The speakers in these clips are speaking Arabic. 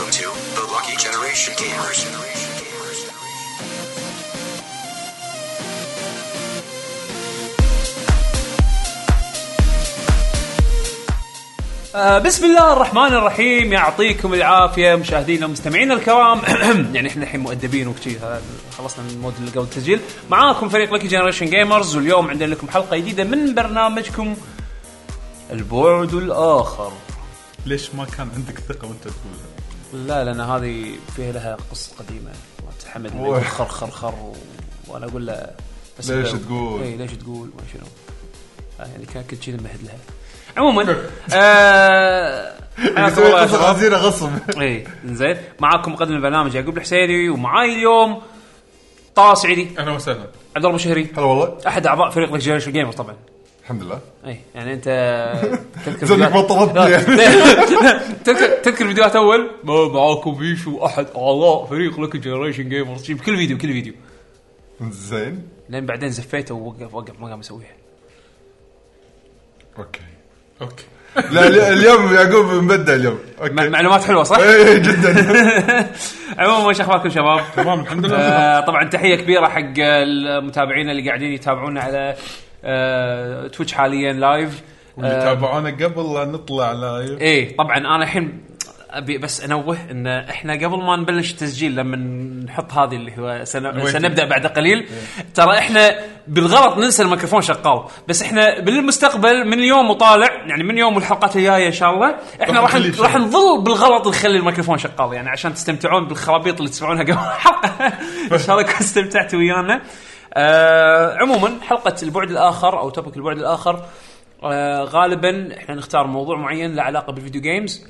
to the Lucky Generation Gamers. بسم الله الرحمن الرحيم. يعطيكم العافية مشاهدينا ومستمعينا الكرام. يعني احنا الحين مؤدبين وكذي، خلصنا من المود اللي قبل التسجيل. معاكم فريق لكي جنريشن جيمرز، واليوم عندنا لكم حلقة جديدة من برنامجكم البعد الآخر. ليش ما كان عندك ثقة وانت تقولها؟ لا، لأن هذه فيها لها قصة قديمة. تحمد يقول خر خر خر وأنا أقول له ليش تقول؟ إيه ليش تقول ما شنو؟ يعني كنت شيء مهد لها. عموما خزينة غصب. اي زين، معاكم مقدم البرنامج يعقوب الحسيني، ومعاي اليوم طه سعيدي. اهلا وسهلا. عبد الله مشهري. هلا والله. احد اعضاء فريق جنريشن جيمرز طبعا. الحمد لله. اي يعني انت تذكر زيك بطلت تذكر فيديوهات اول ما معاكم بيشو احد اعضاء فريق لك جنريشن جيمرز بكل فيديو زين، لين بعدين زفيته ووقف ما قام يسويها. اوكي لا اليوم يعقوب مبدع اليوم. اوكي معلومات حلوه صح؟ اي جدا. عموما ايش اخباركم شباب؟ تمام الحمد لله. طبعا تحيه كبيره حق المتابعين اللي قاعدين يتابعونا على تويتش حاليا لايف، واللي تابعونا قبل لا نطلع لايف. ايه طبعا انا الحين ابي بس انوه ان احنا قبل ما نبلش التسجيل لما نحط هذه اللي هو سنبدا بعد قليل، ترى احنا بالغلط ننسى الميكروفون شغال، بس احنا بالمستقبل من اليوم وطالع يعني من يوم الحلقات الجايه ان شاء الله احنا راح نظل بالغلط نخلي الميكروفون شغال، يعني عشان تستمتعون بالخرابيط اللي تسمعونها قبل الحلقه. ان شاء الله كنتوا استمتعتوا ويانا. عموما حلقه البعد الاخر او توبك البعد الاخر، غالبا احنا نختار موضوع معين له علاقه بالفيديو جيمز،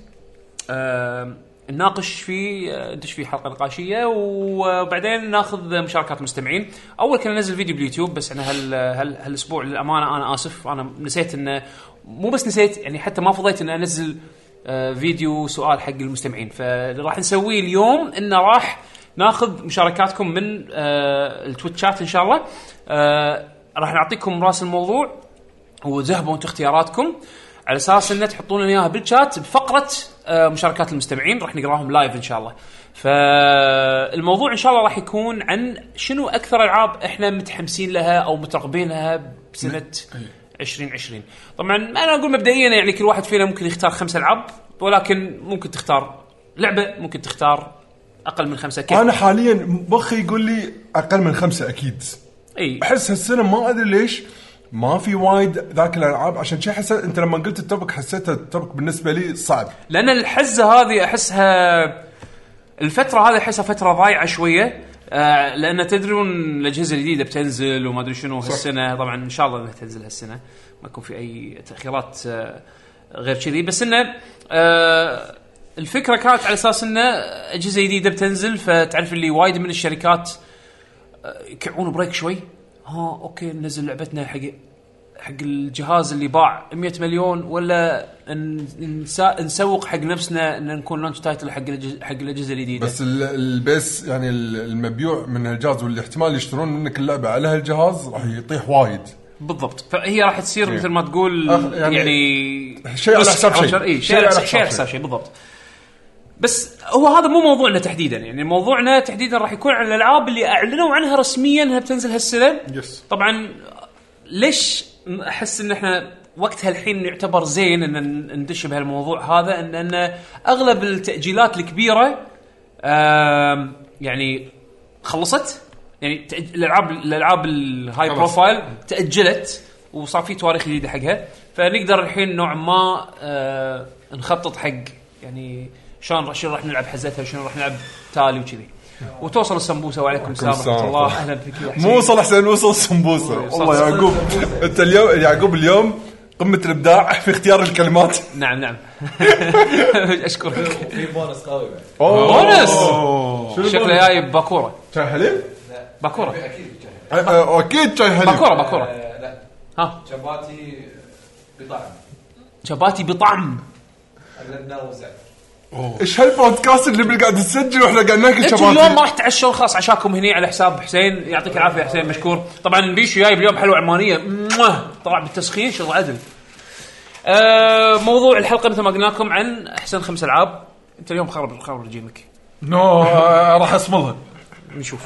نناقش فيه، ندش فيه حلقه نقاشيه، وبعدين ناخذ مشاركات المستمعين. اول كنا ننزل فيديو باليوتيوب، بس انا هالاسبوع للامانه انا اسف، انا نسيت انه مو بس نسيت، يعني حتى ما فضيت ان انزل فيديو سؤال حق المستمعين. فاللي راح نسويه اليوم انه راح ناخذ مشاركاتكم من التويتشات ان شاء الله. راح نعطيكم راس الموضوع وذهبوا انتم اختياراتكم على اساس ان تحطون لنا اياها بالشات بفقره مشاركات المستمعين، راح نقراهم لايف ان شاء الله. فالموضوع ان شاء الله راح يكون عن شنو اكثر العاب احنا متحمسين لها او مترقبين لها بسنه 2020. طبعا انا اقول مبدئيا يعني كل واحد فينا ممكن يختار 5 ألعاب، ولكن ممكن تختار لعبه، ممكن تختار اقل من 5. كيف انا حاليا مخي يقول لي اقل من 5 اكيد. اي احس هالسنه ما ادري ليش ما في وايد ذاك الالعاب، عشان شيء حسيت انت لما قلت التوبك حسيت التوبك بالنسبه لي صعب، لان الحزه هذه احسها الفتره هذه احسها فتره ضايعه شويه. لان تدرون الاجهزه الجديده بتنزل وما ادري شنو هالسنه. طبعا ان شاء الله انها تنزل هالسنه، ما يكون في اي تاخيرات غير كذي، بس انه الفكره كانت على اساس انه اجهزه جديده بتنزل، فتعرف اللي وايد من الشركات يكعون بريك شوي. اوكي ننزل لعبتنا حق الجهاز اللي باع 100 مليون، ولا نسوق حق نفسنا ان نكون لونش تايتل حق الاجهزه الجديده. بس البيس يعني المبيوع من الجهاز واللي احتمال يشترون منك اللعبه على هالجهاز راح يطيح وايد. بالضبط، فهي راح تصير مثل ما تقول يعني شيء على حساب شيء، شيء على حساب شيء بالضبط. بس هو هذا مو موضوعنا تحديدا، يعني موضوعنا تحديدا راح يكون عن الالعاب اللي اعلنوا عنها رسميا انها بتنزل هالسنه. طبعا ليش احس ان احنا وقتها الحين يعتبر زين ان ندش بهالموضوع هذا، ان اغلب التاجيلات الكبيره يعني خلصت، يعني الالعاب الهاي بروفايل تاجلت وصار في تواريخ جديده حقها، فنقدر الحين نوع ما نخطط حق يعني شلون راح نلعب حزتها وشلون راح نلعب تالي وكذي. وتوصل السمبوسه. وعليكم السلام ورحمه الله. اهلا فيك يا حسين. مو وصل حسين، وصل السمبوسه. والله يعقوب انت اليوم يعقوب اليوم قمه الابداع في اختيار الكلمات. نعم اشكرك. في بونس قوي بعد. بونس شكله جاي باكوره. شاي حليب؟ لا باكوره اكيد شاي حليب. باكوره لا ها شباتي بطعم اغلبنا وزع. ايش هالبودكاست اللي بنقعد نسجل واحنا قاعد ناكل شباتي؟ اليوم ما راح تعشون خلاص عشاكم هني على حساب حسين. يعطيك العافيه حسين، مشكور. طبعا بيشو جايب اليوم حلوه عمانيه طلع بالتسخين شغل عدل. موضوع الحلقه مثل ما قلنا لكم عن احسن 5 ألعاب انت اليوم خرب رجيمك. نو راح اصملها نشوف.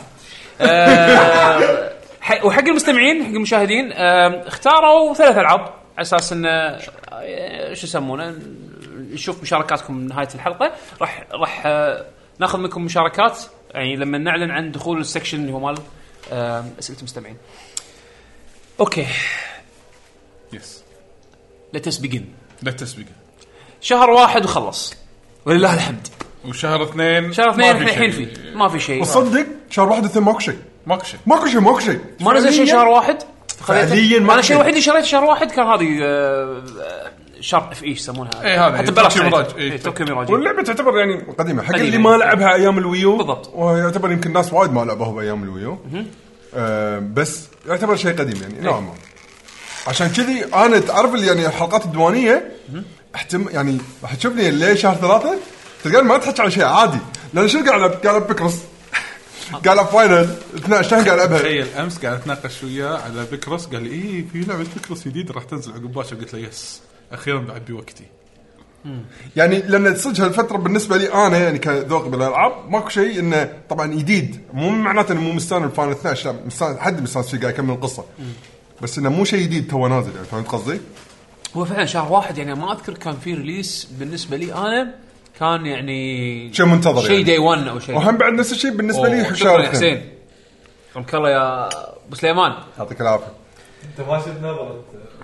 وحق المستمعين حق المشاهدين اختاروا 3 ألعاب على اساس انه شو يسمونه نشوف مشاركاتكم من نهايه الحلقه. راح ناخذ منكم مشاركات يعني لما نعلن عن دخول السكشن اللي هو مال اسئله المستمعين. اوكي يس let's begin. شهر 1 وخلص ولله الحمد. وشهر 2 احنا الحين فيه ما في شيء. وصدق شهر 1 و2 ماكو شيء ما نزل شيء شهر 1 فعليا. انا الشيء الوحيد اللي شريته شهر 1 كان هذه شهر اف ايش يسمونها هذا حتى بلاش توكيو ميراج. واللعبه تعتبر يعني قديمه حق اللي ما لعبها ايام الويو بالضبط. ويعتبر يمكن ناس وايد ما لعبوها بايام الويو بس يعتبر شيء قديم يعني نوعا ما. عشان كذي انا تعرف اللي يعني الحلقات الديوانيه يعني راح تشوفني ليه شهر 3 تلقاني ما تحكي على شيء عادي لان شو قاعد بكرس قال فاينل 12 شهر قاعد العبها. تخيل امس قاعد اتناقش وياه على بكرس قال لي ايه في لعبه بكرس جديده راح تنزل عقب باشا. قلت له يس اخيرا بعبي وقتي يعني لان تصدق هالفتره بالنسبه لي انا يعني كذوق بالالعاب ماكو شيء انه طبعا جديد مو معناته انه مو مستانس الفاينل 12 لا مستانس حد مستانس فيه قاعد يكمل القصه بس انه مو شيء جديد تو نازل يعني فهمت قصدي. هو فعلا شهر 1 يعني ما اذكر كان في ريليس بالنسبه لي انا كان يعني شيء منتظر شيء يعني. داي 1 او شيء. وهم بعد نفس الشيء بالنسبه لي شهر 2 حسين رحمك الله يا ابو سليمان يعطيك العافيه. انت ما شفت نظره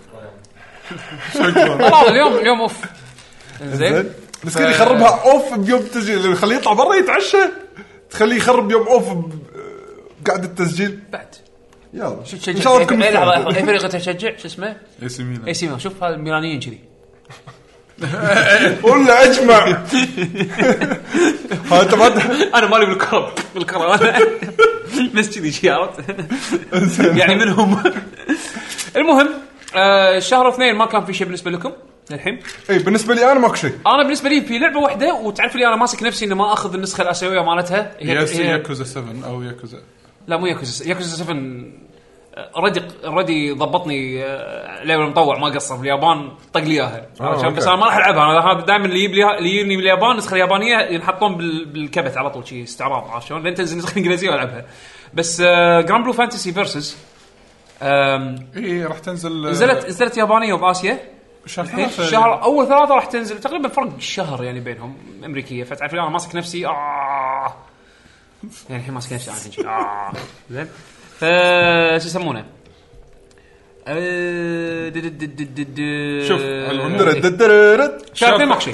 والله اليوم اوف زين بس كان يخربها اوف بيوم التسجيل يخليه يطلع برا يتعشى تخليه يخرب يوم اوف قاعد التسجيل بعد. يلا ان شاء الله تكون اي فريق تشجع شو اسمه اي سي ميلان. شوف هذا الميلانيين كذي ولا اجمع انت ما انا مالي بالكره انا بس كذي شيء عرفت يعني منهم. المهم شهر 2 ما كان في شيء بالنسبه لكم الحين. اي بالنسبه لي انا ماكو شيء. انا بالنسبه لي في لعبه واحده وتعرف لي انا ماسك نفسي انه ما اخذ النسخه الاسيويه مالتها هي ياكوزا 7 او ياكوزا لا مو ياكوزا 7 ردي ضبطني لعبه مطوع ما قصر باليابان طق لي اياها بس انا ما راح العبها. انا دائما اللي يجيني من اليابان النسخه اليابانيه ينحطون بالكبت على طول شيء استعراض عارف شلون لين تنزل النسخه الانجليزيه والعبها. بس جراند بلو فانتسي فيرسس ايه راح تنزل نزلت يابانيه وباسيا شهر اول 3 راح تنزل تقريبا فرق الشهر يعني بينهم امريكيه. فتعرف انا ماسك نفسي يعني الحين ماسك نفسي انا زين شو يسمونه شوف شهر 2 ماكو شيء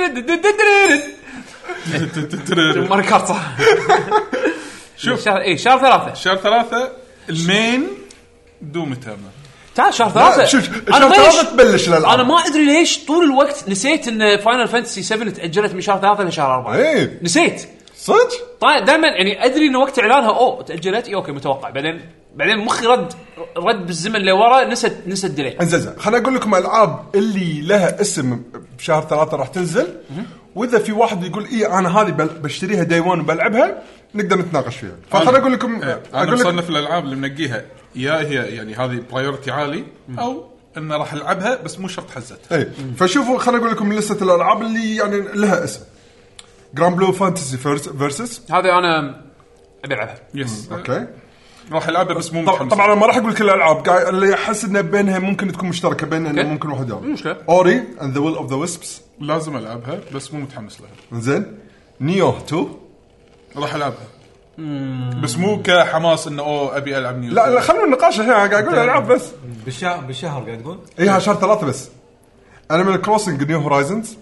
ماري كارت صح. شوف شهر 3 المين دوم تيرنر تعال شهر 3 شوف شهر 3 تبلش الالعاب. انا ما ادري ليش طول الوقت نسيت ان فاينل فانتسي 7 تاجلت من شهر 3 لشهر 4 ايه نسيت صدق. طيب دائما يعني ادري ان وقت اعلانها تاجلت اوكي متوقع بعدين مخي رد بالزمن لورا نسيت الديلي. انزين خليني اقول لكم الالعاب اللي لها اسم بشهر 3 راح تنزل واذا في واحد يقول ايه انا هذه بشتريها داي 1 وبلعبها نقدر نتناقش فيها. فخليني اقول لكم انا مصنف الالعاب اللي منقيها يا هي يعني هذه برايورتي عالي او ان راح العبها بس مو شرط حزتها. اي فشوفوا خليني اقول لكم لسته الالعاب اللي يعني لها اسم. جراند بلو فانتسي فيرسس هذا انا ابي العبها يس اوكي راح العبها بس مو متحمس. طبعا انا ما راح اقول كل الالعاب اللي احس ان بينها ممكن تكون مشتركه بيننا انه ممكن واحد يلعب مشكله اوري اند ذا ويل اوف ذا ويسبس لازم العبها بس مو متحمس لها. زين نيو 2 راح العبها بس مو كحماس انه ابي العب نيو. لا خلونا النقاش الحين قاعد اقول العاب بس بالشهر قاعد تقول ايه شهر 3 بس. انيمال كروسنج نيو هورايزنز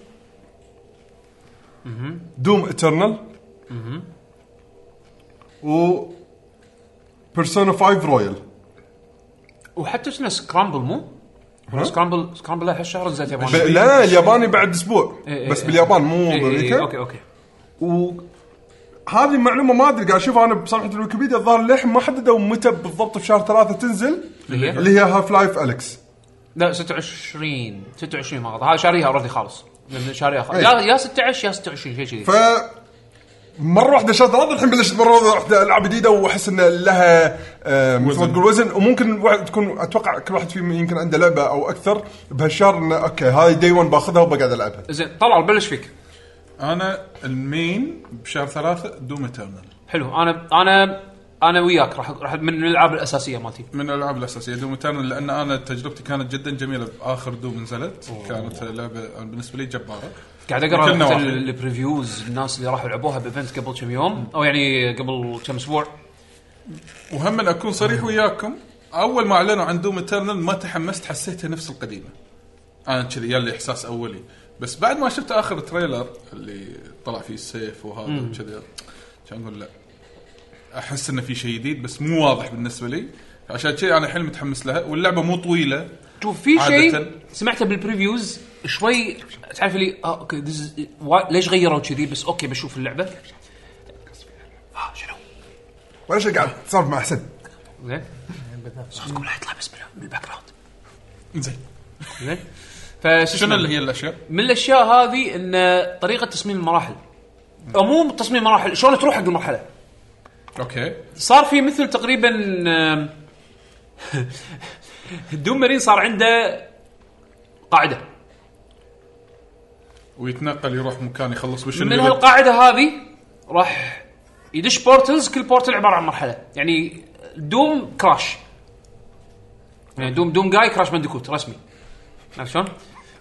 دوم إترنال و بيرسونا 5 رويال وحتى اسمه سكرامبل مو سكرامبل له هالشهر نزلت ياباني. لا الياباني بعد اسبوع بس باليابان مو بامريكا. اوكي وهذه معلومه ما ادري قاعد اشوف انا بصفحه الويكيبيديا الظاهر للحين ما حددوا متى بالضبط في شهر 3 تنزل اللي هي هاف لايف أليكس. لا 26 ما غلط هذا شاريها اوريدي خالص من شاريها خالص يا 16 يا 26 شيء كذي. ف مره واحده شهر 3 الحين بلشت مره واحده العاب جديده واحس ان لها مثل ما تقول وزن وممكن واحد تكون اتوقع كل واحد فيهم يمكن عنده لعبه او اكثر بهالشهر انه اوكي هاي داي 1 باخذها وبقعد العبها. زين طلع بلش فيك انا المين بشهر 3 دوم إترنال. حلو. انا وياك راح من الالعاب الاساسيه مالتي، من الالعاب الاساسيه دوم إترنال، لان انا تجربتي كانت جدا جميله باخر دوم نزلت. كانت لعبه بالنسبه لي جباره. قاعد اقرا البريفيوز الناس اللي راحوا لعبوها بايفنت قبل كم يوم او يعني قبل كم اسبوع. وهم من اكون صريح وياكم، اول ما اعلنوا عن دوم إترنال ما تحمست، حسيتها نفس القديمه. انا كذي يالي احساس اولي، بس بعد ما شفت اخر تريلر اللي طلع فيه السيف وهذا وكذا كان اقول لا، احس انه في شيء جديد بس مو واضح بالنسبه لي، عشان كذي انا حيل متحمس لها. واللعبه مو طويله. شوف في شيء سمعته بالبريفيوز شوي تعرف لي اوكي ليش غيروا كذي، بس اوكي بشوف اللعبه. شنو ولا شيء قاعد تصرف مع حسن زين صوتكم لا يطلع بس من الباك جراوند زين. شنو اللي هي الاشياء من الاشياء هذه ان طريقه تصميم المراحل او مو تصميم مراحل، شلون تروح حق المرحله. اوكي صار في مثل تقريبا دوم مارين صار عنده قاعده ويتنقل يروح مكان يخلص وش من هالقاعده هذه راح يدش بورتلز، كل بورتل عباره عن مرحله. يعني دوم كراش، يعني دوم جاي كراش بانديكوت رسمي، عرفت شلون؟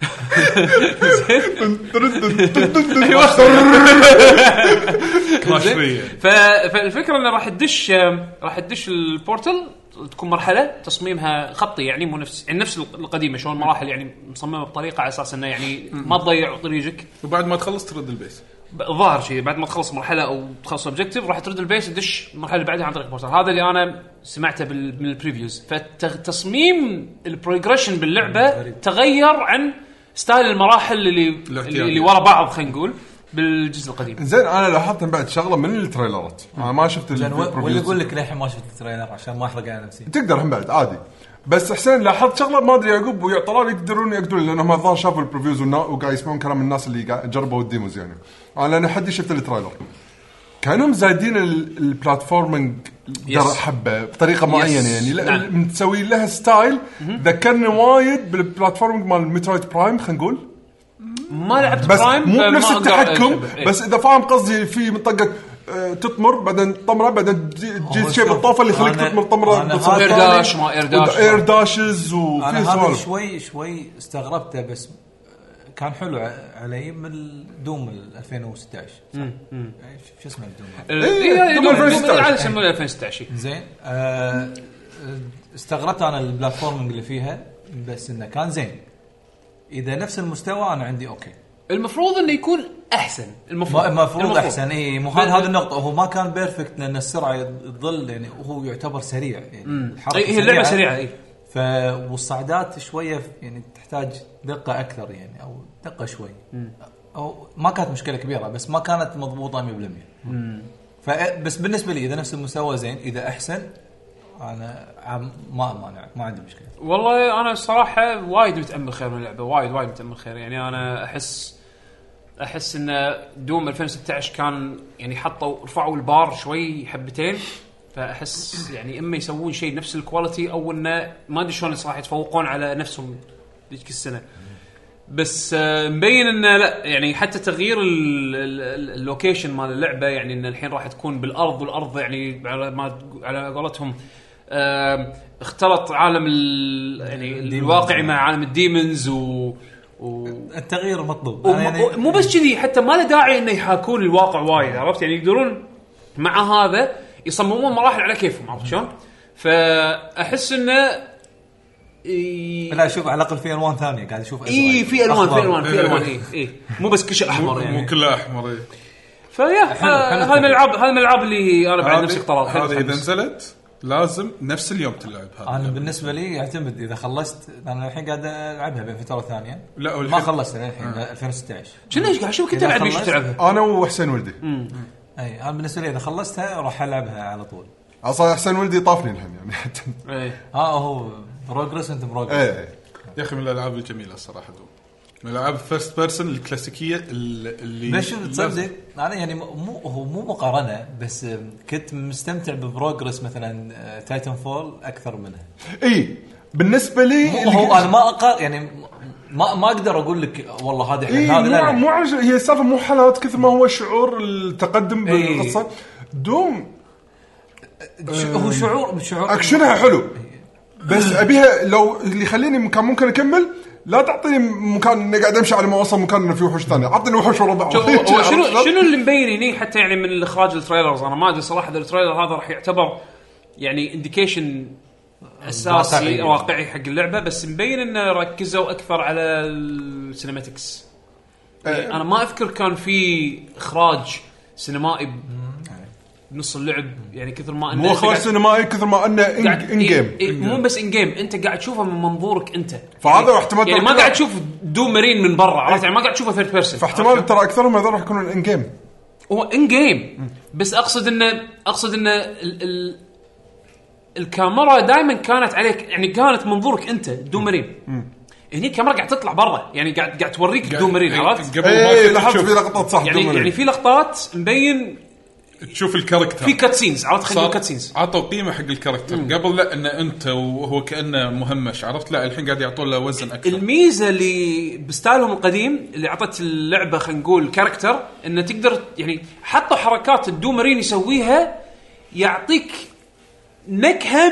فالفكره انه راح تدش البورتل، تكون مرحله تصميمها خطي يعني مو نفس القديمه، شلون المراحل يعني مصممه بطريقه على اساس انه يعني ما تضيع طريقك. وبعد ما تخلص ترد البيس، ظاهر شيء بعد ما تخلص مرحله او تخلص اوبجيكتيف راح ترد البيس تدش المرحله اللي بعدها عن طريق بورتال. هذا اللي انا سمعته من البريفيوز. فتصميم البروجريشن باللعبه تغير عن ستايل المراحل اللي ورا بعض خلينا نقول بالجزء القديم. زين انا لاحظت بعد شغله من التريلرات، انا ما شفت واللي يقول لك للحين ما شفت التريلر عشان ما احرق على نفسي. تقدر هم بعد عادي، بس حسين لاحظت شغله ما ادري يعقوب ويعطلال يقدرون لانهم الظاهر شافوا البريفيوز وقاعد يسمعون كلام الناس اللي جربوا الديموز. يعني انا حد شفت التريلر كانوا زايدين البلاتفورمينج حبه بطريقه معينه، يعني متسوي لها ستايل ذكرني وايد بالبلاتفورمينج مال ميترويد برايم. خلينا نقول ما لعبت بس برايم مو بنفس التحكم، بس اذا فاهم قصدي في منطقه تطمر بعدين طمره بعدين تجي شيء بالطوفه اللي يخليك تطمر طمره اير داشز. وفي سوالف شوي استغربته بس كان حلو علي من دوم 2016. شو اسمه دوم 2016 زين. استغربت انا البلاتفورمينج اللي فيها بس انه كان زين. اذا نفس المستوى انا عندي اوكي، المفروض انه يكون احسن. المفروض احسن. اي مو هذه النقطه، هو ما كان بيرفكت لان السرعه تظل يعني وهو يعتبر سريع يعني الحركه هي اللعبه سريعه. اي والصعدات شويه يعني تحتاج دقه اكثر يعني او دقه شوي او ما كانت مشكله كبيره بس ما كانت مضبوطه 100%. فبس بالنسبه لي اذا نفس المستوى زين، اذا احسن انا ما عندي مشكله. والله انا الصراحه وايد متامل خير من اللعبه، وايد متامل خير. يعني انا احس ان دوم 2016 كان يعني رفعوا البار شوي حبتين، فاحس يعني اما يسوون شيء نفس الكواليتي او انه ما ادري شلون صراحه يتفوقون على نفسهم ذيك السنه. بس مبين انه لا، يعني حتى تغيير اللوكيشن مال اللعبه، يعني ان الحين راح تكون بالارض، والارض يعني على قولتهم اختلط عالم يعني الواقعي مع عالم الديمونز التغيير مطلوب. يعني مو بس كذي، حتى ما له داعي انه يحاكون الواقع وايد، عرفت؟ يعني يقدرون مع هذا يصممون مراحل على كيفهم، عرفت شلون؟ فاحس انه لا شوف على الاقل في الوان ثانيه قاعد اشوف في الوان مو بس كل احمر يعني مو كله احمر. فيا هذا من الالعاب اللي انا بعد نفسي اختارها. هذه اذا نزلت لازم نفس اليوم تلعب. هذا انا بالنسبه لي يعتمد اذا خلصت. انا الحين قاعد العبها بين فتره ثانيه. لا ما خلصت الحين 2016 شنو قاعد اشوف كنت العب ايش تلعبها انا وحسين ولدي. اي انا بالنسبه لي اذا خلصتها راح العبها على طول. اصلا حسين ولدي طافني الحين يعني حتى هو بروجرس انت بروجرس. يا اخي من الالعاب الجميله الصراحه دوم، من الالعاب الفيرست بيرسون الكلاسيكيه اللي بس تصدق انا يعني مو مقارنه، بس كنت مستمتع ببروجرس مثلا تايتن فول اكثر منها. بالنسبه لي هو انا ما يعني ما اقدر اقول لك والله هذا إيه هذا لا مو هي السالفه مو حالات كثر ما هو شعور التقدم بالقصه. دوم هو شعور اكشنها حلو بس ابيها لو اللي يخليني كان ممكن اكمل. لا تعطيني مكان اني قاعد امشي على ما اوصل مكان انه في وحوش ثانيه. اعطيني وحوش ورا بعض. هو شنو اللي مبين هنا حتى يعني من الاخراج التريلرز انا ما ادري صراحه اذا التريلر هذا راح يعتبر يعني انديكيشن اساسي واقعي حق اللعبه بس مبين انه ركزوا اكثر على السينماتكس. يعني انا ما اذكر كان في اخراج سينمائي بنص اللعب يعني كثر ما انه مو اخراج سينمائي كثر ما انه ان جيم. مو بس ان جيم انت قاعد تشوفه من منظورك انت فهذا احتمال يعني ما قاعد تشوف دوم مارين من برا عرفت يعني ما قاعد تشوفه ثيرد بيرسون فاحتمال ترى اكثرهم هذول راح يكونون ان جيم. هو ان جيم بس اقصد انه الكاميرا دائما كانت عليك يعني كانت منظورك انت دوم مارين. هني الكاميرا قاعد تطلع برا يعني قاعد توريك دوم مارين عرفت قبل ما لاحظت في لقطات صح يعني في لقطات مبين تشوف الكاركتر في كاتسينز عرفت خلينا كاتسينز عطوا قيمه حق الكاركتر قبل لا ان انت وهو كانه مهمش عرفت لا الحين قاعد يعطون له وزن اكثر. الميزه اللي بستايلهم القديم اللي عطت اللعبه خلينا نقول كاركتر انه تقدر يعني حطوا حركات الدومرين يسويها يعطيك نكهه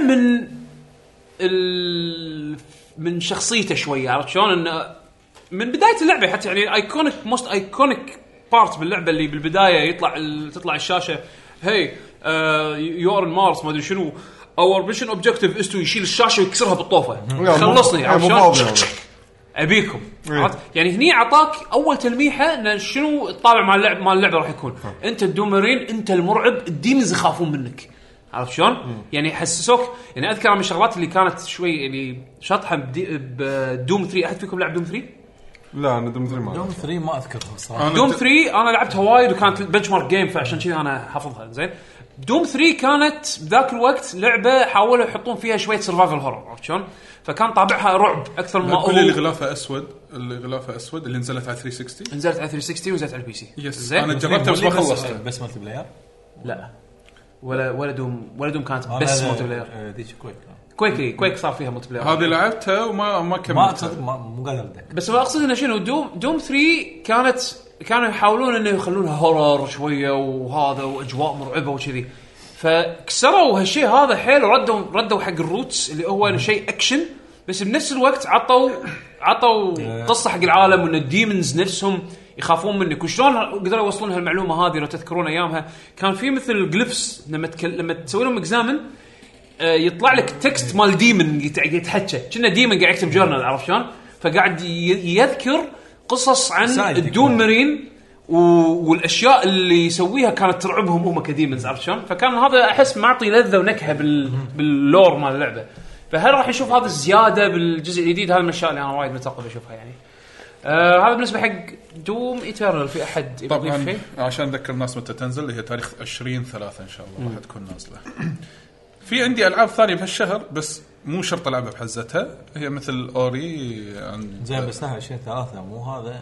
من شخصيته شويه عرفت شلون انه من بدايه اللعبه حتى يعني ايكونيك موست ايكونيك بارت باللعبه اللي بالبدايه تطلع الشاشه هي يور مارس ما ادري شنو اور ميشن اوبجكتيف استو يشيل الشاشه ويكسرها بالطوفه خلصني عرفت شلون ابيكم عرفت يعني هني عطاك اول تلميحه ان شنو الطابع مال اللعبه راح يكون انت الدومرين انت المرعب الديمونز يخافون منك عرفت شلون يعني يحسسوك يعني اذكر من الشغلات اللي كانت شوي يعني شاطحه بدوم 3 احد فيكم لعب دوم 3 لا انا دوم 3 ما اذكرها صراحه. دوم 3 انا لعبتها وايد وكانت بنش مارك جيم فعشان كذا انا حافظها زين. دوم 3 كانت بذاك الوقت لعبه حاولوا يحطون فيها شويه سرفايفل هورر عرفت شلون فكان طابعها رعب اكثر ما هو اللي غلافه اسود اللي نزلت على 360 نزلت على 360 ونزلت على البي سي زين انا جربتها بس ما خلصتها بس مالتي بلاير لا ولا دوم كانت بس مالتي بلاير ديش كويك صار فيها مالتي بلاير هذه لعبتها وما كملتها مو قادر اتذكر بس ما اقصد انه شنو دوم 3 كانوا يحاولون انه يخلونها هورر شويه وهذا واجواء مرعبه وكذي فكسروا هالشيء هذا حيل ردوا حق الروتس اللي هو شيء اكشن بس بنفس الوقت عطوا قصه حق العالم وان الديمونز نفسهم يخافون منك وشلون قدروا يوصلون هالمعلومه هذه لو تذكرون ايامها كان في مثل جليفز لما تسوي لهم اكزامن يطلع لك تكست مال ديمن يتحكى كنا ديمن قاعد يكتب جورنال عرف شلون فقاعد يذكر قصص عن الدوم مارين والاشياء اللي يسويها كانت ترعبهم هم كديمنز عرف شلون فكان هذا احس معطي لذه ونكهه باللور مال اللعبه فهل راح نشوف هذا الزياده بالجزء الجديد هذا من الاشياء اللي انا وايد مترقب اشوفها يعني هذا بالنسبه حق دوم ايترنال في احد يضيف شيء عشان اذكر الناس متى تنزل هي تاريخ 20/3 ان شاء الله راح تكون نازله في عندي العاب ثانيه بهالشهر بس مو شرط العبها بحزتها هي مثل اوري زين بس لها 20/3 مو هذا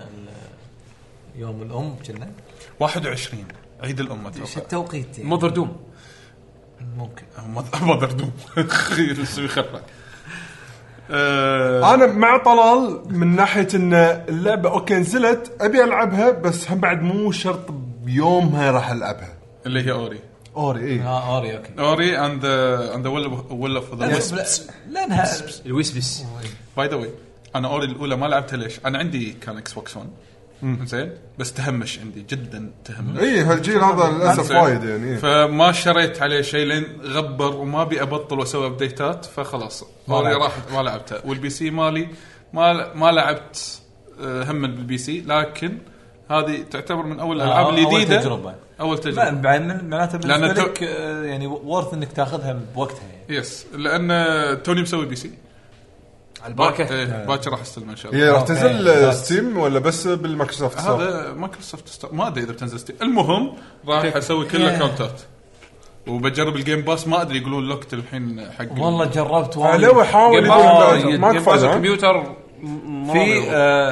يوم الام كنا 21 عيد الام ايش التوقيت يعني؟ مودر دوم ممكن مودر دوم يسوي خطره انا مع طلال من ناحيه ان اللعبه اوكي نزلت ابي العبها بس هم بعد مو شرط بيومها راح العبها اللي هي اوري اوري اوكي اوري اند ولا اوف ذا ويسبس لانها الويسبس باي ذا واي انا اوري الاولى ما لعبتها ليش انا عندي كان اكس بوكس 1 زين بس تهمش عندي جدا تهمش هالجيل هذا للاسف وايد يعني فما شريت عليه شيء لين غبر وما ابي ابطل واسوي ابديتات فخلاص اوري راحت ما لعبتها والبي سي مالي ما لعبت هم بالبي سي لكن هذه تعتبر من اول الالعاب الجديده اول تجربه معناته بالنسبه لك يعني وورث انك تاخذها بوقتها يعني. يس لان توني مسوي بي سي البركه باكر راح استلم ان شاء الله هي راح تنزل ستيم ولا بس بالمايكروسوفت هذا مايكروسوفت ما ادري اذا بتنزل ستيم المهم راح اسوي كل الاكونتات وبجرب الجيم باس ما ادري يقولون لوكت الحين حق والله جربت وايد لو حاول ما كفايه الكمبيوتر في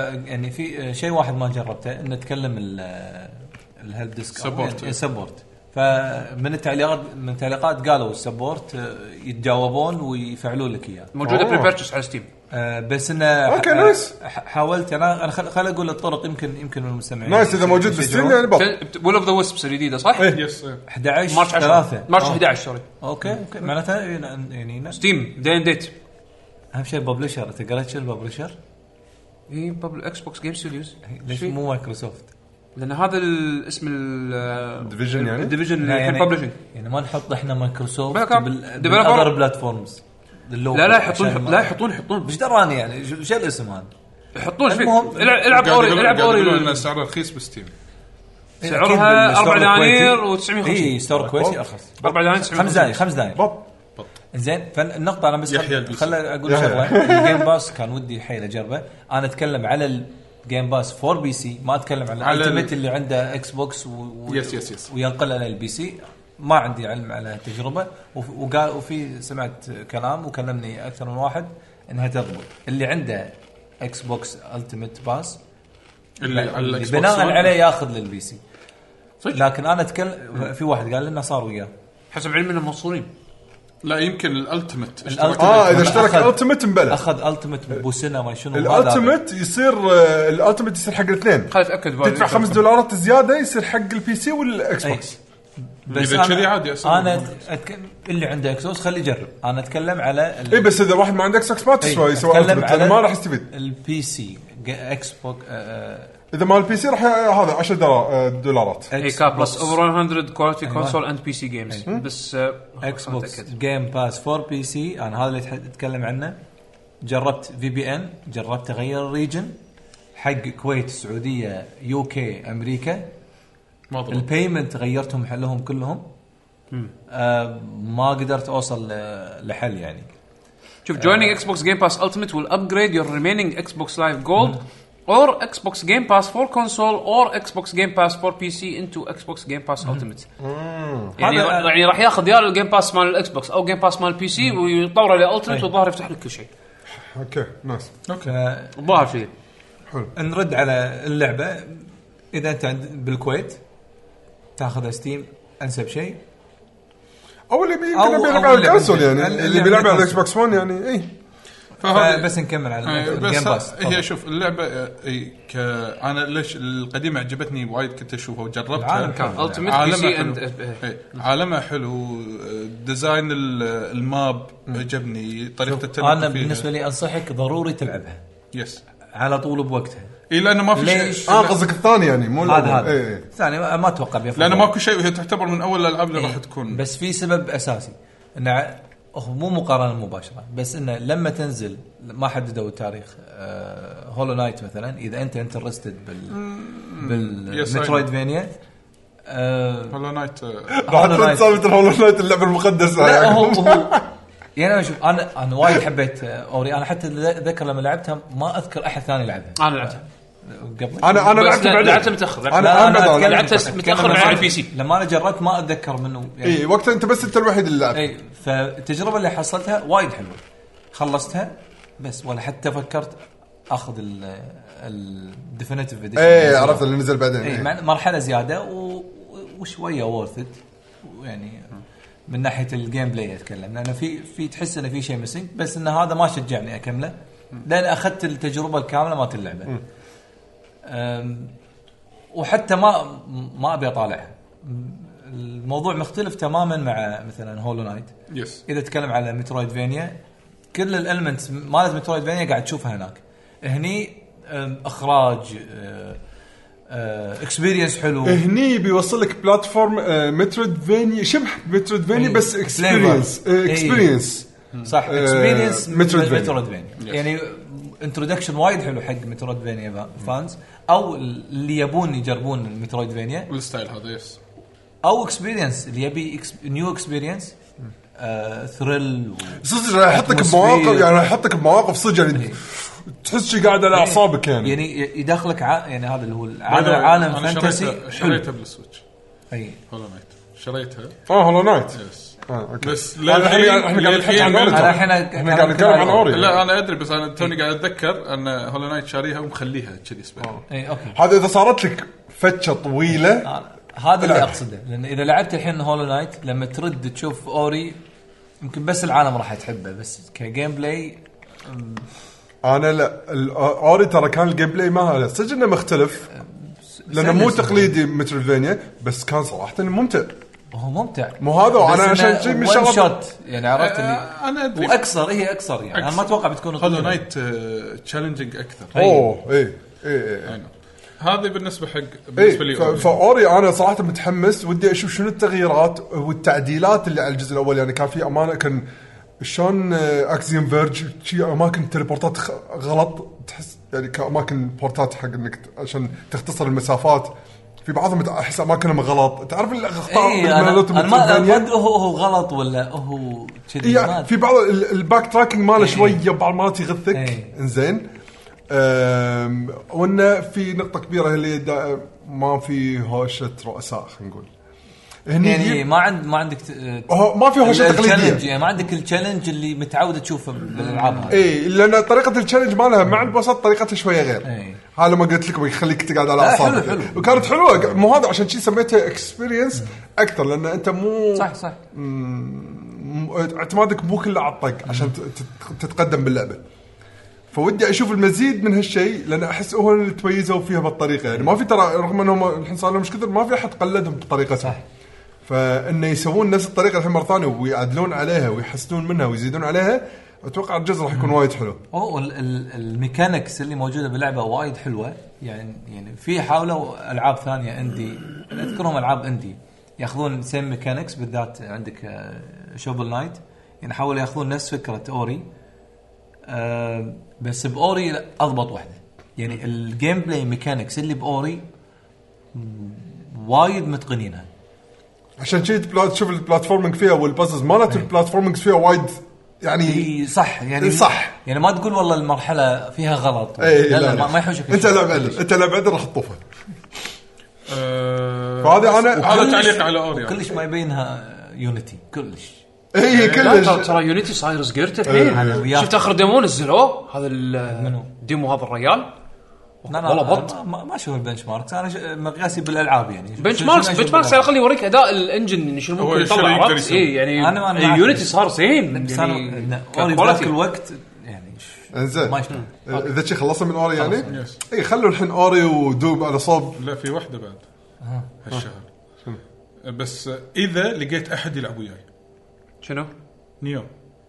يعني في شيء واحد ما جربته ان نتكلم الهيلب ديسك سبورت فمن التعليقات قالوا السبورت يتجاوبون ويفعلون لك اياه. موجوده بري بيرتشس على ستيم. بس انه اوكي نايس. حاولت انا خل اقول الطرق يمكن المستمعين نايس اذا موجود بالستيم يعني بط وول اوف ذا ويسبس الجديده صح؟ يس 11 مارش 3 مارش 11 سوري. اوكي معناته يعني ستيم ديت اهم شيء ببلشر. انت قريت شو الببلشر؟ اي بابل اكس بوكس جيم ستوديوز. ليش مو مايكروسوفت؟ لان هذا الاسم ديفيجن يعني الديفيجن يعني ببلشنج. يعني ما نحط احنا مايكروسوفت باك بالاذر بلاتفورمز. لا يحطون مش دراني يعني شو الاسم هذا يحطون فيه. المهم العب اوري انه سعره رخيص بستيم. سعرها 4 دنانير و950. اي ستور كويتي ارخص 4 دنانير 5 دنانير بط زين. فالنقطه انا بس يحيى البي سي. خل اقول شغله. الجيم باس كان ودي حيل اجربه. انا اتكلم على الجيم باس فور بي سي ما اتكلم على الالتيميت اللي عنده اكس بوكس يس وينقل على البي سي. ما عندي علم على تجربه وقال وفي سمعت كلام وكلمني اكثر من واحد انها تضبط. اللي عنده اكس بوكس التيميت باس اللي على الاكس بوكس بناء عليه ياخذ للبي سي. صدق؟ لكن انا اتكلم في واحد قال لنا صار وياه حسب علمي انهم موصولين. لا يمكن الالتيميت اذا اشترك الالتيميت مبلغ اخذ التيميت بوسنا ما شنو الالتيميت يصير الالتيميت يصير حق الاثنين. خليني اتاكد تدفع $5 زياده يصير حق البي سي والاكس بوكس. بس إذا كذي عادي انا اللي عنده اكس بوكس خليه يجرب. انا اتكلم على اي بس اذا واحد ما عنده اكس بوكس ما تسوى يسوي التيميت ما راح يستفيد. البي سي اكس بوكس اذا ما البي سي راح هذا $10 اي كاب بلس اوفر 100 كواليتي كونسول اند بي سي جيمز. بس اكس بوكس جيم باس فور بي سي. انا هذا اللي اتكلم عنه. جربت في بي ان جربت اغير الريجن حق كويت السعوديه يو كي امريكا. البيمنت غيرتهم حلهم كلهم. ما قدرت اوصل لحل يعني. شوف joining Xbox Game Pass Ultimate will upgrade your remaining Xbox Live Gold or Xbox Game Pass for console or Xbox Game Pass for PC into Xbox Game Pass Ultimate. يعني راح ياخذ يا الجيم باس مال الاكس بوكس او جيم باس مال البي سي ويطوره للالتيميت والظاهر يفتح لك كل شيء. اوكي نايس. اوكي الظاهر شيء حلو. نرد على اللعبه. اذا انت بالكويت تاخذ ستيم انسب شيء. او اللي يمكن بيلعب على الكونسول يعني اللي بيلعب على الاكس بوكس 1 يعني اي. بس نكمل على الجيم باس. هي شوف اللعبه انا ليش القديمه عجبتني وايد كنت اشوفها وجربتها. عالمها حلو. ديزاين الماب عجبني. طريقه التنقل انا بالنسبه لي انصحك ضروري تلعبها يس على طول بوقتها. اي لانه ما في شيء. قصدك الثاني يعني مو هذا الثاني ما اتوقع بيفرق لانه ماكو شيء وهي تعتبر من اول الالعاب اللي راح تكون. بس في سبب اساسي انه مو مقارنه مباشره. بس انه لما تنزل ما حددوا التاريخ. هولو نايت مثلا اذا انت انترستد بالمترويد فينيا هولو نايت راح ترد صامت الهولو نايت اللعبه المقدسه. لا هو يعني شوف انا وايد حبيت اوري. انا حتى ذكر لما لعبتها ما اذكر احد ثاني لعبها. انا لعبتها قبل. انا لعبتها متاخر. انا لعبتها متاخر على البي سي. لما انا جربت ما اتذكر منه يعني. اي وقتها انت بس انت الوحيد اللي لعب. اي فالتجربه اللي حصلتها وايد حلوه. خلصتها بس ولا حتى فكرت اخذ الديفينيتيف اديشن. اي عرفت اللي نزل بعدين. اي مرحله زياده وشويه وورث ات يعني من ناحيه الجيم بلاي اتكلم. لانه في تحس انه في شيء ميسنج. بس ان هذا ما شجعني اكمله لان اخذت التجربه الكامله مالت اللعبه. وحتى ما ابي اطالعها. الموضوع مختلف تماما مع مثلا هولو نايت. يس. اذا تتكلم على مترويد فينيا كل الالمنتس مالت مترويد فينيا قاعد تشوفها هناك. هني اخراج اكسبيرينس حلو. هني بيوصل لك بلاتفورم مترويد فينيا شبه مترويد فينيا بس اكسبيرينس صح اكسبيرينس مترويد فينيا يعني انترودكشن وايد حلو حق مترويد فينيا فانز او اللي يبون يجربون المترويد فينيا الستايل هذا. يس. او اكسبيرينس اللي يبي نيو اكسبيرينس ثريل صدق يحطك بمواقف يعني يحطك بمواقف صدق يعني تحس شي قاعد على اعصابك يعني يدخلك يعني هذا اللي هو عالم فانتسي. شريتها بالسويتش. اي هولو نايت شريتها. هولو نايت. يس. اوكي. بس احنا قاعد نحكي عن اوري. احنا قاعد نتكلم عن اوري. لا انا ادري بس انا توني قاعد اتذكر ان هولو نايت شاريها ومخليها كذي اسمها. اي اوكي. هذا اذا صارت لك فتشه طويله هذا اللي اقصده، لان اذا لعبت الحين هولو نايت لما ترد تشوف اوري يمكن بس العالم راح تحبه، بس كجيم بلاي انا لا اوري ترى كان الجيم بلاي ما صدق انه مختلف لانه مو تقليدي متروفينيا، بس كان صراحه ممتع. هو ممتع مو هذا وانا عشان شيء من شوت يعني عرفت اللي انا ادري واكثر هي اكثر يعني انا ما اتوقع بتكون هولو نايت تشالنجينج اكثر. ايه هذا بالنسبه حق بالنسبه لي فاوري انا صراحه متحمس، ودي اشوف شنو التغييرات والتعديلات اللي على الجزء الاول. يعني كان في امانه كان شلون اكسيوم فيرج شي اماكن تليبورتات غلط، تحس يعني كاماكن بورتات حق انك عشان تختصر المسافات، في بعضهم احس اماكنهم غلط. تعرف الاخطاء انا ما ادري هو غلط ولا هو كذي يعني في بعض الباك تراكنج ماله شويه بعض المرات يغثك. انزين وإنه في نقطة كبيرة اللي ما في هوشة رؤساء خلينا نقول يعني ما عندك ما في هوشة تقليدية، يعني ما عندك التشالنج اللي متعود تشوفه بالألعاب هذه. إيه لأن طريقة التشالنج مالها مع البوسات طريقتها شوية غير. هذا ما قلت لكم يخليك تقعد على أعصابك، وكانت حلوة. مو هذا عشان شيء سميتها إكسبيرينس أكثر، لأن أنت مو صح اعتمادك مو كله على الطق عشان تتقدم باللعبة. فودي اشوف المزيد من هالشيء، لان احس هو اللي تميزوا فيها بالطريقه. يعني ما في ترى رغم انهم الحين صار لهم مش كثر ما في احد قلدهم بطريقه صح، فانه يسوون نفس الطريقه الحين مره ثانيه ويعدلون عليها ويحسنون منها ويزيدون عليها. اتوقع الجزء راح يكون وايد حلو. الميكانكس اللي موجوده باللعبه وايد حلوه. يعني في حاولوا العاب ثانيه اندي اذكرهم العاب اندي ياخذون سيم ميكانكس، بالذات عندك شوبل نايت يعني حاولوا ياخذون نفس فكره اوري بس بأوري أضبط واحدة. يعني الجيم بلاي ميكانكس اللي بأوري وايد متقنينها، عشان شيء تشوف البلاتفورمينج فيها والبازز مالت البلاتفورمينج فيها وايد يعني صح. يعني صح يعني ما تقول والله المرحلة فيها غلط. لا ما يحوشك. انت لعب عدل راح تطوفها. فهذا هذا تعليق على أوري كلش ما يبينها يونيتي كلش. كلش ترى يونيتي صاير سقرت الحين. شفت اخر ديمو نزلوه هذا الديمو هذا الريال والله بط. ما اشوف البنش ماركس انا مقياسي بالالعاب. يعني بنش ماركس خلي يوريك اداء الانجن شنو ممكن يطلع. عرفت يعني أنا يونيتي صار زين يعني ذاك الوقت يعني انزين. اذا شي خلصنا من اوري يعني اي خلوا الحين اوري ودوب على صوب. لا في واحده بعد هالشهر بس اذا لقيت احد يلعب وياي. شنو نيو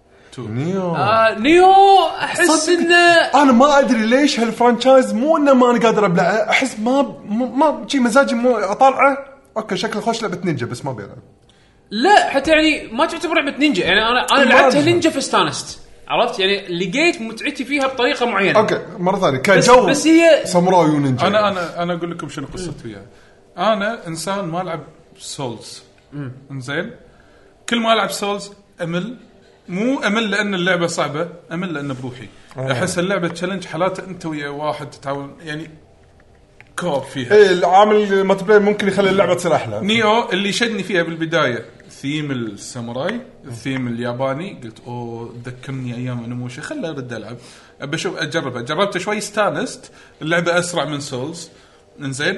نيو احس انه انا ما ادري ليش هالفرانشايز مو انه ما انا قادر ابلعه. احس ما شيء مزاجي مو اطالعه. اوكي شكله خوش لعبه نينجا بس ما بيلعب. لا حتى يعني ما تعتبر لعبه نينجا. يعني انا لعبتها نينجا فاستانست عرفت. يعني لقيت متعتي فيها بطريقه معينه. اوكي مره ثانيه كجو بس هي ساموراي ونينجا. انا اقول لكم شنو قصتي وياه. انا انسان ما العب سولز انزين. كل ما العب سولز مو امل لان اللعبه صعبه، امل لان بروحي احس اللعبه تشالنج حالات انت ويا واحد تتعاون يعني كوب فيها. العامل المالتي بلاير ممكن يخلي اللعبه تصير احلى. نيو اللي شدني فيها بالبدايه ثيم الساموراي الثيم الياباني، قلت ذكرني ايام انوموشي خلي ارد العب بشوف اجربها. جربت شوي استانست. اللعبه اسرع من سولز انزين،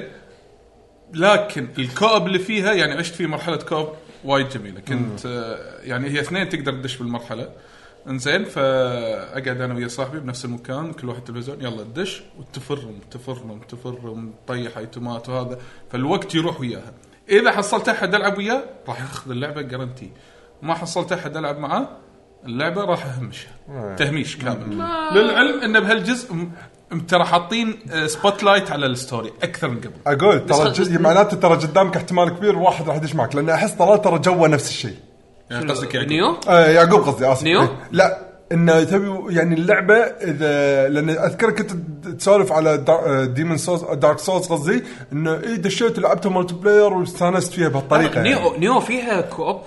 لكن الكوب اللي فيها يعني عشت في مرحله كوب وايد جميله. كنت يعني هي اثنين تقدر تدش بالمرحله انزين. فاقعد انا ويا صاحبي بنفس المكان كل واحد تلفزيون يلا تدش وتفرم طيح ايتمات وهذا. فالوقت يروح وياها. اذا حصلت احد العب وياه راح اخذ اللعبه جارنتي. ما حصلت احد العب معاه اللعبه راح اهمشها تهميش كامل. للعلم ان بهالجزء ترى حاطين سبوت لايت على الستوري اكثر من قبل. اقول ترى معناته ترى قدامك احتمال كبير واحد راح يدش معك، لان احس ترى جوه نفس الشيء. يعني قصدك نيو يعقوب قصدي اسف نيو؟ لا انه تبي يعني اللعبه اذا لان اذكر كنت تسولف على ديمون سولز دارك سولز قصدي انه دشيت لعبتها مالتي بلاير واستانست فيها بهالطريقه. نيو فيها كوب.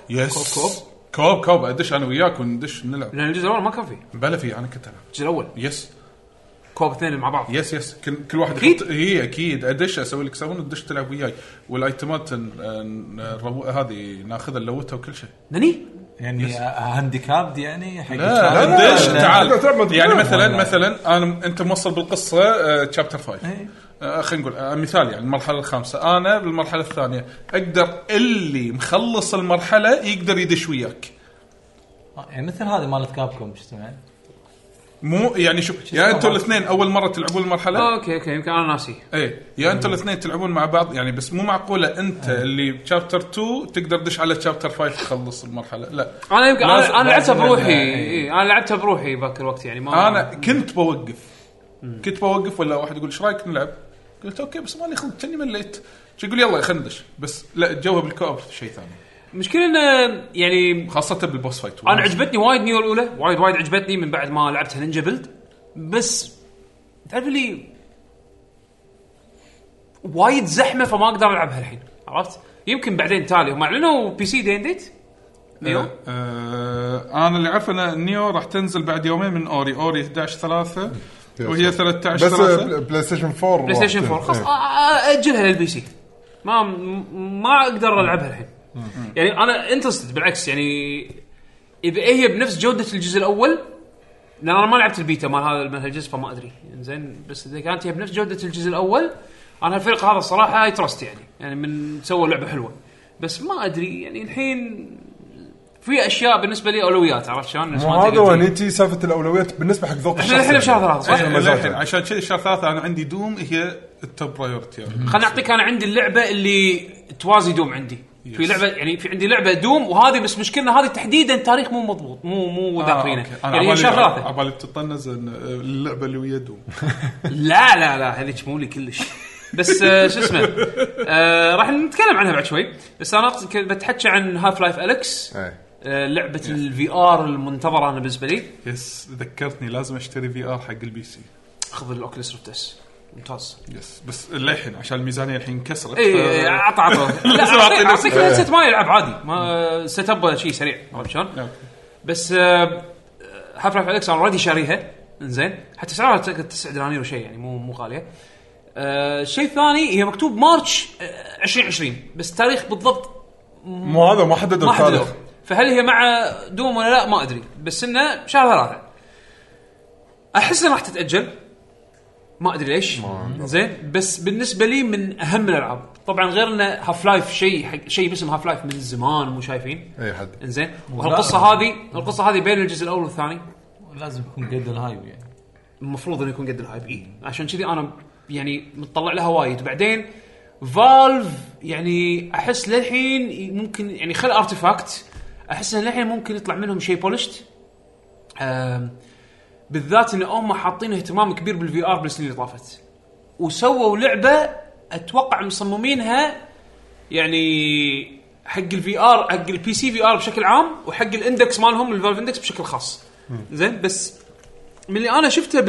كوب ادش انا وياك وندش نلعب. لان الجزء الاول ما كان فيه بلا فيه. انا كنت العب الجزء الاول كوب اثنين مع بعض. يس كل واحد يحط. هي اكيد ادش اسوي لك ساوند ودش تلعب وياي. والايتمات هذه ناخذها اللوتها وكل شيء. نني يعني هانديكاب يعني حق لا تعال يعني مثلا انا انت موصل بالقصه تشابتر 5 خلينا نقول مثال يعني المرحله الخامسه انا بالمرحله الثانيه اقدر اللي مخلص المرحله يقدر يدش وياك يعني مثل هذه مالت كابكوم شو اسمها مو يعني شوف يا انتوا الاثنين اول مره تلعبون المرحله اوكي يمكن انا ناسي ايه يا انتوا الاثنين تلعبون مع بعض يعني بس مو معقوله انت اللي بشابتر 2 تقدر تدش على شابتر 5 تخلص المرحله لا انا يمكن انا لعبتها بروحي انا لعبتها بروحي باك الوقت يعني ما انا كنت بوقف ولا واحد يقول ايش رايك نلعب قلت اوكي بس مالي خلق كني مليت يقول يلا خندش بس لا الجو بالكوب شيء ثاني مشكلة انه يعني خاصه بالبوس فايت انا عجبتني وايد نيو الاولى وايد عجبتني من بعد ما لعبتها نينجا بيلد بس تعرف لي وايد زحمه فما اقدر العبها الحين عرفت يمكن بعدين تالي هم اعلنوا بي سي ديت نيو انا اللي عارف ان نيو راح تنزل بعد يومين من اوري 11/3 وهي 13/3 بس بلاي ستيشن 4 خلاص اجلها للبي سي ما اقدر العبها الحين يعني انا انترستد بالعكس يعني اذا هي بنفس جوده الجزء الاول لان انا ما لعبت البيتا مال هذا الجزء فما ادري زين بس اذا كانت هي بنفس جوده الجزء الاول انا الفريق هذا الصراحه يترست يعني من سووا لعبه حلوه بس ما ادري يعني الحين في اشياء بالنسبه لي اولويات عرفت شلون هذا ونيتي سالفه الاولويات بالنسبه حق ذوق الشخص احنا بشهر 3 صح عشان كذا شهر 3 انا عندي دوم هي التوب برايورتي خليني اعطيك انا عندي اللعبه اللي توازي دوم عندي في لعبه يعني في عندي لعبه دوم وهذه بس مشكلة هذه تحديدا تاريخ مو مضبوط مو ذاكرينه يعني شهر 3 عبالي تطنز اللعبه اللي ويا دوم لا هذيك مو لي كلش بس شو اسمه راح نتكلم عنها بعد شوي بس انا بتحكي عن هاف لايف أليكس لعبه الفي ار المنتظره انا بالنسبه لي يس ذكرتني لازم اشتري في ار حق البي سي اخذ الاوكيوليس ريفت اس ممتاز يس بس اللحين عشان الميزانيه الحين انكسرت اي عطى لا اعطيك ست ما يلعب عادي ما سيت اب شيء سريع عرفت شلون بس هاف لايف أليكس انا اوريدي شاريها زين حتى سعرها 9 دنانير وشيء يعني مو غاليه شيء ثاني هي مكتوب مارش 2020 بس تاريخ بالضبط مو هذا ما حددوا التاريخ فهل هي مع دوم ولا لا ما ادري بس انه شهر 3 احس راح تتاجل ما ادري ليش زين بس بالنسبه لي من اهم الالعاب طبعا غير انه هاف لايف شيء باسم هاف لايف من زمان مو شايفين اي حد زين والقصه هذه بين الجزء الاول والثاني لازم يكون قد الهايب يعني المفروض انه يكون قد الهايب عشان كذي انا يعني متطلع لها وايد بعدين فالف يعني احس للحين ممكن يعني خل ارتفاكت احس ان للحين ممكن يطلع منهم شيء بولشت بالذات ان هم حاطين اهتمام كبير بالفي ار بالسنين اللي طافت وسووا لعبه اتوقع مصممينها يعني حق الفي ار حق البي سي في ار بشكل عام وحق الاندكس مالهم الفالف اندكس بشكل خاص زين بس من اللي انا شفته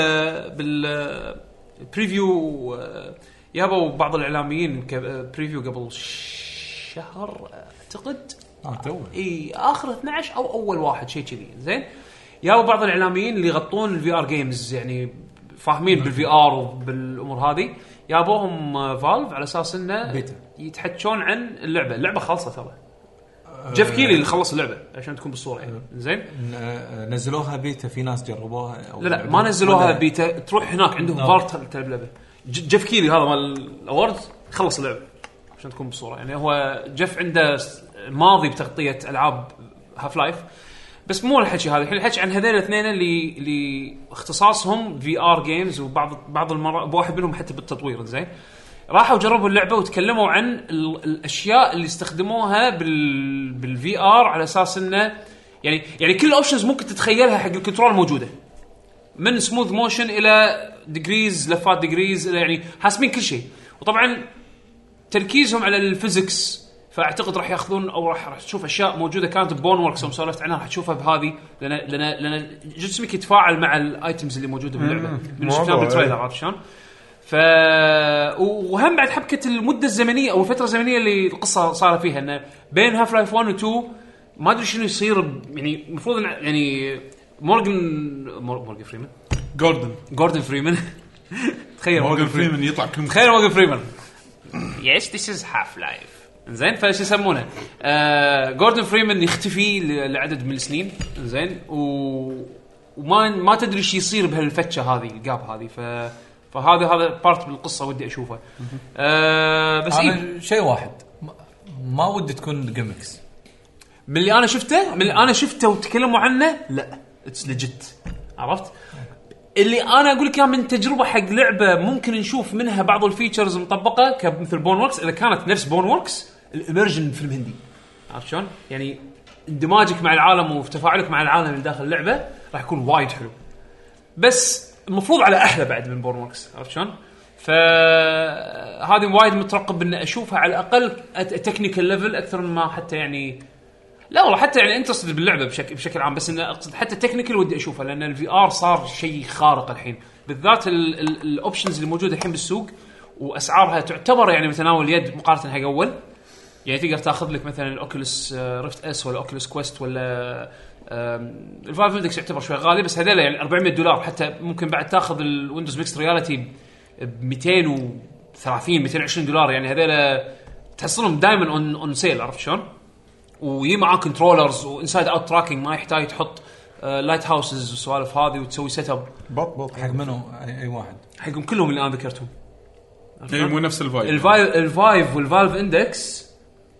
بريفيو يابوا بعض الاعلاميين بريفيو قبل شهر اعتقد اي اخر 12 او اول واحد شيء كذي زين يابوا بعض الاعلاميين اللي يغطون الفي ار جيمز يعني فاهمين بالفي ار وبالامور هذه يابوهم فالف على اساس انه يتحكون عن اللعبه خالصه ترى جيف كيلي اللي خلص اللعبه عشان تكون بالصوره يعني زين نزلوها بيتا في ناس جربوها لا ما نزلوها بيتا تروح هناك عندهم فارت تلعب اللعبه جيف كيلي هذا مال الاورد خلص اللعبه عشان تكون بالصوره يعني هو جيف عنده ماضي بتغطيه العاب هاف لايف بس مو الحكي هذا الحين الحكي عن هذول الاثنين اللي اختصاصهم في ار جيمز وبعض المرات بواحد منهم حتى بالتطوير زين راحوا جربوا اللعبه وتكلموا عن الاشياء اللي استخدموها بالفي ار على اساس انه يعني كل الاوبشنز ممكن تتخيلها حق الكنترول موجوده من سموث موشن الى ديجريز لفات ديجريز يعني حاسبين كل شيء وطبعا تركيزهم على الفيزيكس فاعتقد راح ياخذون او راح تشوف اشياء موجوده كانت ببون وركس وسولفت عنها راح تشوفها بهذه لان جسمك يتفاعل مع الايتمز اللي موجوده باللعبه من شفناه بالتريلر عرفت شلون وهم بعد حبكه المده الزمنيه او الفتره الزمنيه اللي القصه صار فيها انه بين هاف لايف 1 و 2 ما ادري شنو يصير يعني المفروض يعني مورغان فريمان جوردن فريمان تخيل مورغان فريمان يطلع كم تخيل مورغان فريمان يس ذيس از هاف لايف زين فايش يسمونه جوردن فريمان يختفي لعدد من السنين زين وما تدري ايش يصير بهالفتشه هذه الجاب هذه فهذا بارت بالقصه ودي اشوفه. بس انا شيء واحد ما ودي تكون جيمكس من اللي انا شفته وتكلموا عنه. لا اتس ليجيت، عرفت اللي انا اقول لك من تجربه حق لعبه ممكن نشوف منها بعض الفيتشرز مطبقه كمثل بون ووركس. اذا كانت نفس بون ووركس الاميرجن فيلم هندي، عرفت شلون؟ يعني اندماجك مع العالم وتفاعلك مع العالم اللي داخل اللعبه راح يكون وايد حلو، بس المفروض على احلى بعد من بون ووركس، عرفت شلون؟ فهذه وايد مترقب ان اشوفها على الاقل تكنيكال ليفل اكثر من ما حتى يعني لا والله حتى يعني انترستد باللعبه بشكل عام، بس انه اقصد حتى تكنيكال ودي اشوفها لان الفي ار صار شيء خارق الحين، بالذات الاوبشنز اللي موجوده الحين بالسوق واسعارها تعتبر يعني متناول اليد مقارنه حق اول. يعني تقدر تاخذ لك مثلا الاوكيوليس ريفت اس ولا اوكيوليس كويست ولا الفالف اندكس يعتبر شوي غالي، بس هذول يعني $400. حتى ممكن بعد تاخذ الويندوز ميكس رياليتي ب $230-220 يعني هذول تحصلهم دائما اون سيل، عرفت شلون؟ ويجي معاه كنترولرز وانسايد اوت تراكنج، ما يحتاج تحط لايت هاوسز والسوالف هذه وتسوي سيت اب. بط حق منو اي واحد حقهم كلهم اللي انا ذكرتهم مو نفس الفايف والفالف اندكس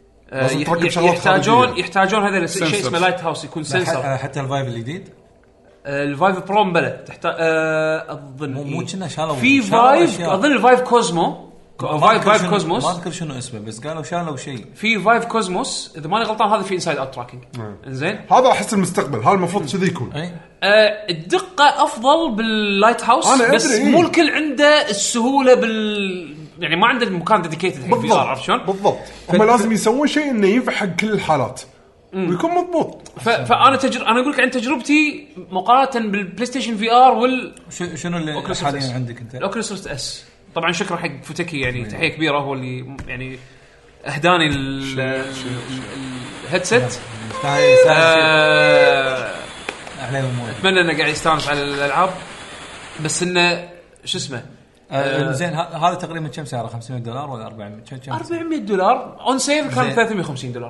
يحتاجون هذا الشيء اسمه لايت هاوس يكون سنسر. حتى الفايف الجديد الفايف برو بلا تحتاج اظن مو كنا شالوا في فايف اظن الفايف كوزمو فايف كوزموس ما اذكر شنو اسمه بس قالوا شالوا شيء في فايف كوزموس اذا ماني غلطان هذا في انسايد اوت تراكنج. انزين هذا احس المستقبل هذا المفروض كذي يكون. الدقه افضل باللايت هاوس بس مو الكل عنده السهوله يعني ما عنده المكان ديديكيتد حق في ار، عرفت شلون؟ بالضبط هم لازم يسوون شيء انه ينفع حق كل الحالات ويكون مضبوط. فانا انا اقول لك عن تجربتي مقارنه بالبلاي ستيشن في ار شنو اللي حاليا عندك انت؟ الاوكيوليس ريفت اس طبعا شكرا حق فتكي يعني تحيه كبيره هو اللي يعني اهداني الهيدسيت. اتمنى انه قاعد يستانس على الالعاب بس انه شو اسمه زين هذا تقريبا كم سعره $500 ولا $400 اون سيل كان $350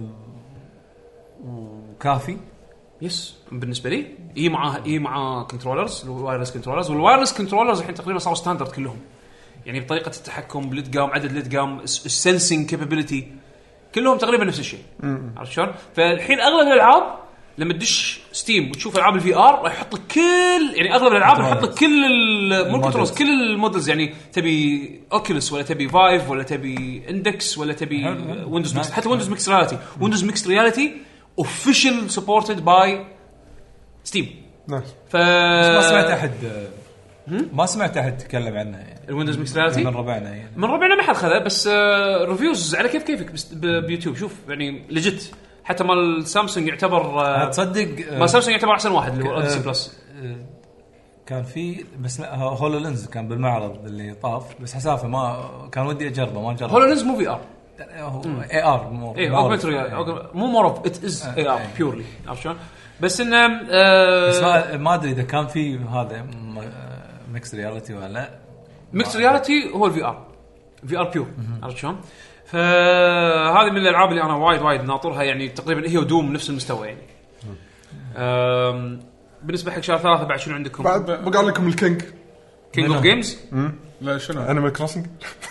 كافي. يس بالنسبه لي يجي معاه كنترولرز الوايرلس كنترولرز والوايرلس كنترولرز الحين تقريبا صاروا ستاندرد كلهم يعني بطريقه التحكم بالادغام عدد الادغام السنسنج كابابيلتي كلهم تقريبا نفس الشيء، عرفت شلون؟ فالحين اغلب الالعاب لما تدش ستيم وتشوف العاب الفي ار راح يحط لك كل يعني اغلب الالعاب راح يحط لك كل الكنترولز كل المودلز يعني تبي اوكيوليس ولا تبي فايف ولا تبي اندكس ولا تبي ويندوز ميكس حتى ويندوز ميكس رياليتي ويندوز ميكس رياليتي official supported by Steam. نايس. ما سمعت احد تكلم عنه يعني الويندوز ميكس رياليتي من ربعنا يعني من ربعنا ما حد خذه بس ريفيوز على كيفك بس بيوتيوب شوف يعني ليجيت حتى مال سامسونج يعتبر تصدق مال سامسونج يعتبر احسن واحد اللي هو اوديسي بلس كان في بس لا هولو لينز كان بالمعرض اللي طاف بس حسافه ما كان ودي اجربه ما جربه. هولو لينز مو في ار اي ار مو مو مور اوف ات از اي ار بيورلي عرفت شلون بس انه بس ما ادري اذا كان في هذا ميكس رياليتي ولا لا. ميكس رياليتي هو الفي ار بيور عرفت شلون. فهذه من الالعاب اللي انا وايد ناطرها يعني تقريبا هي ودوم نفس المستوى يعني. بالنسبه حق شهر 3 بعد شنو عندكم؟ بعد بقول لكم الكينج اوف جيمز. لا شنو انيمال كروسنج.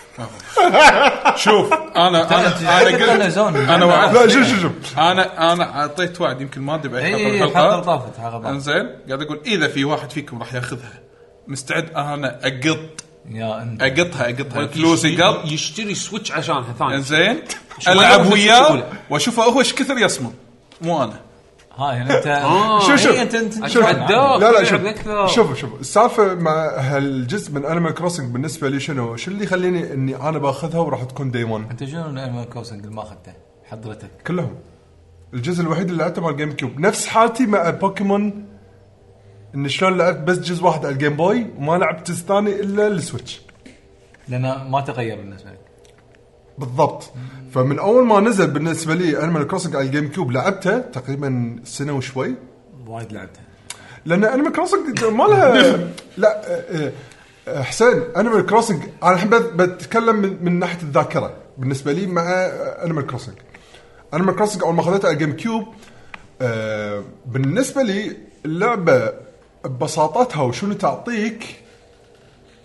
شوف انا قلت انا وعد لا شوف انا اعطيت وعد يمكن ما ادري باي حلقه طافت انزين قاعد اقول اذا في واحد فيكم راح ياخذها مستعد انا اقطها فلوسي قط يشتري سويتش عشانها ثاني انزين العب وياه واشوفه هو ايش كثر يصمم مو انا يعني انت شوف لا شوف السالفه مع هالجزء من انيمال كروسنج بالنسبه لي شو اللي يخليني اني انا باخذها وراح تكون داي 1. انت شنو انيمال كروسنج اللي ما اخذته حضرتك كلهم الجزء الوحيد اللي لعبته مع الجيم كيوب نفس حالتي مع بوكيمون ان شلون لعبت بس جزء واحد على الجيم بوي وما لعبت الثاني الا السويتش لانه ما تغير بالنسبه لك بالضبط. فمن اول ما نزل بالنسبه لي انيمال كروسنج على الجيم كيوب لعبته تقريبا سنه وشوي وايد لعبتها لان انيمال كروسنج ما لها لا حسين انيمال كروسنج انا الحين بتكلم من ناحيه الذاكره بالنسبه لي مع انيمال كروسنج اول ما اخذتها على الجيم كيوب بالنسبه لي اللعبه ببساطتها وشنو تعطيك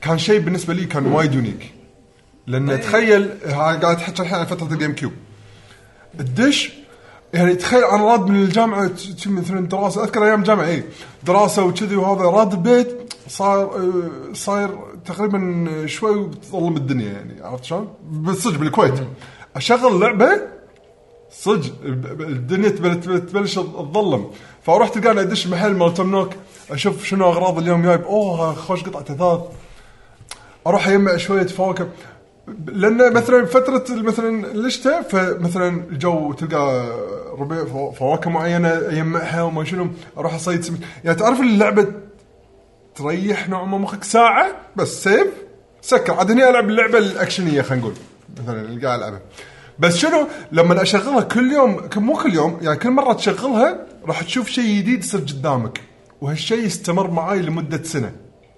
كان شيء بالنسبه لي كان وايد يونيك. لان تخيل قاعد تحكي الحين عن فتره الجيم كيوب الدش، يعني تخيل انا راد من الجامعه مثلا دراسه، اذكر ايام الجامعه دراسه وكذي، وهذا راد البيت صاير تقريبا شوي وتظلم الدنيا يعني، عرفت شلون؟ بالصدق بالكويت اشغل لعبه صدق الدنيا تبلش تظلم، فاروح تلقاني ادش محل مال تمنوك اشوف شنو اغراض اليوم جايب، خوش قطعه اثاث، اروح اجمع شويه فواكه. لان مثلا فتره مثلا الشتاء، فمثلا الجو تلقى ربيع فواكه معينه اجمعها وما شنو، اروح اصيد يعني تعرف اللعبه تريح نوع ما مخك ساعه بس سيف سكر. عاد هني العب اللعبه الاكشنيه خلينا نقول مثلا اللي قاعد العبها، بس شنو لما اشغلها كل يوم، مو كل يوم يعني كل مره تشغلها راح تشوف شيء جديد يصير قدامك، وهالشيء يستمر معاي لمده سنه.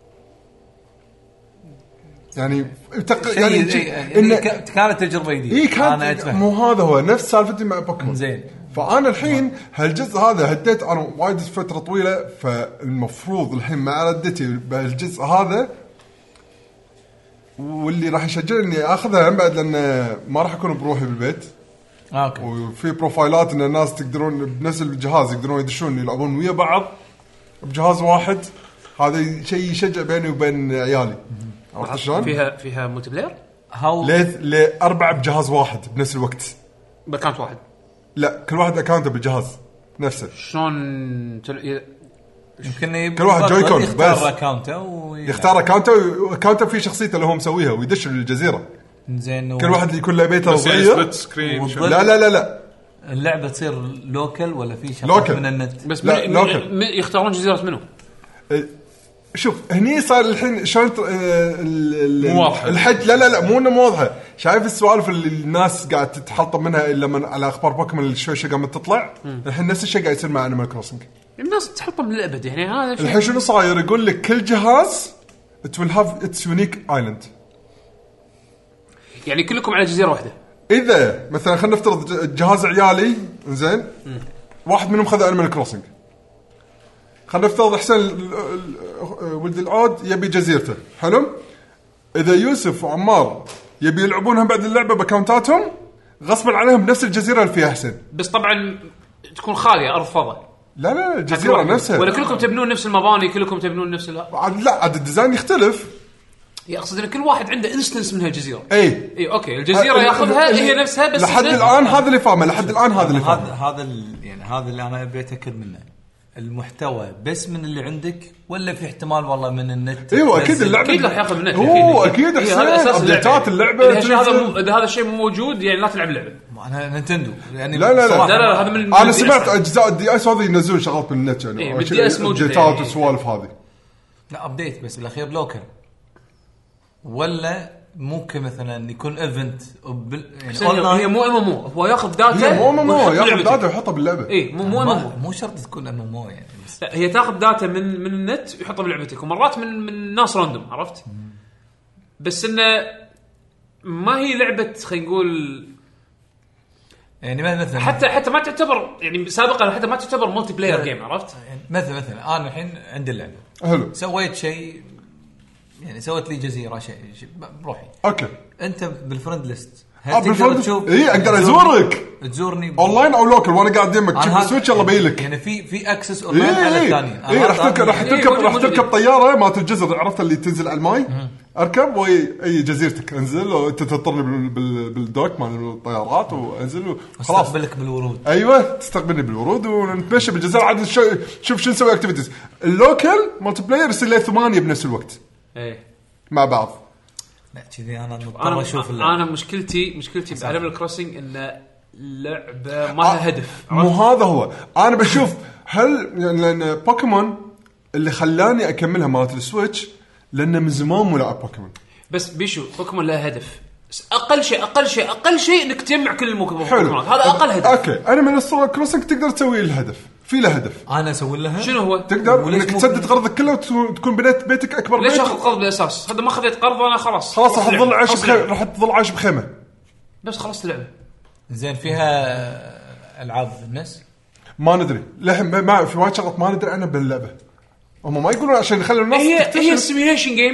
يعني كانت تجربه جديده. انا اتفهم، مو هذا هو نفس سالفتي مع بوكيمون. زين، فانا الحين هالجزء هذا هديت انا وايد فتره طويله، فالمفروض الحين مع ردتي بالجزء هذا واللي راح يشجعني اخذها بعد، لان ما راح اكون بروحي بالبيت. اوكي. وفي بروفايلات ان الناس تقدرون بنفس الجهاز يقدرون يدشون يلعبون ويا بعض بجهاز واحد، هذا شيء يشجع بيني وبين عيالي. عرفت شلون؟ فيها ملتي بلاير لأربعة بجهاز واحد بنفس الوقت، باكونت واحد. لا كل واحد اكاونته بالجهاز نفسه. شلون يمكن كل واحد جويكون يختار اكاونته يختار اكاونته في شخصيته اللي هو مسويها ويدش الجزيره. زين. كل واحد يكون له بيته صغير. لا اللعبه تصير لوكال ولا في شخص من النت؟ بس يختارون جزيره منه. شوف هني صار الحين شلون واضحه الحج. لا مو انه واضحه. شايف السوالف اللي الناس قاعد تتحطم منها الا من على اخبار بوكيمون اللي شوي قامت تطلع. الحين نفس الشيء قاعد يصير مع انيمال كروسنج. الناس تحطم للابد يعني. هذا الحين شنو صاير؟ يقول لك كل جهاز it will have its unique island، يعني كلكم على جزيره واحده. اذا مثلا خلينا نفترض جهاز عيالي زين، واحد منهم خذ انيمال كروسنج، خلينا نفترض حسين ولد العود يبي جزيرته، حلو. اذا يوسف وعمار يبي يلعبونها بعد اللعبه باكونتاتهم غصبا عليهم بنفس الجزيره اللي فيها حسين، بس طبعا تكون خاليه ارض فضاء. لا الجزيره نفسها، ولا كلكم تبنون نفس المباني، كلكم تبنون نفس لا عاد الديزاين يختلف. يقصد ان كل واحد عنده انستنس من هالجزيره. اي اوكي الجزيره ياخذها هي نفسها، بس لحد الان هذا اللي فاهمه، لحد الان هذا اللي فاهمه. هذا يعني هذا اللي انا ابي اتاكد منه. المحتوى بس من اللي عندك ولا في احتمال والله من النت؟ ايوه اكيد اللعبه اكيد راح ياخذ من النت. هو اكيد حسين ابديتات اللعبه. هذا الشيء مو موجود يعني لا تلعب اللعبه. انا نينتندو يعني لا هذا من انا سمعت اجزاء الدي اس هذه ينزلون شغلات من النت يعني ابديتات وسوالف هذه. لا ابديت بس الاخير لوكال ولا ممكن مثلا يكون ايفنت يعني هي مو هو ياخذ داتا. مو ياخذ داتا ويحطها باللعبه. اي مو شرط تكون MMO يعني، بس لا هي تاخذ داتا من النت ويحطها بلعبتك، ومرات من ناس راندوم، عرفت؟ بس انه ما هي لعبه خلينا نقول يعني مثلا حتى ما تعتبر يعني سابقا، حتى ما تعتبر ملتي بلاير جيم، عرفت؟ يعني مثلا انا الحين عندي اللعبه حلو، سويت شيء يعني سويت لي جزيره شيء بروحي. اوكي انت بالفرند ليست تقدر تشوف اقدر ازورك تزورني اونلاين او لوكال وانا قاعد يمك تشوف السويتش يلا بيلك يعني في اكسس اونلاين على الثانيين. راح تركب طياره مالت الجزر، عرفت اللي تنزل على الماي، اركب واي جزيرتك انزل وانت تطرني بالدوك مال الطيارات وانزل وخلاص استقبلك بالورود. ايوه تستقبلني بالورود ونتمشى بالجزيره عاد شوف شو نسوي اكتيفيتيز. اللوكال مالتي بلاير يصير له 8 بنفس الوقت مع بعض. لا كذي انا مضطر اشوف انا مشكلتي بأنيمال كروسنج ان اللعبه ما لها هدف. مو هذا هو انا بشوف هل يعني لان بوكيمون اللي خلاني اكملها مالت السويتش لان من زمان مو لاعب بوكيمون. بس بيشو بوكيمون لها هدف، اقل شيء انك تجمع كل البوكيمون، هذا اقل هدف. اوكي انا من الصور كروسنج تقدر تسوي الهدف، في له هدف انا اسوي لها. شنو هو؟ تقدر انك تسدد قرضك كله وتكون بنيت بيتك اكبر. ليش اخذ قرض بالاساس؟ هذا ما خذيت قرض انا خلاص راح تظل عايش بخيمه، راح تظل عايش بخيمه بس خلصت اللعبه. زين فيها العاب الناس ما ندري لحين ما في وايد شغلات ما ندري عنها باللعبه. هم ما يقولون عشان يخلوا الناس هي سيميوليشن جيم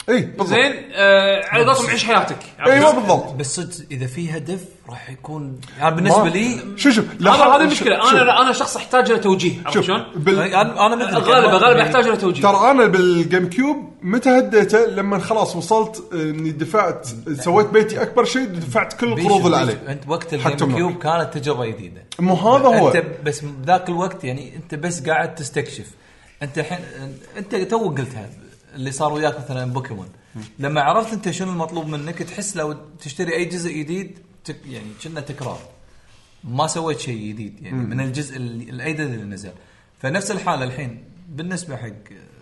اي بالضبط. زين على قولتهم عيش حياتك. ايوه بالضبط. بس صدق اذا في هدف راح يكون يعني بالنسبه لي شوف هذا المشكله. انا شخص احتاج له توجيه. عرفت شلون؟ انا مثل غالبا احتاج له توجيه. ترى انا بالجيم كيوب متى هديته لما خلاص وصلت اني دفعت سويت بيتي اكبر شيء دفعت كل القروض اللي علي. انت وقت الجيم كيوب كانت تجربه جديده مو هذا هو انت بس بذاك الوقت يعني انت بس قاعد تستكشف. انت الحين انت تو قلتها اللي صار وياك مثلا بوكيمون لما عرفت انت شنو المطلوب منك تحس لو تشتري اي جزء جديد يعني كنا تكرار ما سويت شيء جديد يعني من الجزء الايدد اللي نزل. فنفس الحاله الحين بالنسبه حق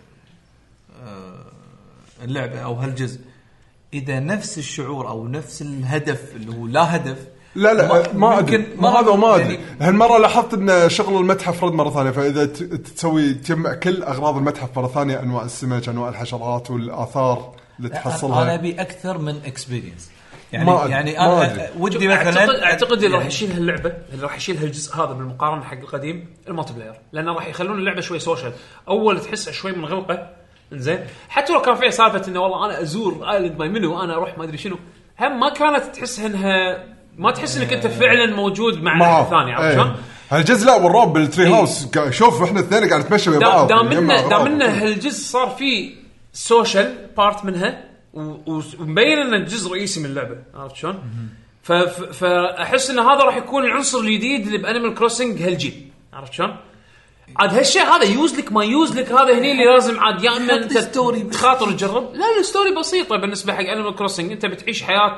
اللعبه او هالجزء اذا نفس الشعور او نفس الهدف اللي هو لا هدف لا ما ادري ما هذا وما ادري يعني هالمره لاحظت ان شغل المتحف رد مره ثانيه. فاذا تسوي تجمع كل اغراض المتحف مره ثانيه انواع السمك انواع الحشرات والاثار اللي تحصلها انا ابي اكثر من اكسبيرينس يعني انا ودي مثلا اعتقد اللي راح يشيل هاللعبه اللي راح يشيل هالجزء هذا بالمقارنه حق القديم المالتي بلاير لانه راح يخلون اللعبه شوي سوشيال. اول تحس شوي من غلقه زين حتى لو كان فيها سالفه انه والله انا ازور ايلاند ماي منو انا اروح ما ادري شنو هم ما كانت تحس انها ما تحس انك انت فعلا موجود مع الثاني. عرفت شلون؟ هالجزء لا والرعب بالتري هاوس شوف احنا الاثنين قاعد نتمشى ويا بعض دامنا هالجزء صار فيه سوشيال بارت منها ومبين انه جزء رئيسي من اللعبه. عرفت شلون؟ فاحس ان هذا راح يكون العنصر الجديد اللي بانيمال كروسنج هالجيل. عرفت شلون؟ عاد هالشيء هذا يوزلك ما يوزلك هذا هني اللي لازم عاد يا اما انت تخاطر تجرب. لا الستوري بسيطه بالنسبه حق انيمال كروسنج. انت بتعيش حياه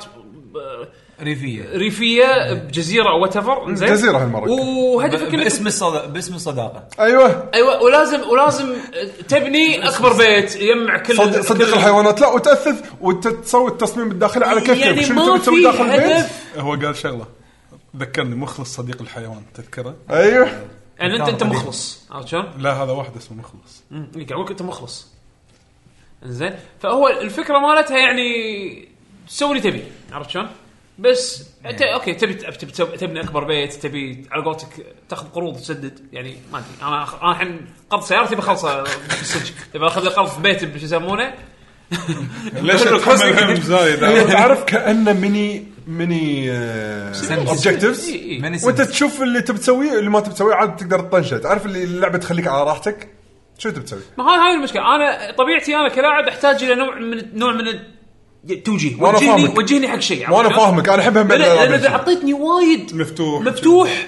ريفيه بجزيره او واتيفر زين جزيره هالمره وهدفك باسم الصداقه. ايوه ولازم تبني اكبر بيت يجمع كل صديق الحيوانات لا وتاثث وتسوي التصميم الداخلي على كيفك يعني شنو تسوي داخل البيت. هو قال شغله ذكرني مخلص صديق الحيوان تذكره. ايوه يعني انت مخلص. عرفت شلون؟ لا هذا واحد اسمه مخلص يقولك انت مخلص زين. فهو الفكره مالتها يعني تسوي تبي. عرفت شلون؟ بس انت اوكي تبني اكبر بيت تبي على قولتك تاخذ قروض تسدد يعني ما ادري. انا الحين قرض سيارتي بخلصه في السجن تبي اخذ قرض في بيتي بشو يسمونه ليش تحمل هم زايد تعرف كأنه ميني اوبجكتيفز وانت تشوف اللي تبي تسويه اللي ما تبي تسويه عاد تقدر تطنشه. تعرف اللي اللعبه تخليك على راحتك شو تبي تسوي. ما هاي المشكله. انا طبيعتي انا كلاعب احتاج الى نوع من توجيه وجهني حق شيء. وانا فاهمك انا احبها لان اذا عطيتني وايد مفتوح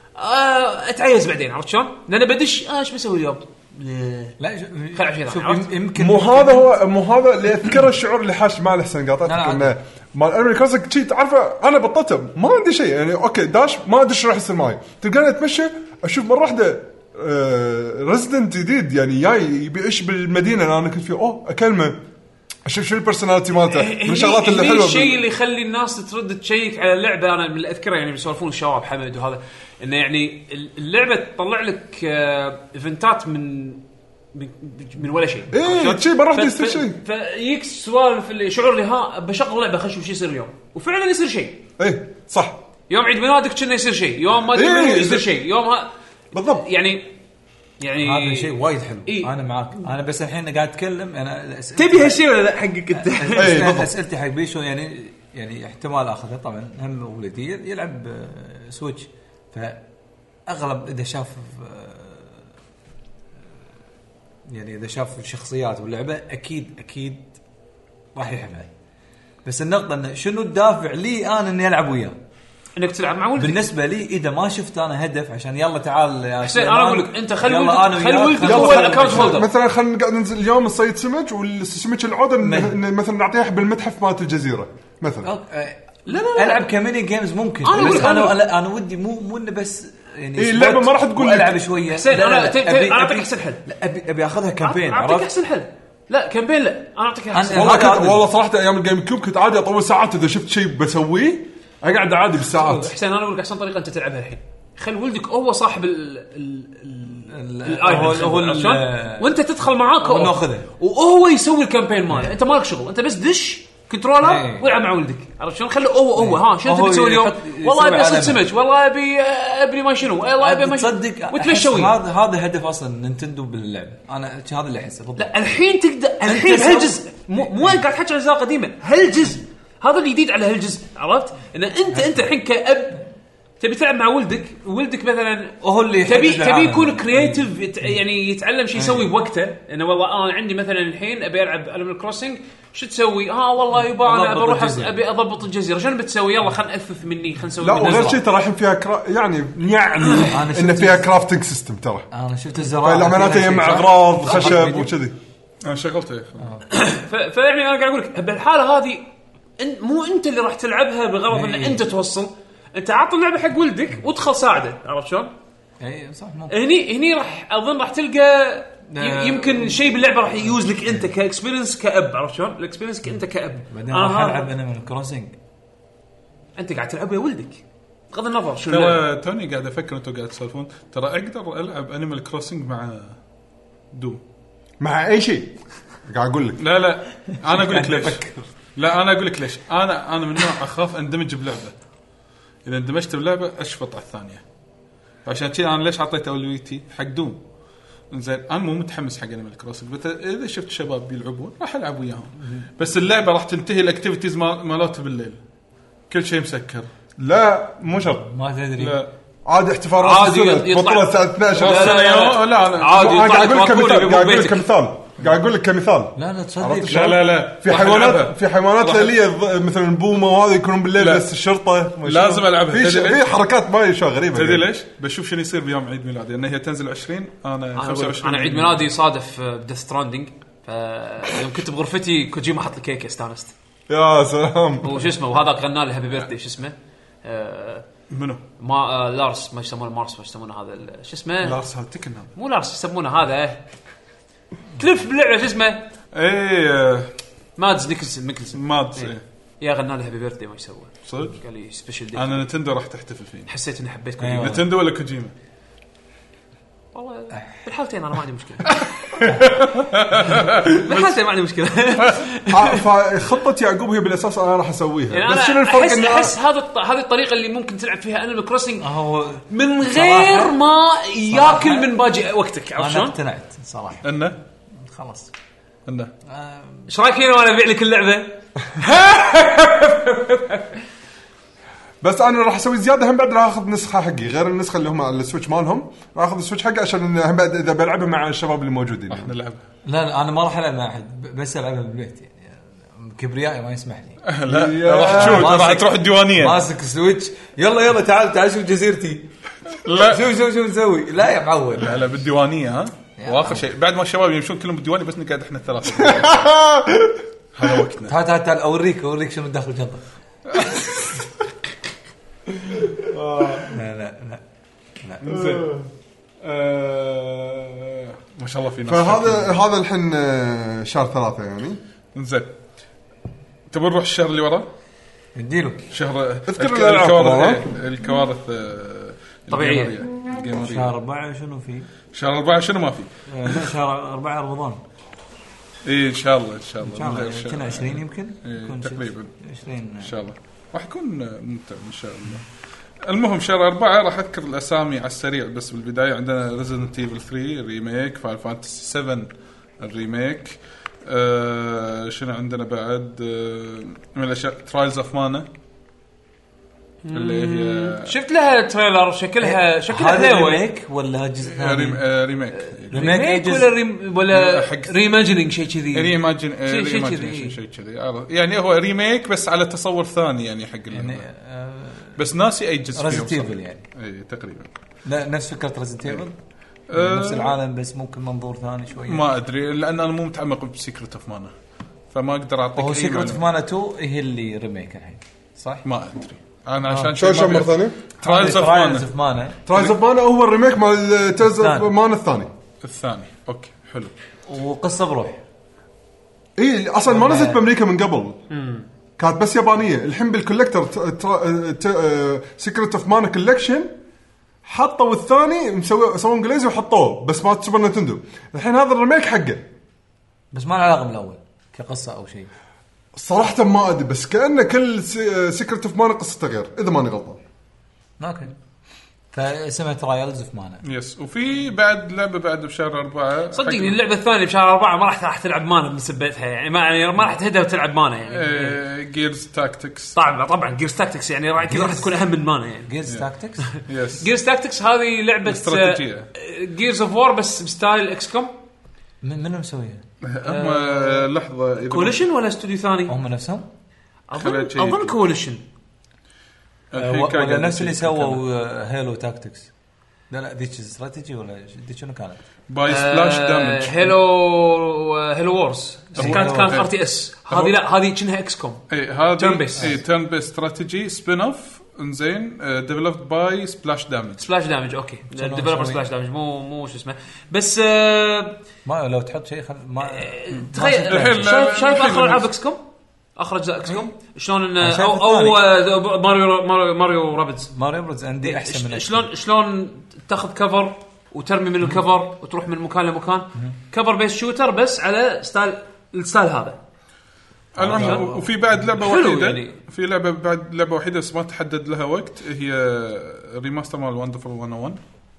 اتعيز بعدين. عرفت شلون؟ لان بدش ايش بسوي اليوم لا يمكن مو هذا اللي اذكر الشعور اللي حاش مع الحسن قاطعتك انه مال انمي كروسنج شيء تعرفه. انا بطلته ما عندي شيء يعني اوكي داش ما ادري شو راح يصير معي. تلقاني اتمشى اشوف مره واحده ريزيدنت جديد يعني جاي يعيش بالمدينه اللي انا كنت فيها اكلمه اشوف شو البرسوناليتي مالته من الشغلات اللي حلوه. الشيء اللي يخلي الناس ترد تشيك على اللعبه انا من اذكره يعني بيسولفون الشباب حمد وهذا انه يعني اللعبه تطلع لك ايفنتات من ولا شيء. شيء ما راح يصير شيء فيك سوالف اللي شعور لي ها بشغل لعبه خش وش يصير اليوم وفعلا يصير شيء. صح يوم عيد ميلادك كنا يصير شيء يوم ما يصير شيء يوم بالضبط يعني هذا شيء وايد حلو. انا معاك. انا بس الحين قاعد اتكلم انا تبي هالشيء ولا لا حقك انت. اسئلتي حق بيشو يعني احتمال اخذها طبعا هم ولدي يلعب سويتش فاغلب اذا شاف يعني اذا شاف الشخصيات واللعبه اكيد راح يحبها. بس النقطه انه شنو الدافع لي انا اني العب وياه انك تلعب مع ولدك. بالنسبه لي اذا ما شفت انا هدف عشان يلا تعال يا حسين انا اقول لك انت خل ولدك هو الاكونت هولدر. مثلا خلينا قاعد ننزل اليوم نصيد سمك والسمك العوده مثلا نعطيها بالمتحف مالت الجزيره مثلا. لا العب كميني جيمز ممكن بس انا ودي مو انه بس يعني اللعبه ما راح تقول العب شويه. حسين انا اعطيك احسن حل. ابي اخذها كامبين. اعطيك احسن حل. لا كامبين لا انا اعطيك احسن. والله صراحه ايام الجيم كيوب كنت عادي اطول ساعات اذا شفت شيء بسويه اقعد عادي بالساعات. حسين انا اقول لك احسن طريقه انت تلعبها الحين خل ولدك هو صاحب وانت تدخل معاك وهو يسوي الكامبين ماله. انت مالك شغل انت بس دش كنترولر والعب مع ولدك. عرفت شلون؟ خليه هو ها شنو تبي تسوي اليوم؟ والله ابي اصيد سمك والله ابي ما شنو والله ابي ما تصدق وتمشوي. هذا هدف اصلا نينتندو باللعبه. انا هذا اللي احسه. لا الحين تقدر الحين مو قاعد تحكي عن اجزاء قديمه. هالجزء هذا اللي جديد على هالجزء، عرفت ان انت الحين كأب تبي تلعب مع ولدك مثلا، وهو اللي تبي يكون كرييتيف، يعني يتعلم شيء يسوي بوقته. انه والله انا عندي مثلا الحين ابي العب أنيمال كروسنج، شو تسوي؟ والله يبا انا بروح ابي اضبط الجزيره، شنو بتسوي؟ يلا خلينا نأثث مني، خلينا نسوي. لا وغير شيء ترى الحين فيها يعني ان فيها كرافتنج سيستم. ترى انا شفت الزراعه فالعملات يجمع اغراض خشب وكذي. انا شغلته فيعني انا قاعد اقول لك بهالحاله هذه مو انت اللي راح تلعبها بغرض ان انت توصل، انت عاط اللعبه حق ولدك وادخل ساعده، عرفت شلون؟ اي صح. ممكن هني راح تلقى يمكن شيء باللعبه راح يوز لك انت كاكسبيرينس كأب، عرفت شلون؟ الاكسبيرينس انت كأب. انا راح العب انيمال كروسنج، انت قاعد تلعب ويا ولدك بغض النظر شو. ترى توني قاعد افكر انتم قاعد تسولفون، ترى اقدر العب انيمال كروسنج مع دوم مع اي شيء. قاعد اقول لك لا انا اقول لك ليش. لا انا اقول لك ليش. انا من نوع اخاف اندمج بلعبه، اذا اندمجت بلعبه اشفط على الثانيه، عشان كذا انا ليش عطيت اولويتي حق دوم. زين انا مو متحمس حق انيمال كروسنج، بس اذا شفت شباب بيلعبون راح العب وياهم، بس اللعبه راح تنتهي الاكتيفيتيز مالته بالليل، كل شيء مسكر. لا مو شرط، ما تدري. لا عادي احتفالات عادي بطلة الساعه 12. لا عادي قاعد اقول لك كمثال قاعد اقول لك كمثال. لا تصدق لا في حيوانات ليليه مثلا البومه وهذا يكونون بالليل، بس الشرطه لازم العبها. في حركات ما شو غريبه. تدري ليش؟ بشوف شنو يصير بيوم عيد ميلادي، لان هي تنزل 20 انا 25. انا عيد ميلادي صادف بديث ستراندنج، فيوم كنت بغرفتي كوجيما حط لي كيكه استانست. يا سلام. وش اسمه وهذا غنى لي هابي بيرثدي. شو اسمه منو؟ ما لارس، ما يسمونه مارس، ما يسمونه هذا شو اسمه لارس هالتكن هذا. مو لارس يسمونه هذا كليف باللعبه. شو اسمه مادز ميكلسون مادز. يا غنى لي هابي بيرثدي ما يسوي صدق. قال لي سبيشل دي. انا نتندو راح تحتفل فيه. حسيت اني حبيت كوجيما. نتندو ولا كوجيما؟ والله بالحالتين انا ما عندي مشكله. بالحالتين ما عندي مشكله. فخطه يعقوب هي بالاساس انا راح اسويها، يعني بس شنو الفرق؟ احس هذه الطريقه اللي ممكن تلعب فيها انيمال كروسنج من غير ما ياكل من باقي وقتك. عرفت شلون؟ انا اقتنعت صراحه. انه خلاص انه ايش رايك هنا وانا ابيع لك اللعبه؟ بس انا راح اسوي زياده هم بعد، راح اخذ نسخه حقي غير النسخه اللي هم على السويتش مالهم، راح اخذ السويتش حقي عشان هم بعد اذا بلعبها مع الشباب اللي موجودين. احنا نلعب. لا انا ما راح العب مع احد، بس العبها بالبيت يعني كبريائي ما يسمح لي. لا راح تشوف، راح تروح الديوانيه ماسك سويتش، يلا تعال شوف جزيرتي. لا شو نسوي؟ لا يا معود. لا بالديوانيه. واخر شيء بعد ما الشباب يمشون كلهم بالديوانيه، بس نقعد احنا الثلاثه. هذا وقتنا. تعال اوريك شنو داخل الجنطه. لا زين. ما شاء الله في ناس. فهذا الحين شهر 3 يعني. زين تبي نروح الشهر اللي ورا؟ نديله شهر اذكر الكوارث طبيعيه. شهر 4 شنو فيه؟ شهر 4 شنو ما في؟ شهر 4 رمضان. اي ان شاء الله كنا 20 يمكن يكون تقريبا 20 ان شاء الله راح يكون ممتع ان شاء الله. المهم شهر 4 راح اذكر الاسامي على السريع بس. بالبدايه عندنا ريزيدنت ايفل 3 ريميك، فاينل فانتسي 7 الريميك. شنو عندنا بعد من الاشياء؟ ترايلز اوف مانا اللي هي شفت لها تريلر شكلها حلوه. ريميك ولا جزء ثاني؟ ريميك ولا ريماجينينج شيء كذي. شيء كذي يعني هو ريميك بس على تصور ثاني يعني حق اللعبه يعني بس ناسي اي جزء فيه يعني. اي تقريبا نفس فكره ريزنت ايفل نفس العالم بس ممكن منظور ثاني شويه. ما ادري لان انا مو متعمق بسيكريت اوف مانا فما اقدر اعطيك. هو سيكريت اوف مانا 2 هي اللي ريميك الحين صح؟ ما ادري انا عشان شو مره ثانيه ترايلز اوف مانا. ترايلز اوف مانا هو الريميك مال ترايلز اوف مانا الثاني. اوكي حلو. وقصه بروح اي اصلا ما نزلت بامريكا من قبل. كانت بس يابانيه. الحين بالكولكتر سيكريت اوف مانا كولكشن حطوا الثاني سووا انجليزي وحطوه بس ما سوبر نينتندو. الحين هذا الريميك حقه بس ما له علاقه بالاول كقصه او شيء صراحه ما ادري. بس كأنه كل سيكريت اوف مانا قصته غير اذا ماني غلطان. اوكي. فاسمها ترايلز اوف مانا. يس. وفي بعد لعبه بعد بشهر 4 صدقني اللعبه الثانيه بشهر 4 ما راح تلعب مانا بسبتها يعني ما راح تهدها وتلعب مانا يعني. جيرز تاكتكس. طبعا جيرز تاكتكس يعني راح تكون اهم من مانا يعني. جيرز تاكتكس. يس. جيرز تاكتكس هذه لعبه استراتيجيه جيرز اوف وور بس بستايل اكس كوم. منو مسويها؟ هم لحظه كوليشن ولا استوديو ثاني؟ هم نفسهم اظن كوليشن. ولا نفس اللي سووا هيلو تاكتكس. لا ذيك استراتيجي ولا ذيك شنو كانت؟ باي سبلاش دامج. هيلو وورز كانت ار تي اس. هذه لا هذه كأنها اكس كوم. اي هذه تيرن بيس استراتيجي سبين اوف انزين ديفلوبد باي سبلاش دامج. اوكي ديفلوبر سبلاش دامج مو شو اسمه بس ما لو تحط شيء ما تخيل شايف اخر العاب اكس كوم اخر اجزاء اكس كوم شلون او ماريو رابيدز عندي احسن من شلون تاخذ كفر وترمي من الكفر وتروح من مكان لمكان كفر بيس شوتر بس على الستايل هذا. وفي بعد لعبه وحيده يعني. في لعبه وحيده بس ما تحدد لها وقت هي ريماستر مال وندرفul 101.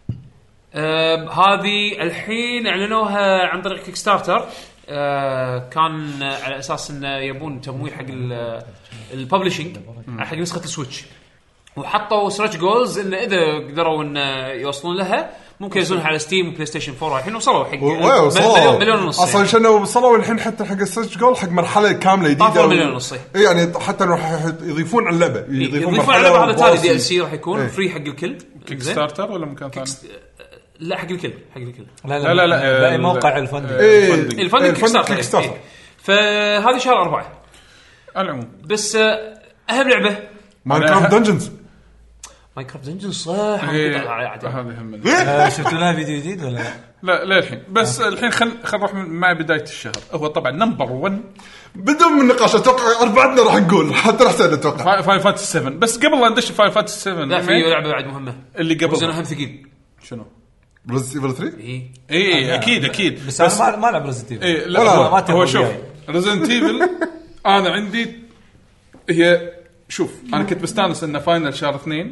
هذه الحين اعلنوها عن طريق كيك ستارتر. كان على اساس انه يبون تمويل حق الببلشنج حق نسخه السويتش وحطوا ستريتش جولز انه اذا قدروا ان يوصلون لها ممكن ينزلونها على ستيم وبلاي ستيشن 4. الحين وصلوا حق مليون ونص اصلا شنو وصلوا الحين حتى حق الستريتش جول حق مرحله كامله جديده مليون ونص يعني حتى راح يضيفون على اللعبه يضيفون على اللعبه. هذا تالي دي ال سي راح يكون فري حق الكل. كيك ستارتر ولا مكان ثاني؟ لا حق الكل لا باقي موقع الفندق الفندق كيك ستارتر. فهذه شهر 4 العموم. بس اهم لعبه ماينكرافت دنجنز صح. هذه هم شفت لها فيديو جديد ولا لا للحين بس الحين خل نروح مع بدايه الشهر. هو طبعا نمبر 1 بدون من نقاش اتوقع اربعتنا راح نقول حتى راح اتوقع فايف فانتسي 7. بس قبل لا ندش فايف فانتسي 7 لا في لعبه بعد مهمه اللي قبل اهم ثقيل. شنو؟ ريزنت ايفل 3 اي اكيد بس انا ما العب ريزنت ايفل. إيه لا هو شوف ريزنت ايفل انا عندي هي شوف انا كنت بستانس انه فاينل شهر 2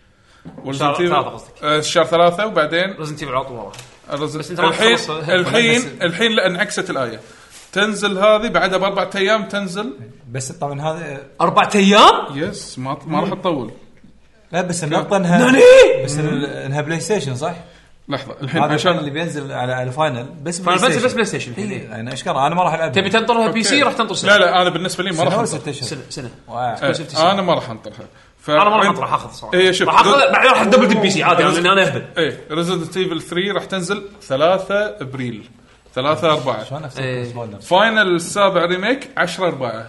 شهر 3 وبعدين ريزنت ايفل على طول الحين لا انعكست الايه تنزل هذه بعدها ب4 ايام تنزل. بس طبعا هذا 4 ايام يس ما راح تطول. لا بس النقطه انها بلاي ستيشن صح. لحظه الحين عشان اللي بينزل على الفاينل بس بلاي ستيشن يعني اشكر انا ما راح العب. تبي تنطرها بي سي راح تنطر سنه. لا انا بالنسبه لي ما راح سنه انا ما راح انطرها. انا ما راح اخذ صراحه. راح اخذ بعدين راح ادبل البي سي عادي لان انا اهبل. ريزيدنت ايفل 3 راح تنزل 3 ابريل 3/4 فاينل السابع ريميك 10/4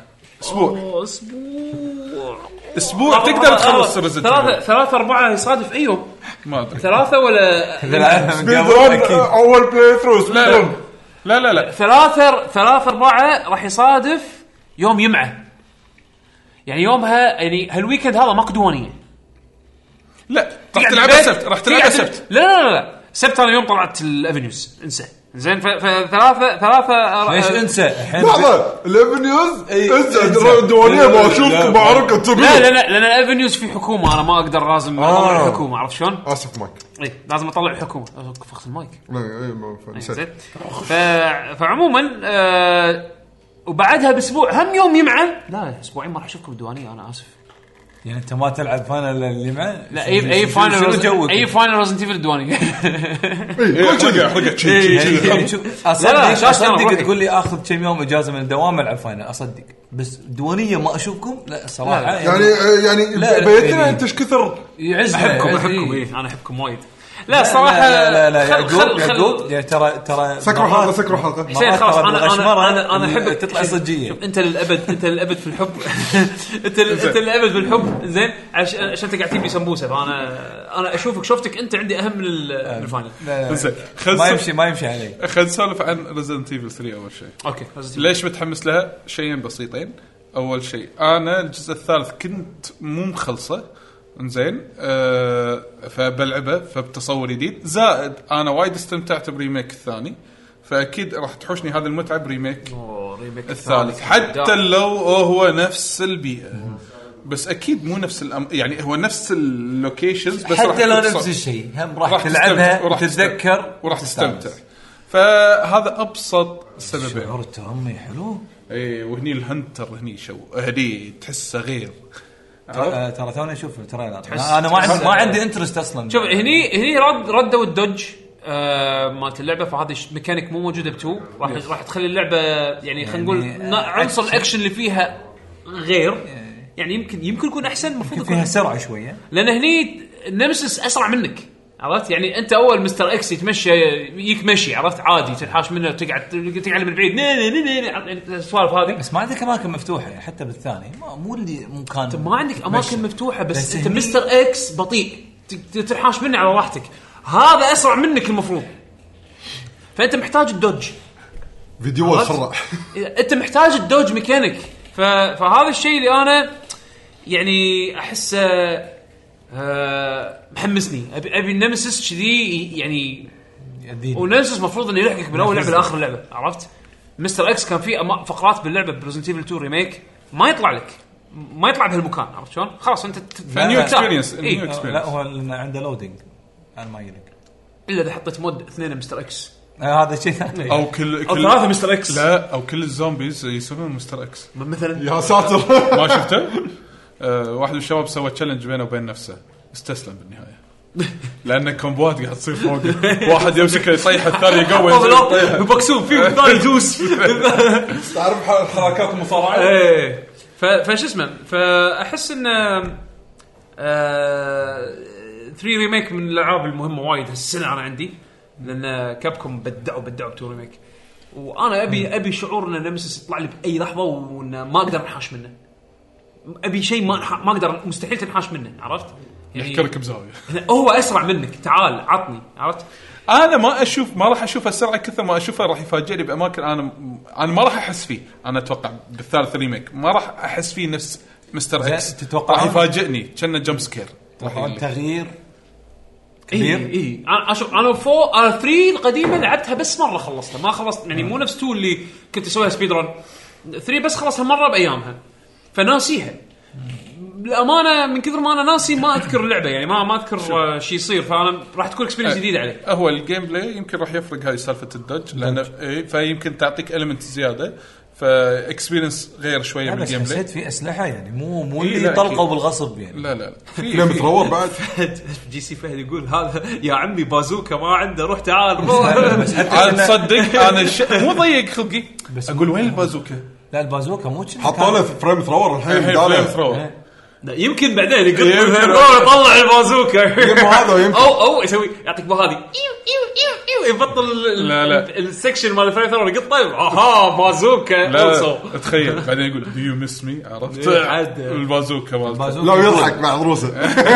اسبوع تقدر تخلص ريزيدنت 3/4 يصادف اي يوم ما ادري 3 ولا اول بلاي ثرو. لا 3/4 راح يصادف يوم يمعه يعني يومها يعني هالويكند هذا ماكو دوانيه. لا راح تلعب السبت لا سبت انا يوم طلعت الافنيوز انسى زين. ثلاثة ليش انسى الحين لحظه الافنيوز انسى الديوانيه ما اشوفكم معركه تبي. لا لان الافنيوز في حكومه انا ما اقدر لازم اطلع الحكومه عرفت شلون. اسف مايك لازم اطلع الحكومه فخذ المايك. زين فعموما وبعدها باسبوع هم يوم يمعه. لا اسبوعين ما راح اشوفكم بالديوانيه انا اسف. يعني انت ما تلعب فاينل اللي معه. لا اي فاينل ريزنت ايفل الديوانيه. اصدق تقول لي اخذ كم يوم اجازه من الدوام العب فاينل اصدق بس ديوانيه ما اشوفكم لا صراحه يعني بيتنا انت ايش كثر احبكم انا احبكم وايد. لا صراحه لا يعقوب يعني ترى سكروا حلقه حسين خلاص انا احبك تطلع صجيه. انت للابد في الحب انت للابد في الحب زين عشان انت قاعد تجيب لي سمبوسه فانا اشوفك شفتك انت عندي اهم من الفاينل. ما يمشي علي. خلينا نسولف عن ريزيدنت ايفل 3 اول شيء. اوكي ليش متحمس لها؟ شيئين بسيطين. اول شيء انا الجزء الثالث كنت مو مخلصه انزين فبلعبه فبتصور جديد زائد انا وايد استمتعت بريميك الثاني فاكيد راح تحوشني هذا المتعه بريميك الثالث حتى لو هو نفس البيئه بس اكيد مو نفس يعني هو نفس اللوكيشنز بس حتى لو نفس الشيء هم راح تلعبها تتذكر وراح تستمتع. فهذا ابسط سببين. شعور الترمي حلو. اي وهني الهنتر هني هني تحسه غير. ترى ثاني اشوف التريلر انا ما عندي انترست اصلا. شوف هني ردوا الدوج مالت اللعبه، فهذه ميكانيك مو موجوده ب2 راح تخلي اللعبه يعني خلينا نقول عنصر الاكشن اللي فيها غير، يعني يمكن يكون احسن. المفروض يكون فيها سرعه شويه، لان هني النمسيس اسرع منك، عرفت؟ يعني انت اول مستر اكس يتمشى يكمشي، عرفت؟ عادي تنحاش منه تقعد من بعيد السوالف هذه. بس ما عندك اماكن مفتوحه يعني حتى بالثاني مو اللي مكان ما عندك اماكن مفتوحه، بس انت مستر اكس بطيء تنحاش منه على راحتك، هذا اسرع منك المفروض. فانت محتاج الدوج فيديو الخرع انت محتاج الدوج ميكانيك. فهذا الشيء اللي انا يعني احس محمسني. ابي النمسيس كذي يعني، ونمسيس مفروض انه يلحقك من اول لعبه لاخر لعبه، عرفت؟ مستر اكس كان في فقرات باللعبه بريزنت ايفل 2 ريميك ما يطلع لك، ما يطلع بهالمكان، عرفت شلون؟ خلاص انت نيو اكسبيرينس. لا هو عنده لودينج انا ما يلك الا اذا حطيت مود 2 مستر اكس هذا شيء ثاني، او كل 3 مستر اكس. لا او كل الزومبيز يسوون مستر اكس مثلا. يا ساتر ما شفته؟ واحد من الشباب سوى تشالنج بينه وبين نفسه، استسلم بالنهايه لان كومبوات قاعد تصير فوق، واحد يمسك يطيح الثاني يقوي بوكسون فيه الثاني يدوس. تعرف حركات المصارعه. ايه فش اسمه، فاحس ان 3 ريميك من الالعاب المهمه وايد هالسنه انا عندي، لان كابكوم بدعوا ب2 ريميك، وانا ابي شعور ان نمسيس يطلع لي باي لحظه وان ما اقدر انحاش منه. ابي شيء ما اقدر، مستحيل تنحاش منه، عرفت؟ يعني يحكرك بزاويه، هو اسرع منك، تعال عطني، عرفت؟ انا ما راح اشوف السرعه كثر ما اشوفه راح يفاجئني باماكن انا ما راح احس فيه. انا اتوقع بالثالث ريميك ما راح احس فيه نفس مستر اكس، راح يفاجئني كأنه جمب سكير، تغيير كبير. اي انا 3 القديمه لعبتها بس مره خلصتها، ما خلصت يعني مو نفس 2 اللي كنت اسويها سبيد رن. 3 بس خلصها مره بايامها فناسيها بالامانه، من كثر ما انا ناسي ما اذكر اللعبه، يعني ما اذكر شيء يصير، فانا راح تكون اكسبيرينس جديده عليه. هو الجيم بلاي يمكن راح يفرق هاي سالفه الدج، لانه فيمكن تعطيك إليمنت زياده، فاكسبيرينس غير شويه من الجيم بلاي. بس في اسلحه يعني مو اللي طلقوا بالغصب يعني. لا في متطور بعد. جي سي فهد يقول هذا يا عمي بازوكا ما عنده، روح تعال. بس حتى تصدق انا مو ضيق خلقي اقول وين البازوكا؟ لا البازوكا مو حطوا له فريم ثرور الحين يمكن بعدين يطلع البازوكا او يسوي يعطيك بهذه يبطل السكشن مال الفريم ثرور يقطه بازوكا. لا تخيل بعدين يقول do you miss me، عرفت؟ البازوكا لا يضحك مع ضروسه.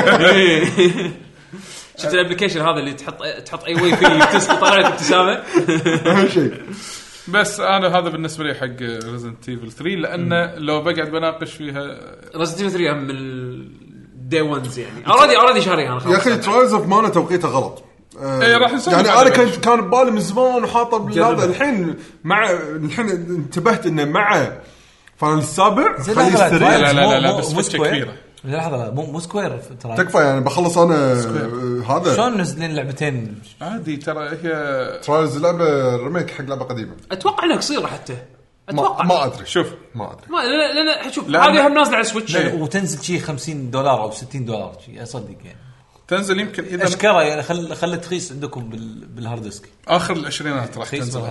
شفت الابلكيشن هذا اللي تحط اي واي فيه يطلع لك ابتسامه اهم شيء. بس انا هذا بالنسبه لي حق ريزنت ايفل 3، لان لو بقعد بناقش فيها ريزنت ايفل 3 من الدي 1 يعني اوريدي شاريها انا. يا اخي ترايلز اوف مانا توقيته غلط. راح يعني انا كان ببالي من زمان وحاطه هذا الحين انتبهت انه مع فاينل السابع لا بس فتشه كبيره. لحظه مو سكوير ترى تكفى يعني بخلص انا هذا. شلون نزلين لعبتين عادي ترى هي ترايلز لعبه ريميك حق لعبه قديمه. اتوقع انها قصيره حتى ما ادري. شوف ما لا شوف هذه هم نازله على السويتش وتنزل شيء $50 او $60 شيء اصدق يعني تنزل يمكن اذا اشكره يعني خلي تخيس عندكم بالهارد ديسك اخر العشرينات راح تنزل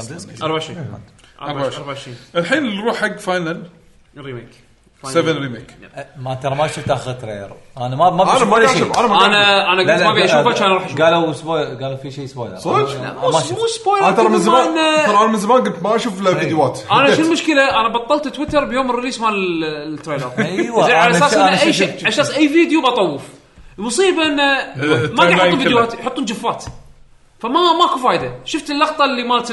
24 الحين نروح حق فاينل ريميك 7 ريميك. ما ترى ما شفت اخر تريلر انا ما انا قلت ما ابي اشوفه كان راح اشوف. قالوا في شيء سبويلر مو سبويلر. ترى من زمان قلت ما اشوف له فيديوهات. انا شو المشكله انا بطلت تويتر بيوم الريليس مال التريلر. ايوه على اساس ان اي شيء على اساس اي فيديو بطوف. المصيبه ان ما قاعد يحطون فيديوهات يحطون جفات ماكو فايده. شفت اللقطه اللي مالت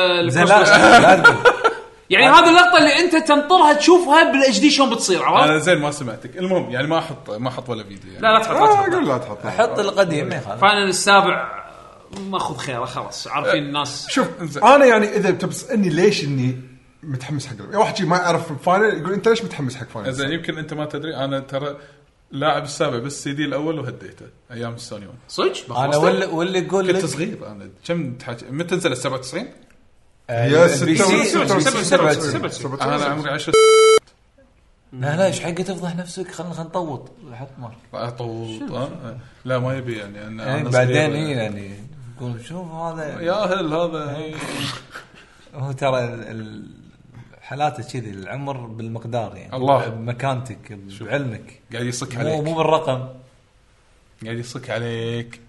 يعني هذه اللقطه اللي انت تنطرها تشوفها بالاتش دي شلون بتصير. عرفت انا زين ما سمعتك. المهم يعني ما احط ولا فيديو يعني. لا تحط حط القديم ما يخالف. فاينل السابع ماخذ خيره خلاص عارفين الناس. شوف انا يعني اذا بتسالني ليش اني متحمس حق اللعبة. واحد شيء ما يعرف فاينل يقول انت ليش متحمس حق فاينل؟ زين يمكن انت ما تدري انا ترى لاعب السابع بس CD الاول وهديته ايام السوني 1. صدق انا واللي يقول كنت لك صغير انا كم متى تنزل 97 يا البي سي 97 انا عمري 10 لا ايش حقه تفضح نفسك خلينا نطوط حط مار طوط لا ما يبي يعني انا بعدين يعني يقول شوف هذا يا اهل هذا هو ترى حالاته كذي العمر بالمقدار يعني الله. بمكانتك بعلمك قاعد يصك عليك مو بالرقم قاعد يصك عليك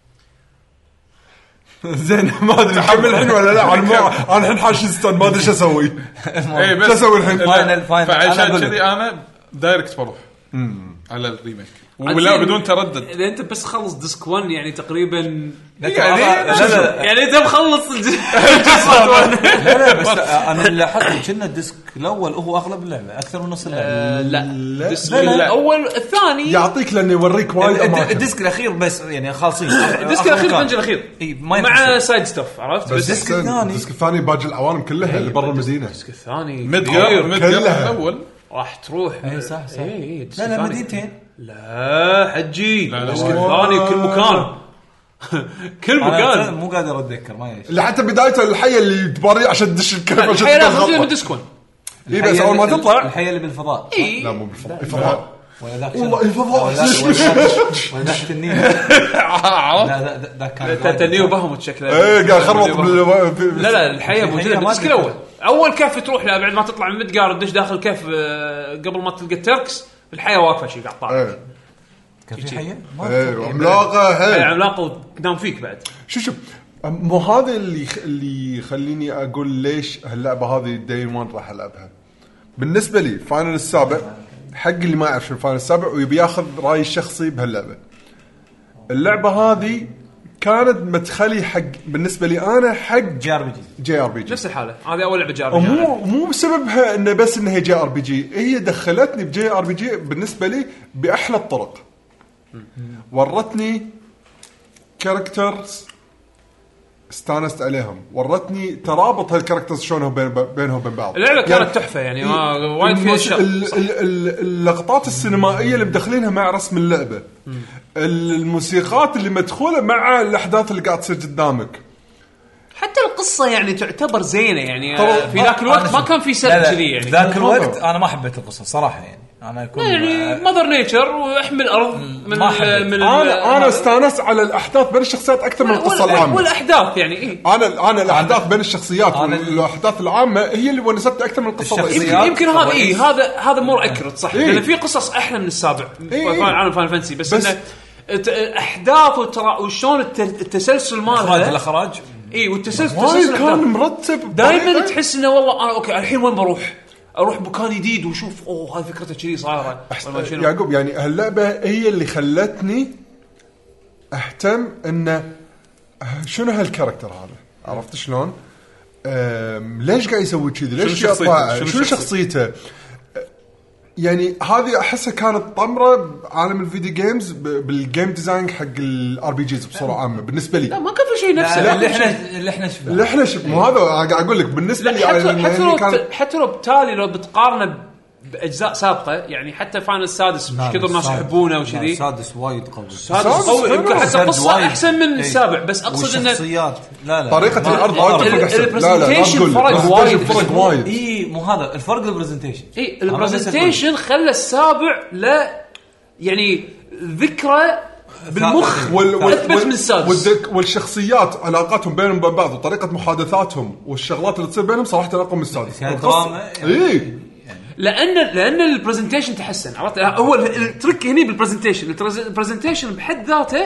زين ما ادري احمل الحين ولا لا. انا الحين حاشستان ما ادري ايش اسوي. اي بس شو اسوي الحين؟ فاينل فعشان كذي انا دايركت بروح على الريميك ولا بدون تردد. اذا انت بس خلص ديسك 1 يعني تقريبا لا يعني انت مخلص لا بس انا اللي لاحظت كنا الديسك الاول هو اغلب اللعبه اكثر من نص اللعبه. لا الديسك الاول الثاني يعطيك لانه يوريك وايد اماكن. الديسك الاخير بس يعني خالصين الديسك الاخير البنج الاخير مع سايد ستاف عرفت. بس الديسك الثاني باقي العوالم كلها اللي برا المدينه. الديسك الثاني مدقر الاول راح تروح اي صح اي لا مدينتين لا حجي الديسك الثاني كل مكان كل مكان مو قادر اتذكر ما يش اللي حتى بدايته الحيه اللي تباري عشان تدش الكهف عشان الحين موجوده من ديسك 1. اي بس اول ما تطلع الحيه اللي بالفضاء لا مو بالفضاء الفضاء ولا ذاك والله الفضاء ولا ذاك التنين لا ذاك كان تنيو بهم شكله ايه قاعد خربط لا الحيه موجوده بالديسك الاول. اول كهف تروح له بعد ما تطلع من مدقار تدش داخل الكهف قبل ما تلقى التركس الحياه واقفه شي قاعد طالع كان في حيه عملاقه هي عملاقه وتنام فيك بعد. شوف مو هذا اللي يخليني اقول ليش هاللعبه هذه داي 1 راح العبها. بالنسبه لي فاينل السابع حق اللي ما يعرف الفاينل السابع ويبي ياخذ رايي الشخصي بهاللعبه. اللعبه هذه كانت مدخلي حق بالنسبه لي انا حق جي ار بي جي نفس الحاله هذه اول لعبه جي ار بي جي. مو بسببها انه بس انها جي ار بي جي هي دخلتني بجي ار بي جي بالنسبه لي باحلى الطرق. ورتني كاركترز استانست عليهم ورتني ترابط هالكاركترز شلونهم بينهم وبين بعض. اللعبه كانت تحفه يعني وايد فيها اشياء. اللقطات السينمائيه اللي مدخلينها مع رسم اللعبه الموسيقات اللي مدخوله مع الاحداث اللي قاعد تصير قدامك. حتى القصه يعني تعتبر زينه يعني في ذاك الوقت ما كان في سب كذي يعني. ذاك الوقت انا ما حبيت القصه صراحه يعني انا اكون يعني ماذر نيتشر واحمل الارض من انا استانس على الاحداث بين الشخصيات اكثر من القصه العامه والاحداث يعني إيه؟ انا الاحداث بين الشخصيات والاحداث العامه هي اللي ونستني اكثر من القصه الرئيسيه. يمكن هذا هذا مور اكيوريت صح لان في قصص احلى من السابع عالم فاين فانسي بس انه احداث وشلون التسلسل مالها الاخراج والتسلسل كان مرتب دائما تحس انه والله انا اوكي الحين وين اروح مكان جديد وشوف هاي فكرته كذي صايره. يعقوب يعني هاللعبه هي اللي خلتني اهتم انه شنو هالكاركتر هذا عرفت شلون ليش قاعد يسوي كذي ليش شنو شخصيته يعني هذه احسها كانت طمره بعالم الفيديو جيمز بالجيم ديزاين حق الار بي جيز بصوره عامه بالنسبه لي. لا ما كان في شيء نفسه اللي احنا شفناه مو هذا قاعد اقول لك بالنسبه لي حتى لو بالتالي لو بتقارنه باجزاء سابقه يعني حتى فاينل السادس مش كثر الناس يحبونه وكذي. السادس وايد قوي السادس قوي يمكن حتى قصه احسن من السابع بس اقصد انه لا طريقه العرض وايد احسن. البرزنتيشن فرق وايد اي مو هذا الفرق البرزنتيشن البرزنتيشن خلى السابع لا يعني ذكرى بالمخ اثبت من السادس والشخصيات علاقاتهم بينهم وبين بعض وطريقه محادثاتهم والشغلات اللي تصير بينهم صراحه اقوى من السادس. لان البرزنتيشن تحسن عرفت هو التريك هني بالبرزنتيشن البرزنتيشن بحد ذاته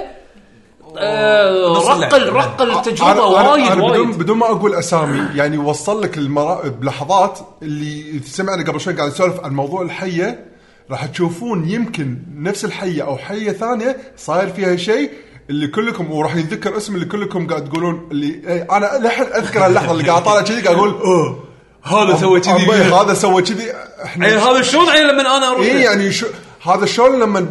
رق التجربه وايد بدون ما اقول اسامي يعني وصل لك بلحظات اللي سمعنا قبل شوي قاعد نسولف عن موضوع الحيه راح تشوفون يمكن نفس الحيه او حيه ثانيه صاير فيها شيء اللي كلكم وراح يتذكر اسم اللي كلكم قاعد تقولون اللي انا لحن اذكر اللحظه اللي قاعد طالع كذي قاعد اقول هذا سوى كذي هذا سوى كذي احنا هذا شلون لما انا اروح يعني هذا شلون لما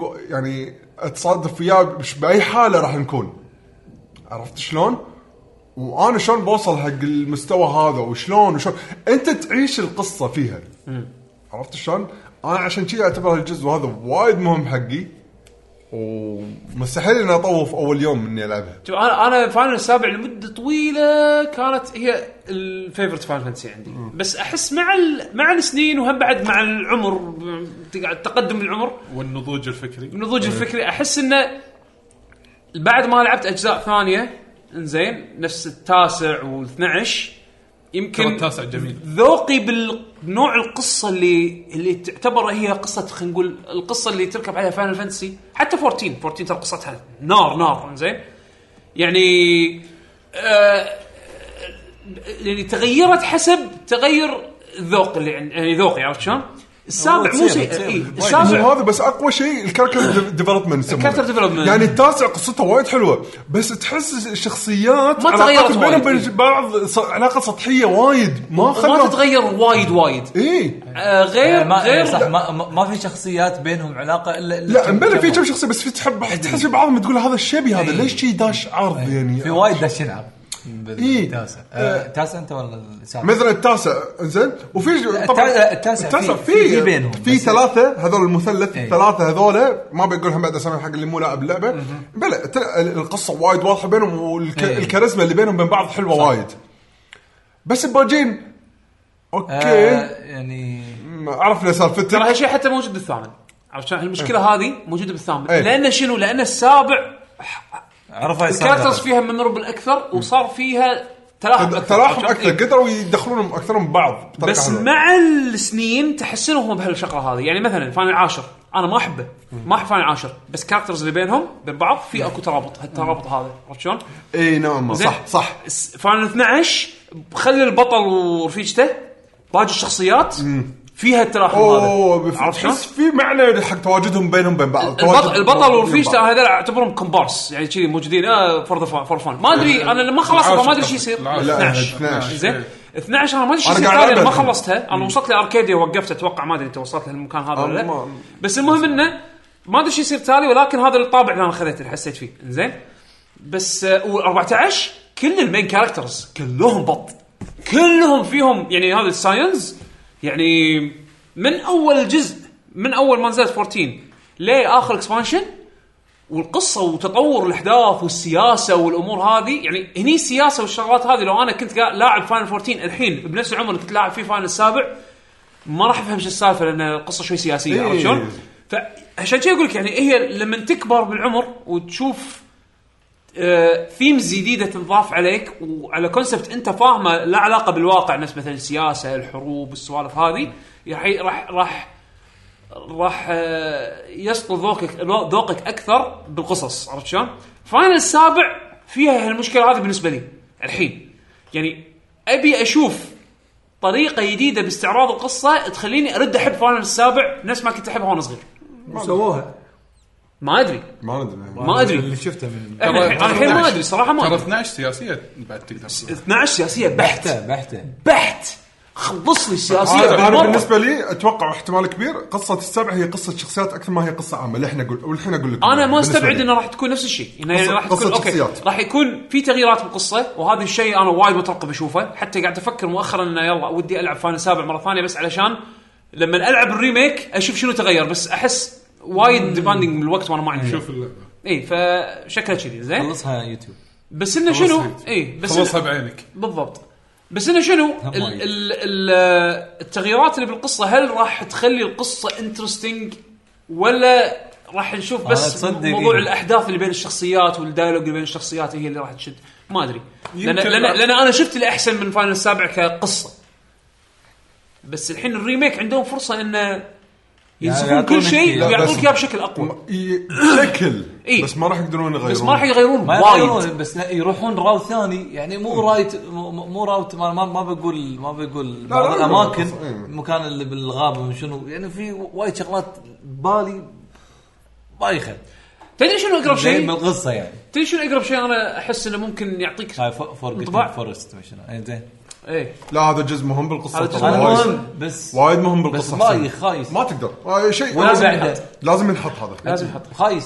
يعني اتصادف وياه باي حاله راح نكون عرفت شلون وانا شلون بوصل حق المستوى هذا وشلون انت تعيش القصه فيها. عرفت شلون؟ انا عشان كذا اعتبر الجزء هذا وايد مهم حقي ومستحيل اني اطوف اول يوم اني العبها. شوف انا فاينل السابع لمده طويله كانت هي الفيفورت فاينل فانتسي عندي. بس احس مع السنين وهم بعد مع العمر تقدم العمر والنضوج الفكري احس انه بعد ما لعبت اجزاء ثانيه انزين نفس التاسع وال12 يمكن التاسع جميل ذوقي بالنوع القصه اللي تعتبر هي قصه خلينا نقول القصه اللي تركب عليها فاينل فانتسي. حتى 14 ترى قصتها نار انزين يعني يعني تغيرت حسب تغير الذوق اللي يعني ذوقي. عرفت شلون؟ السابع مو شيء السابع هذا بس اقوى شيء الكاركتر ديفلوبمنت يعني التاسع قصته وايد حلوه بس تحس الشخصيات ما تغيرت بينهم وبين بعض علاقه سطحيه وايد ما تتغير وايد غير صح ما في شخصيات بينهم علاقه الا لا امبلا في كم شخصيه بس في تحس بعضهم تقول هذا الشبي هذا ليش شيء داش عرض يعني في وايد داش يلعب بالتاسع. التاسع انت ولا السابع؟ مثلا التاسع زين وفي طبعا التاسع في بينهم في ثلاثه هذول المثلث الثلاثه هذول ما بقولهم بعد اسامي حق اللي مو لاعب اللعبه. بلا القصه وايد واضحه بينهم والكاريزما اللي بينهم بين بعض حلوه وايد. بس الباجين اوكي يعني عرفنا سالفتك ترى هالشيء حتى موجود بالثامن. عشان المشكله هذه موجوده بالثامن لان شنو لان السابع عرفها الكاركترز فيها ممربل اكثر وصار فيها تلاحم اكثر قدروا يدخلونهم اكثر من بعض بس مع السنين تحسنوا هم بهالشغله هذه. يعني مثلا فاينل 10 انا ما احب فاينل 10 بس كاركترز اللي بين بعض في اكو ترابط هالترابط هذا. عرفت شلون؟ اي نعم صح فاينل 12 خلي البطل ورفيجته باقي الشخصيات فيها التلاحم هذا. عرفت شلون؟ في معنى حق تواجدهم بينهم بين بعض. البطل ورفيجته هذول اعتبرهم كومبارس يعني كذي موجودين فور فن. ما ادري انا لما خلصت ما ادري شو يصير. 12 زين 12 انا ما ادري شو يصير ما خلصتها. انا وصلت لاركاديا ووقفت اتوقع ما ادري انت وصلت للمكان هذا ولا لا. بس المهم انه ما ادري شو يصير تالي ولكن هذا الطابع اللي انا خذيته اللي حسيت فيه زين. بس و14 كل المين كاركترز كلهم فيهم يعني هذا الساينز يعني من اول جزء من اول ما نزلت 14 لاخر اكسبانشن والقصه وتطور الاحداث والسياسه والامور هذه. يعني هني السياسه والشغلات هذه لو انا كنت لاعب فاينل 14 الحين بنفس العمر اللي كنت لاعب فيه فاينل السابع ما راح افهم شو السالفه لان القصه شوي سياسيه. عرفت شلون؟ فعشان كذا اقول لك يعني هي لما تكبر بالعمر وتشوف ثيمز جديده تنضاف عليك وعلى كونسبت انت فاهمه لا علاقه بالواقع نفس مثلا السياسه الحروب السوالف هذه راح يسطل ذوقك اكثر بالقصص. عرفت شلون؟ فاينل السابع فيها هالمشكله هذه بالنسبه لي الحين. يعني ابي اشوف طريقه جديده باستعراض القصه تخليني ارد احب فاينل السابع نفس ما كنت احبها وانا صغير. سووها ما ادري اللي شفته من انا الحين ما ادري صراحه ما ادري. 12 سياسيه بعد تقدر 12 سياسيه بحت خلص لي السياسيه. انا بالنسبه لي اتوقع احتمال كبير قصه السبع هي قصه شخصيات اكثر ما هي قصه عامه اللي احنا نقول والحين اقول لك انا ما استبعد انه راح تكون نفس الشيء. يعني راح تكون اوكي راح يكون في تغييرات بالقصه وهذا الشيء انا وايد مترقب اشوفه. حتى قاعد افكر مؤخرا انه يلا ودي العب فاينل السابع مره ثانيه بس علشان لما العب الريميك اشوف شنو تغير. بس احس وايد ديباندينج من الوقت وانا ما عندي شوف اللعبه فشكلها كذي زين خلصها يوتيوب بس انه شنو بس خلصها بعينك بالضبط. بس انه شنو التغييرات اللي بالقصه هل راح تخلي القصه انترستينج ولا راح نشوف بس موضوع الاحداث اللي بين الشخصيات والدايلوج اللي بين الشخصيات هي اللي راح تشد. ما ادري لان انا شفت الاحسن من فاينل السابع كقصه. بس الحين الريميك عندهم فرصه انه ينسخون كل شيء ويعطوك اياه بشكل اقوى شكل بس ما راح يقدرون يغيرون. بس ما راح يغيرون وايد بس يروحون راوت ثاني. يعني مو راوت ما بقول بعض الاماكن المكان اللي بالغابه شنو يعني في وايد شغلات بالي بايخه. تدري شنو اقرب شيء من القصه يعني تدري شنو اقرب شيء انا احس انه ممكن يعطيك فورست شنو زين لا هذا جزء مهم بالقصه مهم بس وايد مهم بالقصه بس ما خايس ما تقدر شيء لازم ينحط هذا لازم ينحط خايس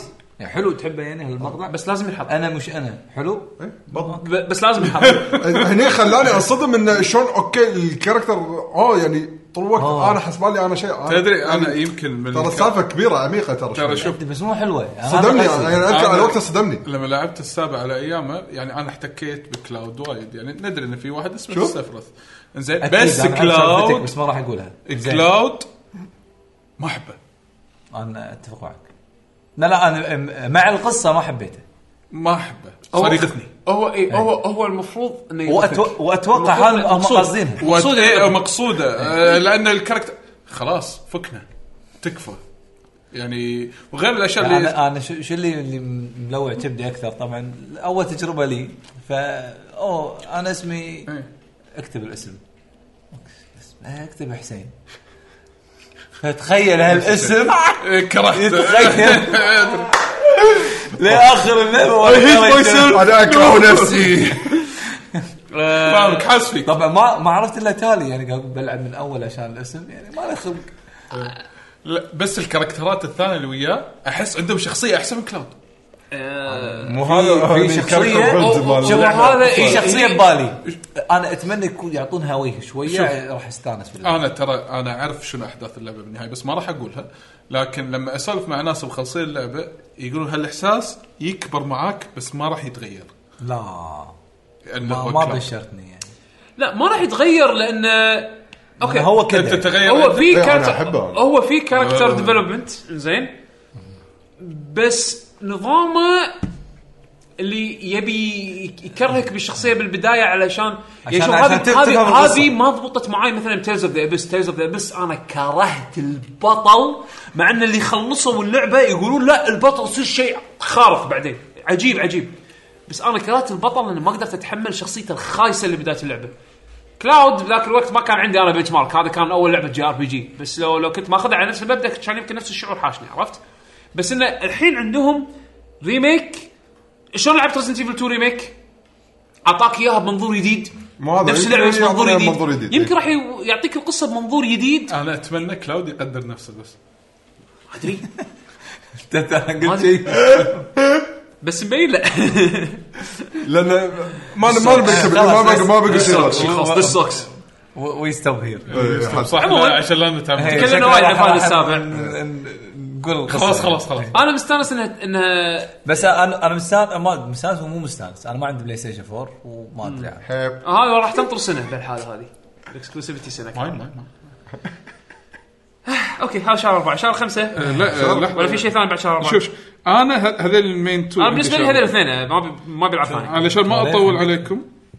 يعني حلو تحبه يعني هالمقطع بس لازم ينحط. انا مش انا حلو بس لازم ينحط. هني خلاني انصدم ان شلون اوكي الكاركتر يعني طول الوقت انا حسبالي انا شيء تدري انا يمكن من ترى السالفه كبيره عميقه ترى شوف بس مو حلوه صدمني يعني اذكر على وقت صدمني لما لعبت السابع على ايامه يعني انا احتكيت بكلاود وايد يعني ندري ان في واحد اسمه السفرث انزين بس كلاود بس ما راح اقولها كلاود ما احبه انا اتفق معك لا انا مع القصه ما حبيته ما احبه صريختني هو المفروض انه واتوقع هذا هم قاصدينها مقصوده لان الكاركتر خلاص فكنا تكفى يعني وغير الاشياء اللي انا شو اللي ملوع كبدي اكثر طبعا اول تجربه لي انا اسمي اكتب الاسم اكتب حسين فتخيل هالاسم كرهته لاخر اللعبه انا اكره نفسي فاهمك حاس فيك طبعا ما عرفت الا تالي يعني قاعد بلعب من اول عشان الاسم يعني ما له خلق لا بس الكاركترات الثانيه اللي وياه احس عندهم شخصيه احسن من كلاود مو هذا في شخصيه ببالي انا اتمنى يكون يعطون هويه شويه راح استانس انا ترى انا اعرف شنو احداث اللعبه بالنهايه بس ما راح اقولها لكن لما اسولف مع ناس مخلصين اللعبه يقولون هالاحساس يكبر معاك بس ما راح يتغير لا ما بشرتني يعني لا ما راح يتغير لان اوكي هو كذا تتغير هو في كاركتر ديفلوبمنت زين بس نظامه اللي يبي يكرهك بالشخصيه بالبدايه علشان يشوف هذه ما ضبطت معي مثلا تيلز اوف ذا ابيس انا كرهت البطل مع ان اللي خلصوا اللعبه يقولون لا البطل يصير شيء خارق بعدين عجيب بس انا كرهت البطل لان ما قدرت اتحمل شخصيته الخايسه اللي بدايه اللعبه. كلاود بذاك الوقت ما كان عندي انا بنش مارك هذا كان اول لعبه جي ار بي جي بس لو كنت ماخذها على نفس المبدا كان يمكن نفس الشعور حاشني عرفت بس انه الحين عندهم ريميك شلون لعبت ريزنت ايفل 2 ريميك اعطاك اياها بمنظور جديد نفس اللعبه بمنظور جديد يمكن راح يعطيك القصه بمنظور جديد. انا اتمنى كلاود يقدر نفسه بس ادري قلت شيء بس مبين لا لان ما بقى شيء خلاص بالسوكس ويستوهر صح عشان لا نتعمد كلنا وايد عفان السابع نقول خلاص انا مستانس انها بس انا مستانس ومو مستانس انا ما عندي بلاي ستيشن 4 وما ادري هذا راح تنطر سنه بالحاله هذه الاكسكلوسيفيتي سنه ما اوكي هذا شهر 4 شهر 5 لا ولا في شيء ثاني بعد شهر 4 شوف انا هذول المين تو انا بالنسبه لي هذول الاثنين ما بيلعب ثاني علشان ما اطول عليكم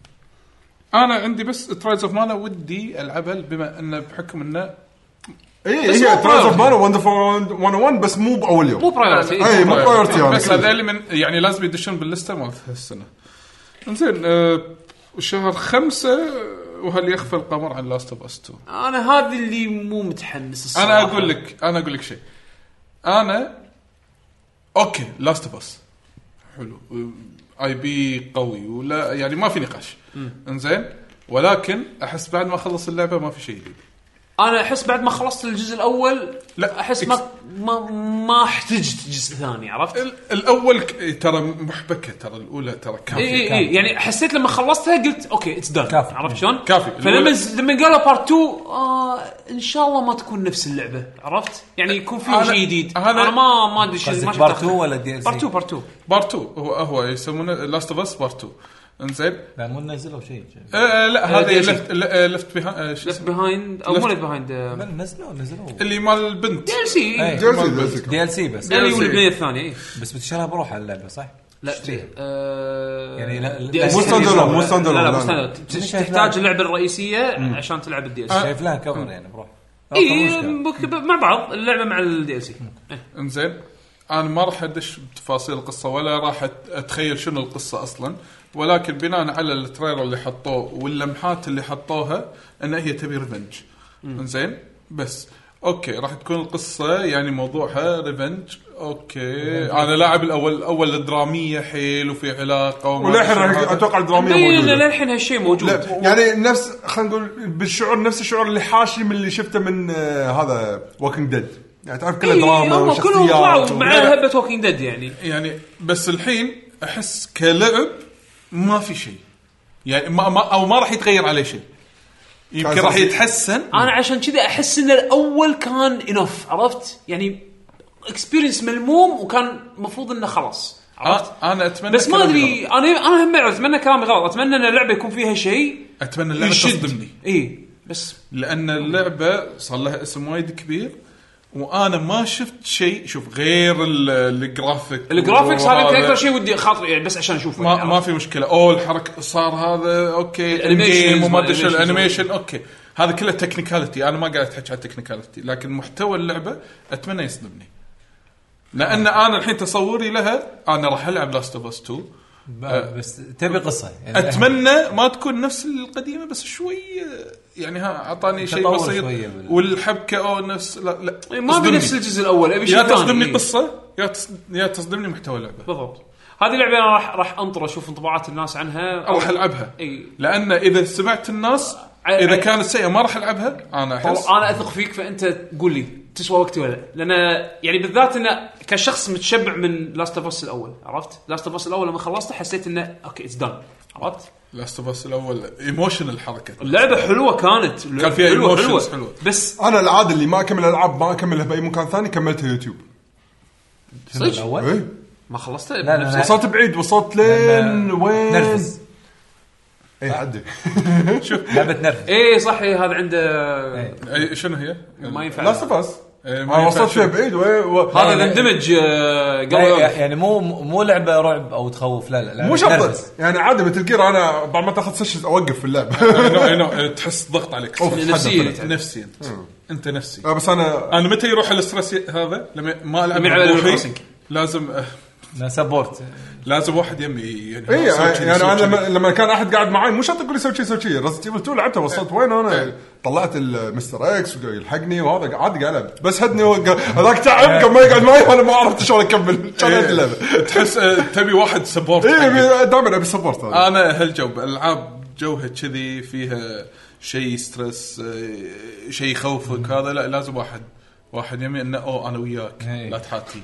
انا عندي بس ترايلز اوف مانا ودي العبها بما انه بحكم انه هي ترايلز اوف مانا وندرفول 101 بس مو باول يوم مو برايورتي مو برايورتي بس هذا اللي من يعني لازم يدشون باللسته مال هالسنه انزين شهر 5 وهل يخفى القمر عن لاست اوف اس 2 انا هذا اللي مو متحمس الصراحه انا اقول لك شيء انا اوكي لاست اوف اس حلو اي بي قوي ولا يعني ما في نقاش انزين ولكن احس بعد ما اخلص اللعبه ما في شيء جديد انا احس بعد ما خلصت الجزء الاول لا احس ما احتجت جزء ثاني عرفت الاول ترى محبكه ترى الاولى ترى كافي يعني حسيت لما خلصتها قلت اوكي اتس دان عرفت شلون كافي فلما قالوا بارت 2 ان شاء الله ما تكون نفس اللعبه عرفت يعني يكون في شيء جديد انا ما ادري شيء ما بارت 2 ولا دي ال سي بارت 2 هو يسمونه لاست اوف اس بارت 2 انزين لا مو نزلوا شيء لا هذا لفت بيهايند او مو لفت بيهايند نزلوا اللي مال البنت دي ال سي بس اللي والبنيه الثانيه بس بتشتريها بروح على اللعبه صح لا يعني لا مو ستاندر تحتاج اللعبه الرئيسيه عشان تلعب الدي ال سي شايف لها كفر يعني بروح مع بعض اللعبه مع الدي ال سي انزين انا ما راح ادش بتفاصيل القصه ولا راح اتخيل شنو القصه اصلا ولكن بناء على التريلر اللي حطوه واللمحات اللي حطوها ان هي تبي ريفنج انزين بس اوكي راح تكون القصه يعني موضوعها ريفنج اوكي انا لاعب الاول الدراميه حيل وفي علاقه وللحين اتوقع الدراميه موجوده للحين هالشيء موجود يعني نفس خلينا نقول بالشعور نفس الشعور اللي حاشي من اللي شفته من هذا ووكينج ديد يعني تعرف كله دراما هم كلهم وشخصيات طلعوا مع هبه ووكينج ديد يعني بس الحين احس كلعب ما في شيء يعني ما راح يتغير عليه شيء يمكن راح يتحسن. انا عشان كذا احس ان الاول كان انف عرفت يعني اكسبيرينس ملموم وكان مفروض انه خلاص عرفت. انا اتمنى بس ما ادري انا هم اتمنى كلامي غلط. اتمنى ان اللعبه يكون فيها شيء اتمنى اللعبه تصدمني اي بس لان اللعبه صار لها اسم وايد كبير وانا ما شفت شيء شوف غير الجرافيكس هذا يمكن اكثر شيء ودي خاطري يعني بس عشان اشوفه ما, ما في مشكله الحركه صار هذا اوكي الانيميشن وما ادري الانيميشن اوكي هذا كله تكنيكاليتي. انا ما قاعد احكي عن التكنيكاليتي لكن محتوى اللعبه اتمنى يصدمني لان انا الحين تصوري لها انا راح العب لاست اوف اس 2 بس تبي قصه يعني اتمنى ما تكون نفس القديمه بس شوي يعني اعطاني شيء بسيط والحبكه نفس لا ما بنفس الجزء الاول ابي شيء ثاني يا تصدمني قصه يا تصدمني محتوى اللعبه بالضبط. هذه لعبه انا راح انطر اشوف انطباعات الناس عنها راح العبها لان اذا سمعت الناس اذا كانت سيئه ما راح العبها. انا احس انا اثق فيك فانت قول لي تسوى وقتي ولا لان يعني بالذات انه كشخص متشبع من لاست اوف اس الاول عرفت. لاست اوف اس الاول لما خلصته حسيت انه اوكي اتس دان عرفت. لاست اوف اس الاول ايموشنال حركه اللعبه حلوه كان فيها ايموشنز حلوه بس انا العاده اللي ما اكمل العاب ما اكملها باي مكان ثاني كملتها يوتيوب الاول ايه ما خلصته وصلت بعيد وصلت لين وين نرفز اي عدي شوف لعبه نرفز ايه صح هذا عنده شنو هي ما ينفع لا سفاس ما وصلت فيها بعيد هذا اندمج يعني مو لعبه رعب او تخوف لا مو شرط يعني عادي مثل جير انا بعد ما تاخذ سيشن اوقف في اللعبه تحس ضغط عليك نفسيا انت نفسي بس انا متى يروح الاسترس هذا لما ما العب لازم سبورت لازم واحد يمي يعني انا لما كان احد قاعد معي مو شرط يقول لي سوي شيء ريزنت ايفل 2 لعبتها وصلت وين انا طلعت المستر اكس ويلحقني وهذا عادي قاعد العب بس هدني هذاك تعب ما يقعد معي وانا ما عرفت شلون اكمل كانت اللعبه تحس تبي واحد سبورت دائما ابي سبورت انا هالجو العاب جوها كذي فيها شيء ستريس شيء يخوفك هذا لا لازم واحد يمي انه انا وياك لا تحاتي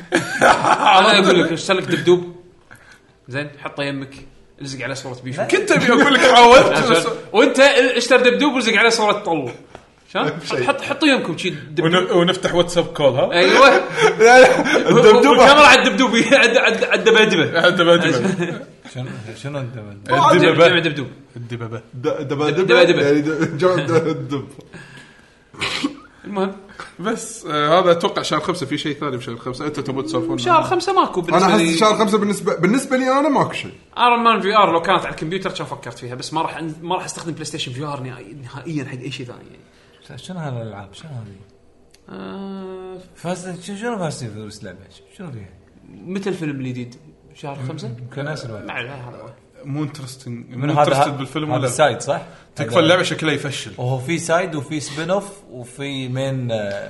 انا اقول لك اشترك دبدوب زين حطه يمك الزق على صوره بيشو كنت ابي اقول لك حاولت وانت اشتري دبدوب والزق على صوره طلو حطوا يمكم شيء ونفتح واتساب كول ها ايوه الدبدوب الكاميرا على الدبدوب عند الدبادبه شنو الدبدوب الدبدوب المهم بس هذا اتوقع شهر 5 في شيء ثاني بشهر 5 انت تبغى تسولفون شهر 5 ماكو بالنسبه انا لي. احس شهر 5 بالنسبه لي انا ماكو شيء. ايرون مان في ار لو كانت على الكمبيوتر كان فكرت فيها بس ما راح استخدم بلاي ستيشن في ار نهائيا حق اي شيء ثاني يعني. شنو هالالعاب شنو هذه شنو فاست فيوريوس لعبه شنو فيها متى الفيلم الجديد شهر 5 يمكن اسال مع هذا مو انترستنج من هذا بالفيلم ولا سايد صح تكفى اللعبه شكلها يفشل وهو في سايد وفي سبين اوف وفي مين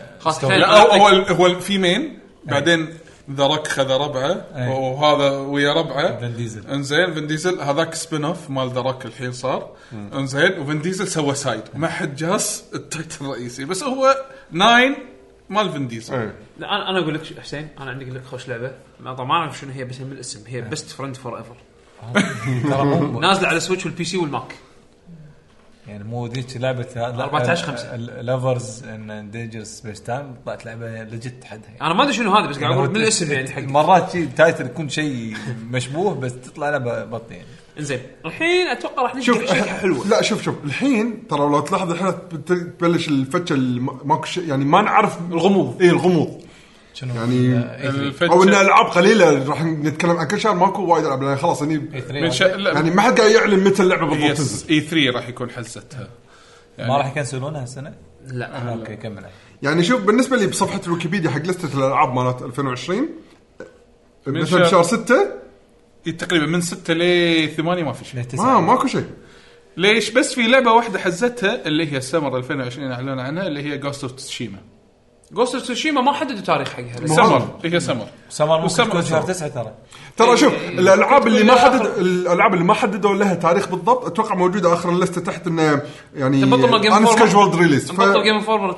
هو في مين بعدين ذرك خذ ربعه وهذا ويا ربعه فين ديزل انزين فين ديزل هذاك سبين اوف مال ذرك الحين صار انزين وفين ديزل سوى سايد ما حد جاس التايتل الرئيسي بس هو 9 مال فين ديزل. لا انا اقول لك حسين انا عندي لك خوش لعبه ما اعرف شنو هي بس من الاسم هي بيست فريند فور ايفر نازله على سويتش والبي سي والماك يعني مو ذيك لعبه 14/5 لافرز ان دينجرس سبيس تايم طلعت لعبه لجت حدها يعني. انا ما ادري شنو هذا بس قاعد اقول من الاسم يعني حق مرات شيء تايتل يكون شيء مشبوه بس تطلع لعبه بط يعني. انزين الحين اتوقع راح نجي شيء حلو. لا شوف الحين ترى لو تلاحظ الحين تبلش الفتشه ماكو يعني ما نعرف الغموض الغموض يعني او ان العاب قليله راح نتكلم عن كل شهر ماكو وايد العاب لان خلاص يعني ما حد قاعد يعلن متى اللعبه بالضبط تنزل. اي 3 راح يكون حزتها يعني ما راح يكنسلونها السنه لا اوكي كمل يعني شوف بالنسبه لي بصفحه الويكيبيديا حق لسته الالعاب مالت 2020 مثلا شهر 6 تقريبا من 6 ل 8 ما في شيء ماكو شيء. ليش بس في لعبه واحده حزتها اللي هي سمر 2020 اعلنوا عنها اللي هي جوست اوف تسوشيما. جوست اوف تسوشيما ما حددوا تاريخ حقها سمر هي سمر شهر 9 ترى شوف الالعاب اللي ما حددوا لها تاريخ بالضبط اتوقع موجوده اخر اللسته تحت انه يعني ان سكيجولد ريليز بطل جيم فور مرته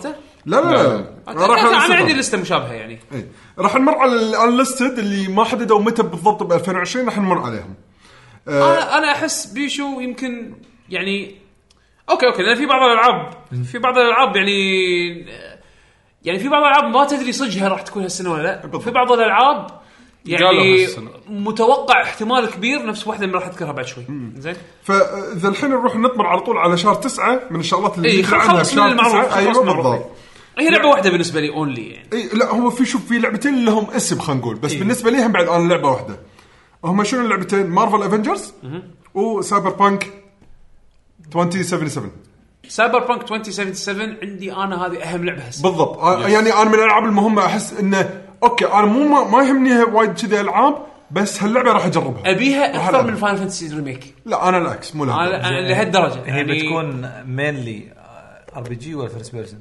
لا انا عندي لسته مشابهه يعني. إيه. راح نمر على الانليستد اللي ما حددوا متى بالضبط ب 2020 راح نمر عليهم. انا احس بيشو يمكن يعني اوكي لان في بعض الالعاب يعني في بعض الالعاب ما تدري صجها راح تكون هالسنه ولا لا. في بعض الالعاب يعني متوقع احتمال كبير نفس واحده اللي راح اذكرها بعد شوي. زين فاذا الحين نروح نطمر على طول على شهر 9 من الشغلات اللي خلص من المعروف. ايوه هي لعبه واحده بالنسبه لي اونلي يعني. لا هو في لعبتين لهم اسم خلينا نقول بس بالنسبه لي هم بعد انا لعبه واحده. هم شنو اللعبتين؟ مارفل افنجرز وسايبر بانك 2077. سايبر بانك 2077 عندي انا هذه اهم لعبه هسه بالضبط. يعني انا من الالعاب المهمه احس انه اوكي انا ما يهمني وايد كذا العاب بس هاللعبه راح اجربها ابيها اكثر من فاينل فانتسي ريميك. لا انا العكس مو انا لهالدرجه هي يعني بتكون مينلي ار بي جي ولا فيرست بيرسون؟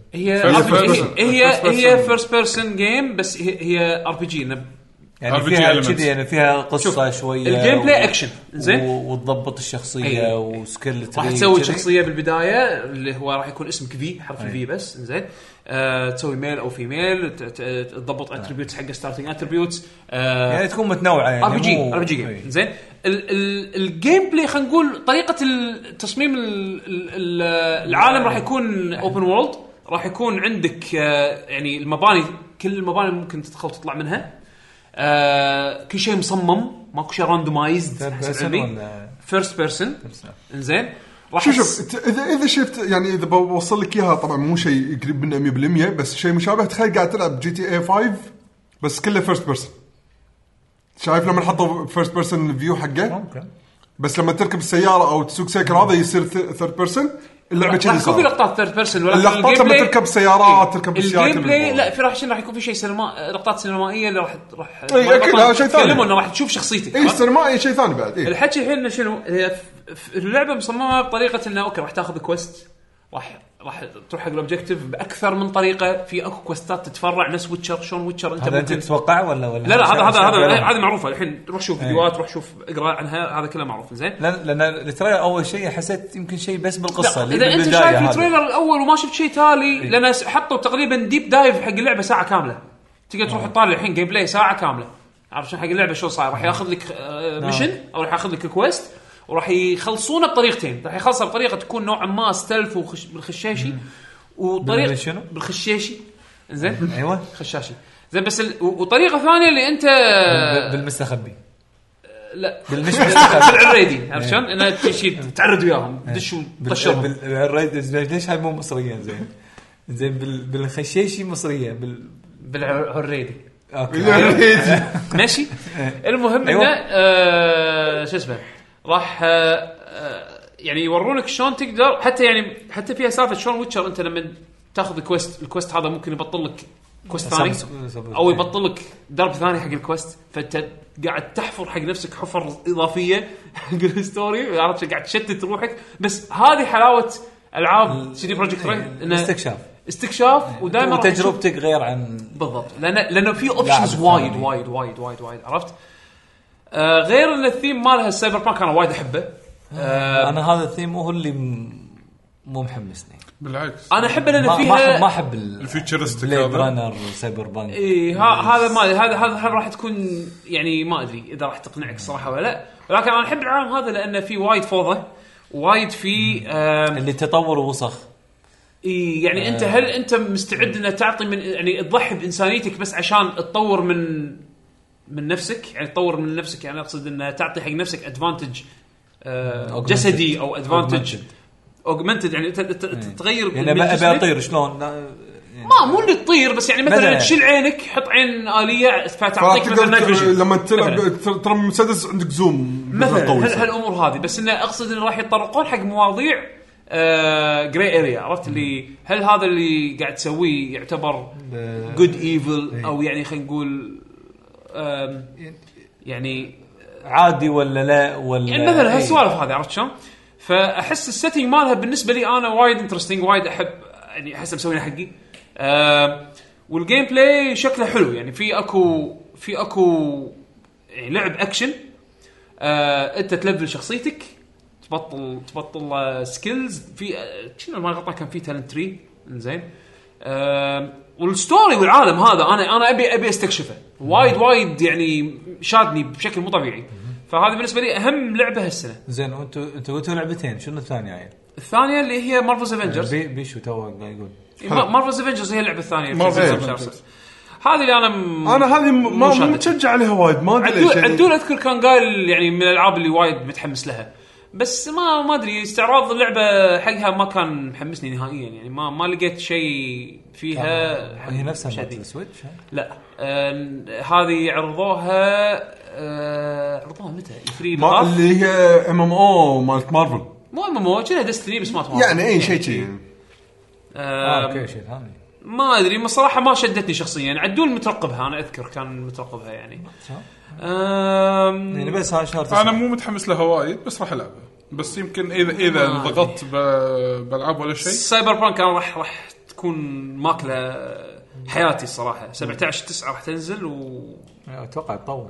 هي فيرست بيرسون جيم بس هي ار بي جي يعني فيها كذي يعني فيها قصه شويه الجيم بلاي اكشن زين وتضبط الشخصيه وسكيل راح تسوي شخصيه بالبدايه اللي هو راح يكون اسمك في حرف الفي بس زين تسوي ميل او فيميل تضبط اتريبيوتس حق ستارتنج اتريبيوتس يعني تكون متنوعه يعني ار بي جي جيم زين الجيم بلاي خلينا نقول طريقه التصميم العالم راح يكون اوبن وورلد راح يكون عندك يعني المباني كل المباني ممكن تدخل وتطلع منها كل شيء مصمم ماكو شيء راندومايزد فيرست بيرسون انزين شوف اذا شفت يعني اذا بوصل لك اياها طبعا مو شيء قريب منه 100% بس شيء مشابه. تخيل قاعد تلعب جي تي اي 5 بس كله فيرست بيرسون. شايف لما حطوا فيرست بيرسون فيو حقه بس لما تركب السياره او تسوق سيكل هذا يصير ثيرد بيرسون. اللعبه كذي صار في لقطات ثيرد بيرسون ولا اللقطات لما تركب سيارات تركب الجيم بلاي لا في راح يكون في شيء سينما لقطات سينمائيه اللي راح لا شيء ثاني انه راح تشوف شخصيتك سينمائي شيء ثاني بعد الحكي الحين شنو هي اللعبه مصممه بطريقه انه اوكي راح تاخذ كويست راح تروح حق الاوبجيكتيف باكثر من طريقه في اكو كويستات تتفرع نفس ويتشر شلون ويتشر انت ممكن تتوقع ولا لا هذا معروفه الحين روح شوف فيديوهات روح شوف اقرا عنها هذا كله معروف زين. لان التريلر اول شيء حسيت يمكن شيء بس بالقصه اللي اذا انت شايف التريلر الاول وما شفت شيء تالي لان حطوا تقريبا ديب دايف حق اللعبه ساعه كامله تقدر تروح تطالع الحين جيم بلاي ساعه كامله عارف شو حق اللعبه شو صاير. راح ياخذ لك ميشن او راح ياخذ لك كويست وراح يخلصونه بطريقتين. راح يخلصها بطريقه تكون نوعا ما ستلف بالخشاشي وطريقه شنو بالخشاشي زين ايوه خشاشي زين بس وطريقه ثانيه اللي انت بالمستخبي لا بالعريدي عرفت شلون انه شيء تعرض وياهم دش وطشرهم بالعريدي. ليش هاي مو مصريه زين بالخشاشي مصريه بالعريدي اوكي ماشي. المهم انه شو اسمه راح يعني يورونك شلون تقدر حتى فيها سالفه شلون ويتشر انت لما تاخذ الكويست هذا ممكن يبطل لك كويست ثاني او يبطل لك درب ثاني حق الكويست فانت قاعد تحفر حق نفسك حفر اضافيه حق الستوري عرفت قاعد تشتت روحك. بس هذه حلاوه العاب سي دي بروجكت ريد انه استكشاف ودائما وتجربتك غير عن بالضبط لانه في اوبشنز وايد عرفت. غير ان الثيم مالها السايبر بانك انا وايد احبه. انا هذا الثيم هو اللي مو محمسني بالعكس انا احب لان فيها ما احب الفيوتشرستيك بليد رانر سايبر بانك هذا ما هذا راح تكون يعني ما ادري اذا راح تقنعك الصراحه ولا لا ولكن انا احب العالم هذا لانه في وايد فوضى وايد في اللي تطور ووسخ يعني انت هل انت مستعد ان تعطي من يعني تضحي بانسانيتك بس عشان تطور من نفسك يعني تطور من نفسك يعني اقصد ان تعطي حق نفسك ادفانتج جسدي او ادفانتج اوجمنتد يعني تغير يعني ابي اطير شلون يعني ما مو اللي تطير بس يعني مثلا تشيل عينك حط عين آلية فتعطيك مثلا نايت فيجن لما تلعب ترمي مسدس عندك زوم مثلا هالامور هذه بس انه اقصد انه راح يتطرقون حق مواضيع جراي اريا عرفت اللي هل هذا اللي قاعد تسويه يعتبر جود ايفل او يعني خلينا نقول يعني عادي ولا لا ولا يعني مثلا هالسوالف هذه عرفت شلون. فاحس السيتنج مالها بالنسبه لي انا وايد انترستينج وايد احب يعني احس مسوينها حقي. والجيم بلاي شكله حلو يعني في اكو يعني لعب اكشن انت تلفل شخصيتك تبطل سكيلز في شنو ما غلطان كان في تالنت تري زين والستوري والعالم هذا انا ابي استكشفه وايد يعني شادني بشكل مو طبيعي. فهذه بالنسبه لي اهم لعبه هالسنه. زين انتوا قلتوا لعبتين، شنو الثانيه يعني؟ الثانيه اللي هي مارفلز افنجرز. بيشو تو قاعد يقول مارفلز افنجرز هي اللعبه الثانيه. هذه اللي انا هذه ما متشجع عليها وايد، ما ادري ليش. عدول اذكر كان قال يعني من الالعاب اللي وايد متحمس لها، بس ما ادري استعراض اللعبه حقها ما كان محمسني نهائيا يعني. ما لقيت شيء فيها. هي نفسها مال السويتش؟ لا هذه عرضوها متى؟ اللي هي MMO مالت مارفل. مو MMO كذا دستني بس ما يعني اي شيء اوكي شيء ثاني ما ادري. ما صراحه ما شدتني شخصيا. عدول مترقبها، انا اذكر كان مترقبها يعني. يعني بس انا مو متحمس لها وايد، بس راح العبها. بس يمكن اذا ضغطت بالعاب ولا شيء. سايبر بانك كان راح تكون ماكله حياتي الصراحه. 17/9 راح تنزل اتوقع تطول.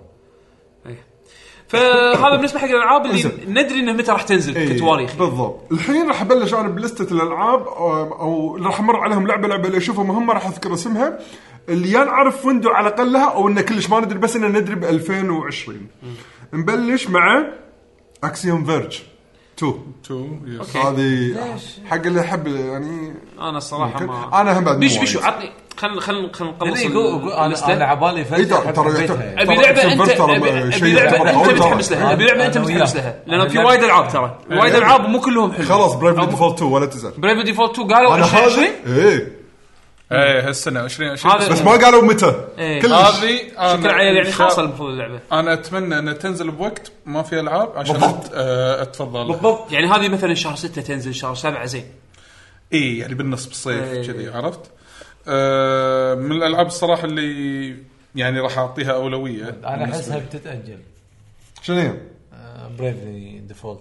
فهذا بالنسبه حق الالعاب اللي ندري انه متى راح تنزل كتواريخ. بالضبط. الحين راح ابلش انا بلستة الالعاب او راح امر عليهم لعبه اللي اشوفها مهمه راح اذكر اسمها، اللي يا نعرف ويندو على الاقل لها او ان كلش ما ندري، بس ان ندري ب 2020. نبلش مع اكسيوم فيرج 2 هذه حق اللي يحب يعني. انا الصراحه ما انا هم بعد بيشو عطني خل نخلص. انا عبالي فجاه ابي لعبه انت متحمس لها. ابي لعبه انت متحمس لها لانه في وايد العاب، ترى وايد العاب ومو كلهم حلو. خلاص برايف ديفولت 2 ولا تزعل. برايف ديفولت 2 قالوا 2020 ايه هالسنه 2020 بس ما قالوا متى. هذه شكل عيل يعني خاصه المفروض اللعبه. انا اتمنى ان تنزل بوقت ما في العاب عشان اتفضل بالضبط. يعني هذه مثلا شهر 6 تنزل، شهر 7 زين. ايه يعني بالنص بالصيف كذي عرفت. من الالعاب الصراحه اللي يعني راح اعطيها اولويه. انا احسها بتتاجل. شنو هي؟ بريفلي ديفولت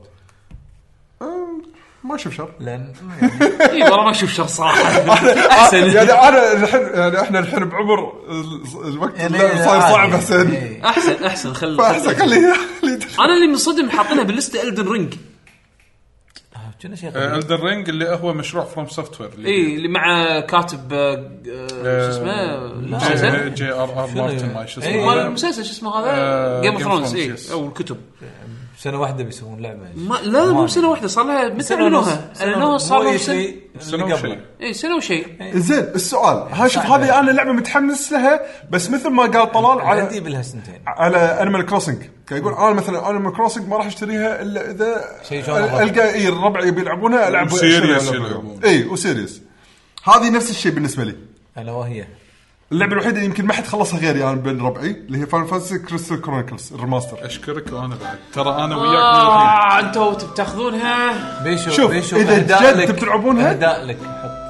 ما اشوف شر لان اي والله ما اشوف شر صراحه. احسن يعني انا الحين يعني احنا الحين بعمر الوقت صاير صعب. احسن خليه انا اللي منصدم حاطينها باللسته إلدن رينج. كنا شيء إلدن رينج اللي هو مشروع فروم سوفت وير اللي مع كاتب شو اسمه JRR مارتن ما شو اسمه المسلسل شو اسمه هذا جيم اوف ثرونز او الكتب. سنه واحده بيسوون لعبه. لا مو سنه واحده، صار لها متى اعلنوها صار لها سنه وشيء. سنه وشيء. زين السؤال ها شوف هذه انا لعبه متحمس لها، بس مثل ما قال طلال عندي بالها سنتين على انيمال كروسنج. كان يقول انا مثلا انيمال كروسنج ما راح اشتريها الا اذا القى الربع يبي يلعبونها العب سيريس. وسيريس. هذه نفس الشيء بالنسبه لي. الا وهي اللعبه الوحيده يمكن ما حد خلصها غيري يعني بين ربعي، اللي هي فاينل فانتسي كريستال كرونيكلز الريماستر. اشكرك وانا بعد ترى انا وياك انتوا تاخذونها. بيشوف اذا جد تلعبونها اهداء لك.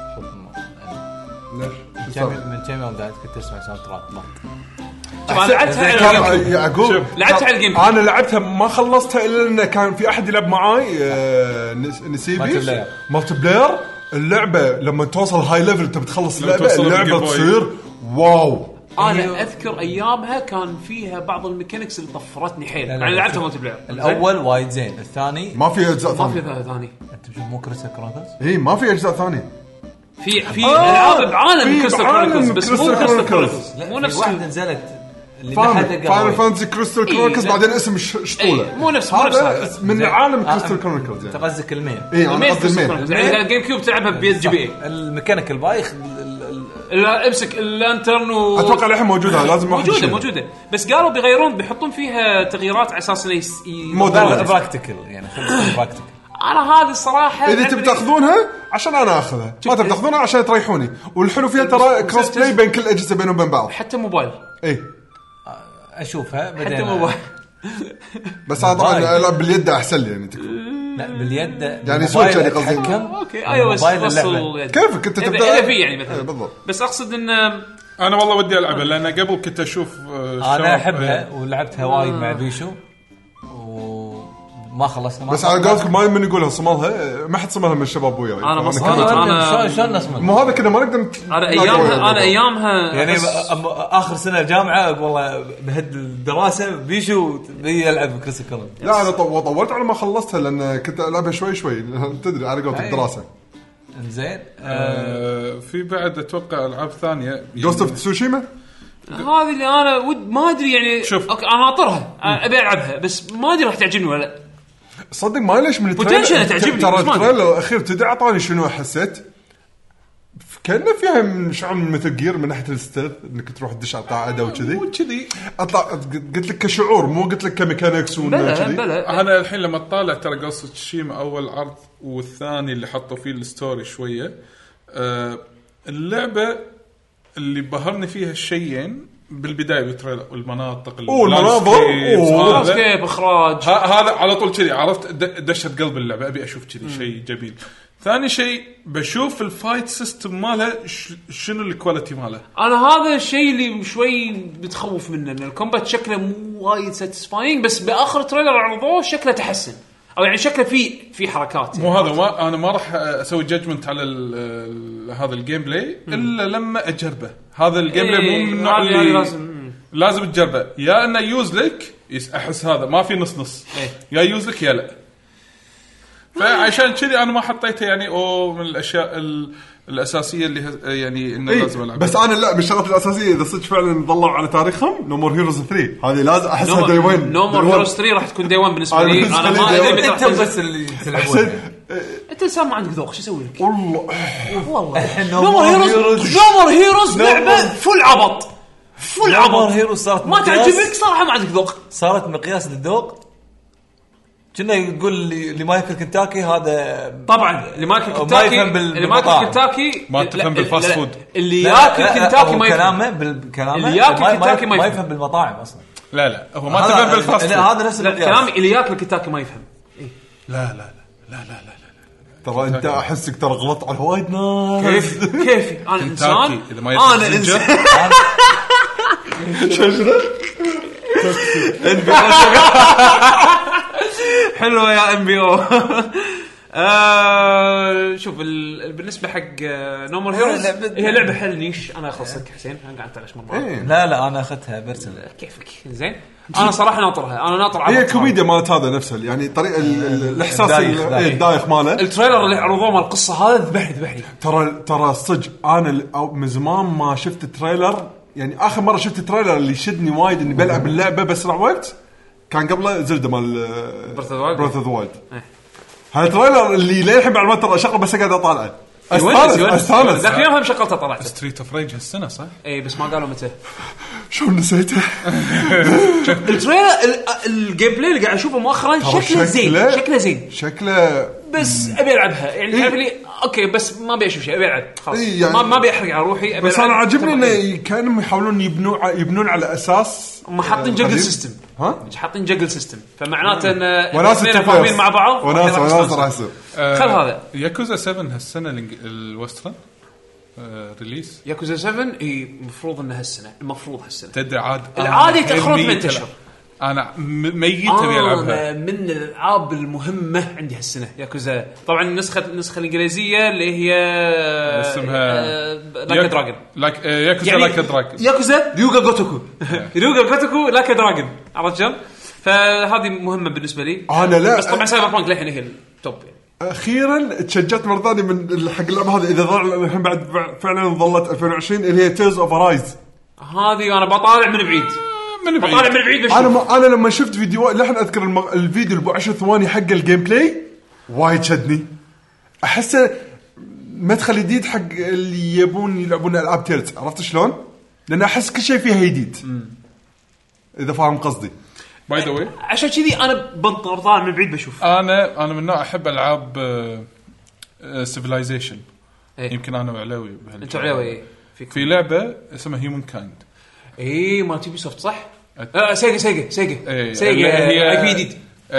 ليش من كم يوم قاعد كنت اسمع ساوند تراك طبعا لعبتها على الجيم. انا لعبتها ما خلصتها الا ان كان في احد يلعب معاي نسيبي مالتي بلاير. اللعبه لما توصل هاي ليفل انت بتخلص اللعبه تصير واو. انا اذكر ايامها كان فيها بعض الميكانكس اللي طفرتني حيل. انا لعبتها مالتي بلاير. الاول وايد زين، الثاني ما في اجزاء ثانيه. انت بتشوف مو كريستال كرونيكلز؟ اي ما في اجزاء ثانيه. في العاب بعالم كريستال كرونيكلز بس مو كريستال كرونيكلز. مو نفس واحده نزلت اللي فاينل فانتسي كريستال كرونيكلز بعدين اسم شطوله. مو نفس من عالم كريستال كرونيكلز. يعني تقصدك المين. انا قصدي المين يعني الجيم كيوب تلعبها بيد جي بي. الميكانيك البايخ لا امسك اللانترن اتوقع الحين موجوده. لازم موجوده بس قالوا بيغيرون بيحطون فيها تغييرات على اساس موديل براكتيكال يعني براكتيكال. انا هذه الصراحه اذا تبي تاخذونها عشان انا اخذها، ما تبي تاخذونها عشان تريحوني. والحلو فيها ترى كروس بلاي بين كل اجهزه بينهم وبين بعض، حتى موبايل. اشوفها بعدين حتى موبايل. بس انا طبعا العب باليد احسن لي يعني تكون. لا باليد يعني سويتش اللي قصدي. اوكي ايوه وصل كيفك انت تبدا في يعني مثلا بالضبط. بس اقصد ان انا والله ودي العبها لان قبل كنت اشوف انا احبها ولعبتها وايد مع بيشو وما خلصنا. بس على قولتكم ما من يقولها صمالها ما حد صمالها من الشباب وياي. انا مصمت. انا شلون نصمت؟ مو هذا كذا ما نقدر. انا ايامها يعني اخر سنه الجامعه والله بهد الدراسه بيشو بيلعب كريستال كرونيكلز. لا انا طولت على ما خلصتها لان كنت العبها شوي تدري على قولة الدراسه. انزين في بعد اتوقع العاب ثانيه يعني جوست اوف تسوشيما هذه اللي انا ما ادري يعني. شوف. أوكي انا ناطرها ابي العبها بس ما ادري راح تعجبني ولا لا. صدق ما ليش من Potential تعجبني، ترى بس ما أدري. التريلر الاخير تدري اعطاني شنو حسيت كأنه فيها من شعور من مثل جير من ناحيه الستيلث انك تروح تدش على قاعده وكذي وكذي. اطلع قلت لك كشعور مو قلت لك كميكانكس وكذي. بلا انا الحين لما اطالع ترى قصة تشيما اول عرض والثاني اللي حطوا فيه الستوري شويه اللعبه اللي بهرني فيها الشيئين بالبدايه بالتريلر والمناطق المناظر كيف اخراج هذا على طول كذي عرفت دشت قلب اللعبه ابي اشوف كذي شيء جميل. ثاني شيء بشوف الفايت سيستم ماله شنو الكواليتي ماله. انا هذا الشيء اللي شوي بتخوف منه ان الكومبات شكله مو وايد ساتيسفاينج بس باخر تريلر عرضوه شكله تحسن او يعني شكله في حركات مو هذا ما انا ما راح اسوي جادجمنت على هذا الجيم بلاي الا لما اجربه. هذا الجيم بلاي مو من النوع اللي لازم تجربه يا انه يوز لك احس هذا ما في نص يا يوز لك يا لا. فعشان كذي انا ما حطيته يعني من الاشياء الاساسيه اللي يعني انه لازم العب. بس انا لا بالشغلات الاساسيه اذا صدق فعلا ضلوا على تاريخهم نو مور هيروز 3 هذه لازم احسها داي 1. نو مور هيروز 3 راح تكون داي 1 بالنسبه لي. انا ما ادري انت بس اللي تلعبون انت انسان ما عندك ذوق شو اسوي لك والله نو مور هيروز لعبه فل عبط هيروز صارت ما تعجبك صراحه ما عندك ذوق. صارت مقياس للذوق كنا يقول اللي ما ياكل كنتاكي هذا طبعا اللي ما ياكل كنتاكي ما تفهم بالفاست فود. اللي ياكل كنتاكي ما يفهم بالكلام اللي ياكل كنتاكي ما يفهم بالمطاعم اصلا. لا هو ما تفهم بالفاست فود. هذا نفس الكلام اللي ياكل كنتاكي ما يفهم. لا ترى انت احسك ترى غلط على وايد ناس. كيفي انا انسان انا انسان شنو حلوه يا ام بي او. شوف بالنسبه حق نومر هيروز هي لعبه حل نيش. انا اخلصك حسين انا قاعد اتعلش مره. لا انا اخذتها برسل كيفك زين. انا صراحه ناطرها انا ناطر هي كوميديا مالت هذا نفسه يعني طريقه الاحساس الدايخ ماله. التريلر اللي عرضوه مال القصه هذا ذبحني ترى صدق انا من زمان ما شفت تريلر يعني اخر مره شفت تريلر اللي شدني وايد اني بلعب اللعبه باسرع وقت كان قبله زلدة مال بروث اوف ذا وايلد. هذا التريلر اللي للحين بعد ما ترى شغله بس قاعد اطالعه استانس ذاك اليوم هم شغلته طلعت ستريت اوف ريج هالسنه صح؟ اي بس ما قالوا متى. شو نسيته. التريلر الجيم بلاي اللي قاعد اشوفه مؤخرا شكله زين بس ابي العبها يعني تعرف لي اوكي بس ما ابي اشوف شيء ابي العب خلاص يعني ما ابي احرق على روحي. بس انا عاجبني انه كانوا يحاولون يبنون على اساس هم حاطين جقل سيستم. حاطين جقل سيستم فمعناته ان اثنين فاهمين مع بعض وناس راح يصير. خل هذا ياكوزا 7 هالسنه الوسترن ريليس ياكوزا 7 هي المفروض انها هالسنه تدري عاد العادي يتاخرون 8 اشهر. انا ميت ابي العبها من الالعاب المهمه عندي هالسنه ياكوزا. طبعا النسخه الانجليزيه اللي هي اسمها لاك دراجون ياكوزا يعني لاك دراجون ياكوزا ريوغا غوتوكو لاك دراجون عرفت شلون. فهذه مهمه بالنسبه لي انا لا بس طبعا سايبر بانك للحين هي التوب يعني. اخيرا تشجعت مره ثانيه من حق اللعبه هذه اذا ظل الحين بعد فعلا ظلت 2020 اللي هي تيلز اوف رايز. هذه انا بطالع من بعيد انا لما شفت فيديوهات لحن اذكر الفيديو اللي ب 10 ثواني حق الجيم بلاي وايد شدني. احس مدخل جديد حق اللي يبون يلعبون العاب تيلز عرفت شلون لان احس كل شيء فيها جديد اذا فاهم قصدي. باي ذا واي عشان كذي انا بنطر طالع من بعيد بشوف. انا من نوع احب العاب سيفلايزيشن. يمكن انا وعلاوي انت علاوي في لعبه اسمها هيومن كايند ما تيبي سوفت صح؟ سيجا هي اي بي جديد.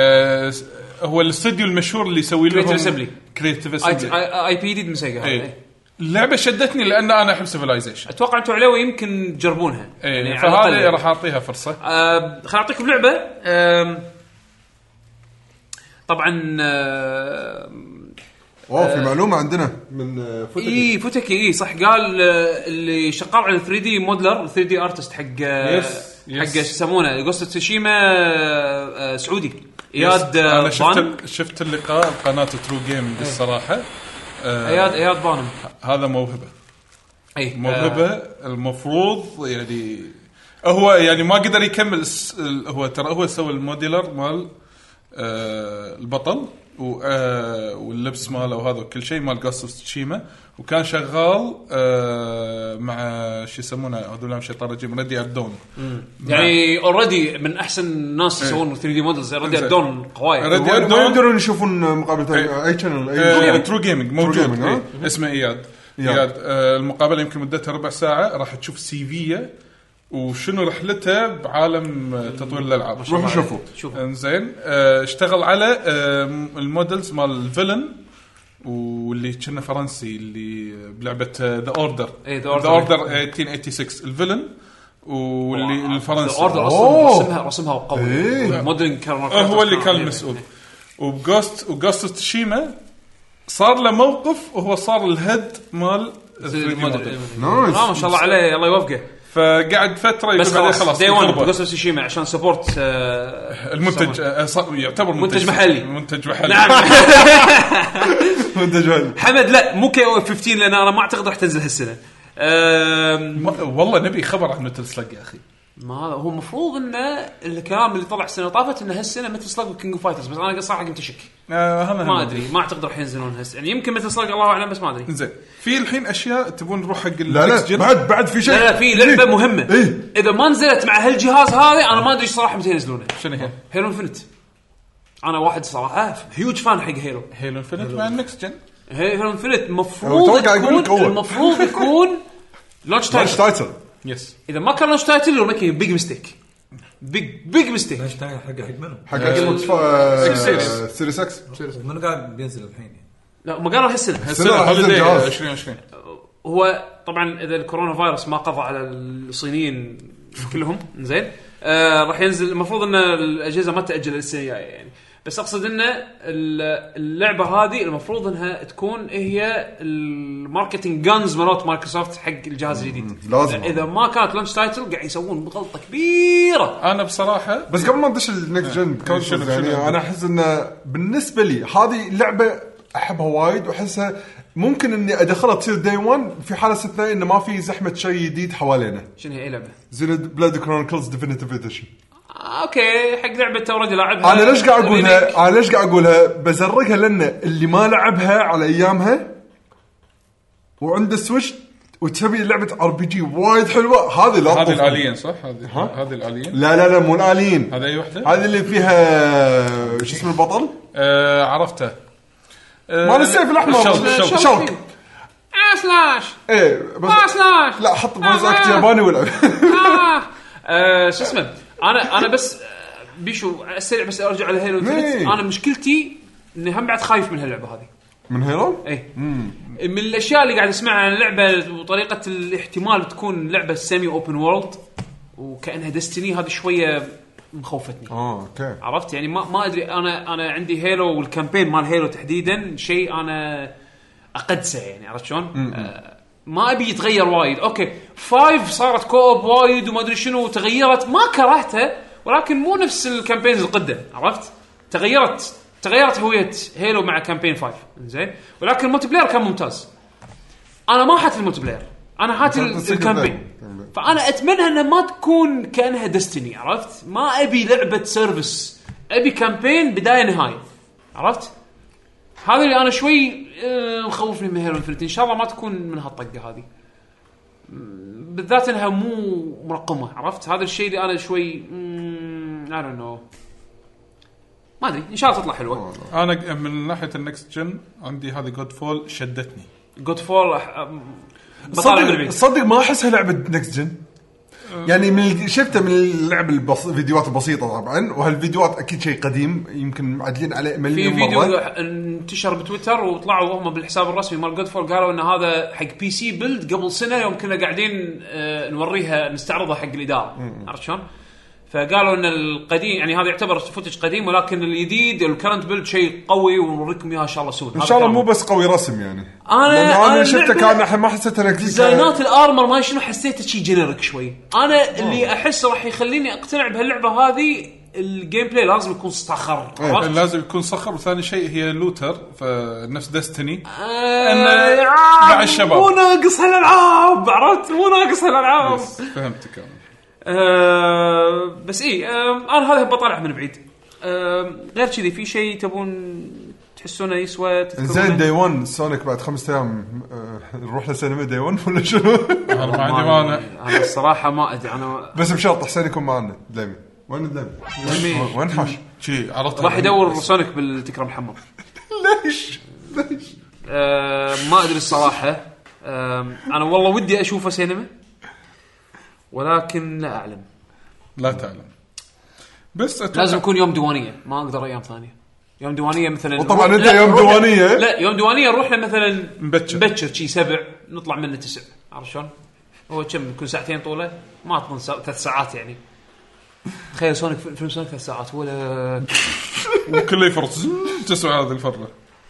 هو الاستوديو المشهور اللي يسوي لهم كريتيف اسمبلي اي بي جديد من سيجا. اللعبه شدتني لان انا احب سيفلايزيشن. اتوقع انتوا علاوي يمكن تجربونها يعني فهذه راح اعطيها فرصه. خليني اعطيكم لعبه طبعا في معلومه عندنا من فوتكي صح قال اللي شغال على 3D مودلر 3D ارتست حق شو يسمونه جوست تسوشيما سعودي اياد. انا شفت اللقاء بقناه ترو جيم بالصراحه اياد بانم هذا موهبه اي موهبه المفروض يعني هو يعني ما قدر يكمل هو ترى هو سوى الموديلر مال البطل واللبس ماله وهذا وكل شيء مال جوست اوف تشيما وكان شغال مع شو يسمونه هذول شيطان رجيم ردي ابدون يعني اوريدي من احسن الناس يسوون 3 دي مودلز ردي ابدون قوايا ما يقدرون يشوفون مقابله اي شانل ترو جيمنج موجود اسمه اياد المقابله يمكن مدتها ربع ساعه راح تشوف سيفيه وشنو رحلته بعالم تطوير الالعاب روحوا شوفوا انزين اشتغل على المودلز مال الفيلن واللي كنا فرنسي اللي بلعبه ذا اوردر ذا اوردر 1886 الفيلن واللي الفرنسي اوردر اصلا رسمها قوي موديلنج كان هو اللي كان المسؤول وجوست تشيما صار له موقف وهو صار الهيد مال ما شاء الله عليه الله يوفقه فقعد فتره يقول بعدين خلاص دي 1 جوست اوف تشيما عشان سبورت المنتج يعتبر منتج محلي نعم منتج محلي حمد لا مو كي او 15 لان انا ما اعتقد راح تنزل هالسنه والله نبي خبر عن متل سلاج يا اخي ما هذا هو المفروض انه الكلام اللي طلع السنه طافت انه هالسنه متل سلاج وكينج اوف فايترز بس انا صراحه قمت اشك ما ادري ما اعتقد راح ينزلون هالسنه يعني يمكن متل سلاج الله اعلم بس ما ادري زين في الحين اشياء تبون نروح حق لا بعد في شيء لا في لعبه مهمه اذا ما نزلت مع هالجهاز هذا انا ما ادري صراحه متى ينزلونها شنو هي هيلو انفنت انا واحد صراحه هيوج فان حق هيلو انفنت مع النكست جن هيلو انفنت المفروض يكون لونش تايتل يس اذا ما كان لونش تايتل لو ميكينج بيج ميستيك بيج ميستيك لونش تايتل حق منو حق سيريس اكس منو قاعد بينزل الحين لا ما قالوا هالسنه 2020 هو طبعا اذا الكورونا فيروس ما قضى على الصينيين كلهم زين راح ينزل المفروض ان الاجهزه ما تاجل السنه الجايه يعني بس اقصد ان اللعبه هذه المفروض انها تكون هي الماركتينج جانز مالت مايكروسوفت حق الجهاز الجديد اذا ما كانت لانش تايتل قاعد يسوون غلطه كبيره انا بصراحه بس قبل ما ندش النكست جن يعني انا احس انه بالنسبه لي هذه لعبه احبها وايد واحسها ممكن اني ادخلها تصير داي 1 في حاله استثنائيه انه ما في زحمه شيء جديد حوالينا. شنو هي لعبه زين بلاد كرونيكلز ديفينيتيف اديشن اوكي حق لعبه اوريدي لاعبها انا ليش قاعد اقولها بزرقها لان اللي ما لعبها على ايامها وعنده سويتش وتبي لعبه ار بي جي وايد حلوه هذه الالين صح هذه الالين لا مو الالين هذه اي وحده هذه اللي فيها شو اسم البطل عرفته مال السيف الاحمر شوك سلاش ايه بس سلاش لا حط فويس اكت ياباني ولا شو اسمه انا بس بيشو السريع بس ارجع على هيلو انا مشكلتي اني هم بعد خايف من هاللعبه هذه من هيلو اي من الاشياء اللي قاعد اسمعها عن اللعبه وطريقه الاحتمال تكون لعبه سيمي اوبن وورلد وكانها ديستني هذه شويه مخوفتني اوكي عرفت يعني ما ادري انا عندي هيلو والكامبين مال هيلو تحديدا شيء انا اقدسه يعني عرفت شلون ما ابي يتغير وايد اوكي 5 صارت كوب وايد وما ادري شنو تغيرت ما كرهتها ولكن مو نفس الكامبينز القدم عرفت تغيرت هويه هيلو مع كامبين 5 زين ولكن الملتي بلاير كان ممتاز انا ما حات الملتي بلاير انا حات الكامبين فانا اتمنى انها ما تكون كانها ديستني عرفت ما ابي لعبه سيرفيس ابي كامبين بدايه نهايه عرفت هذا اللي انا شوي مخوفني من هيلو انفنتي ان شاء الله ما تكون من هالطقه هذه بالذات انها مو مرقمه عرفت هذا الشيء اللي انا شوي I don't know ما ادري ان شاء الله تطلع حلوه انا من ناحيه النكست جن عندي هذه جود فول شدتني جود فول صدق ما احسها لعبه نكست جن يعني من شفته من اللعب فيديوهات بسيطه طبعا وهالفيديوهات اكيد شيء قديم يمكن معدلين عليه مليون مره. في فيديو انتشر بتويتر وطلعوا هم بالحساب الرسمي مال جود فول قالوا ان هذا حق بي سي بيلد قبل سنه يوم كنا قاعدين نوريها نستعرضها حق الاداره عرفت شلون فقالوا ان القديم يعني هذا يعتبر فوتج قديم ولكن الجديد الكرنت بيلد شيء قوي ونوريكم اياها ان شاء الله سون ان شاء الله مو بس قوي رسم يعني انا شفته كان ما حسيت انا ديزاينات الارمر ما شنو حسيته شيء جينيريك شوي انا اللي احس راح يخليني اقتنع بهاللعبه هذه الجيم بلاي لازم يكون صخر. لازم يكون صخر. وثاني شيء هي لوتر فنفس ديستني مع الشباب مو ناقص هالالعاب عرفت مو ناقص هالالعاب فهمتك بس انا هذا بطلع من بعيد. غير كذي في شيء تبون تحسونه يسوى زين داي 1 سونيك بعد 5 ايام نروح للسينما داي 1 ولا شنو؟ انا ما عندي مانع. انا الصراحه ما ادري انا بس بشرط حسين يكون معنا دايما. وين دايما وين حاش شي عرفت راح يدور سونيك بالتكرم محمد. ليش ما ادري الصراحه. انا والله ودي اشوفه سينما ولكن لا اعلم. لا تعلم بس لازم يكون يوم ديوانيه ما اقدر ايام ثانيه. يوم ديوانيه مثلا وطبعا انت يوم ديوانيه لا يوم ديوانيه نروح له مثلا مبكر شي 7 نطلع منه 9 عرفت شلون هو كم يكون ساعتين طوله ما تكون 3 ساعات يعني. تخيل سونيك فيلم سونيك 3 ساعات ولا وكله يفرط تسوى هذه الفرة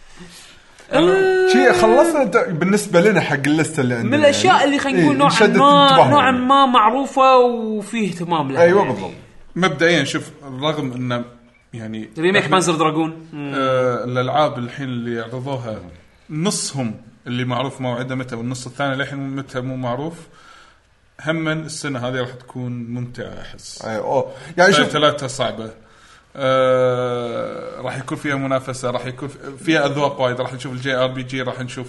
شيء خلصنا بالنسبه لنا حق الليسته اللي عندنا من الاشياء يعني اللي خلينا نقول نوعا ما معروفه وفيه اهتمام لها. ايوه يعني. بالضبط. مبدئيا شوف رغم انه يعني ريميك بانزر دراجون الالعاب الحين اللي عرضوها نصهم اللي معروف موعده متى والنص الثاني للحين متى مو معروف. هم السنه هذه راح تكون ممتعه احس. ايوه يعني شوف 3 صعبه. راح يكون فيها منافسه راح يكون فيها اذواق وايد. راح نشوف الجي ار بي جي راح نشوف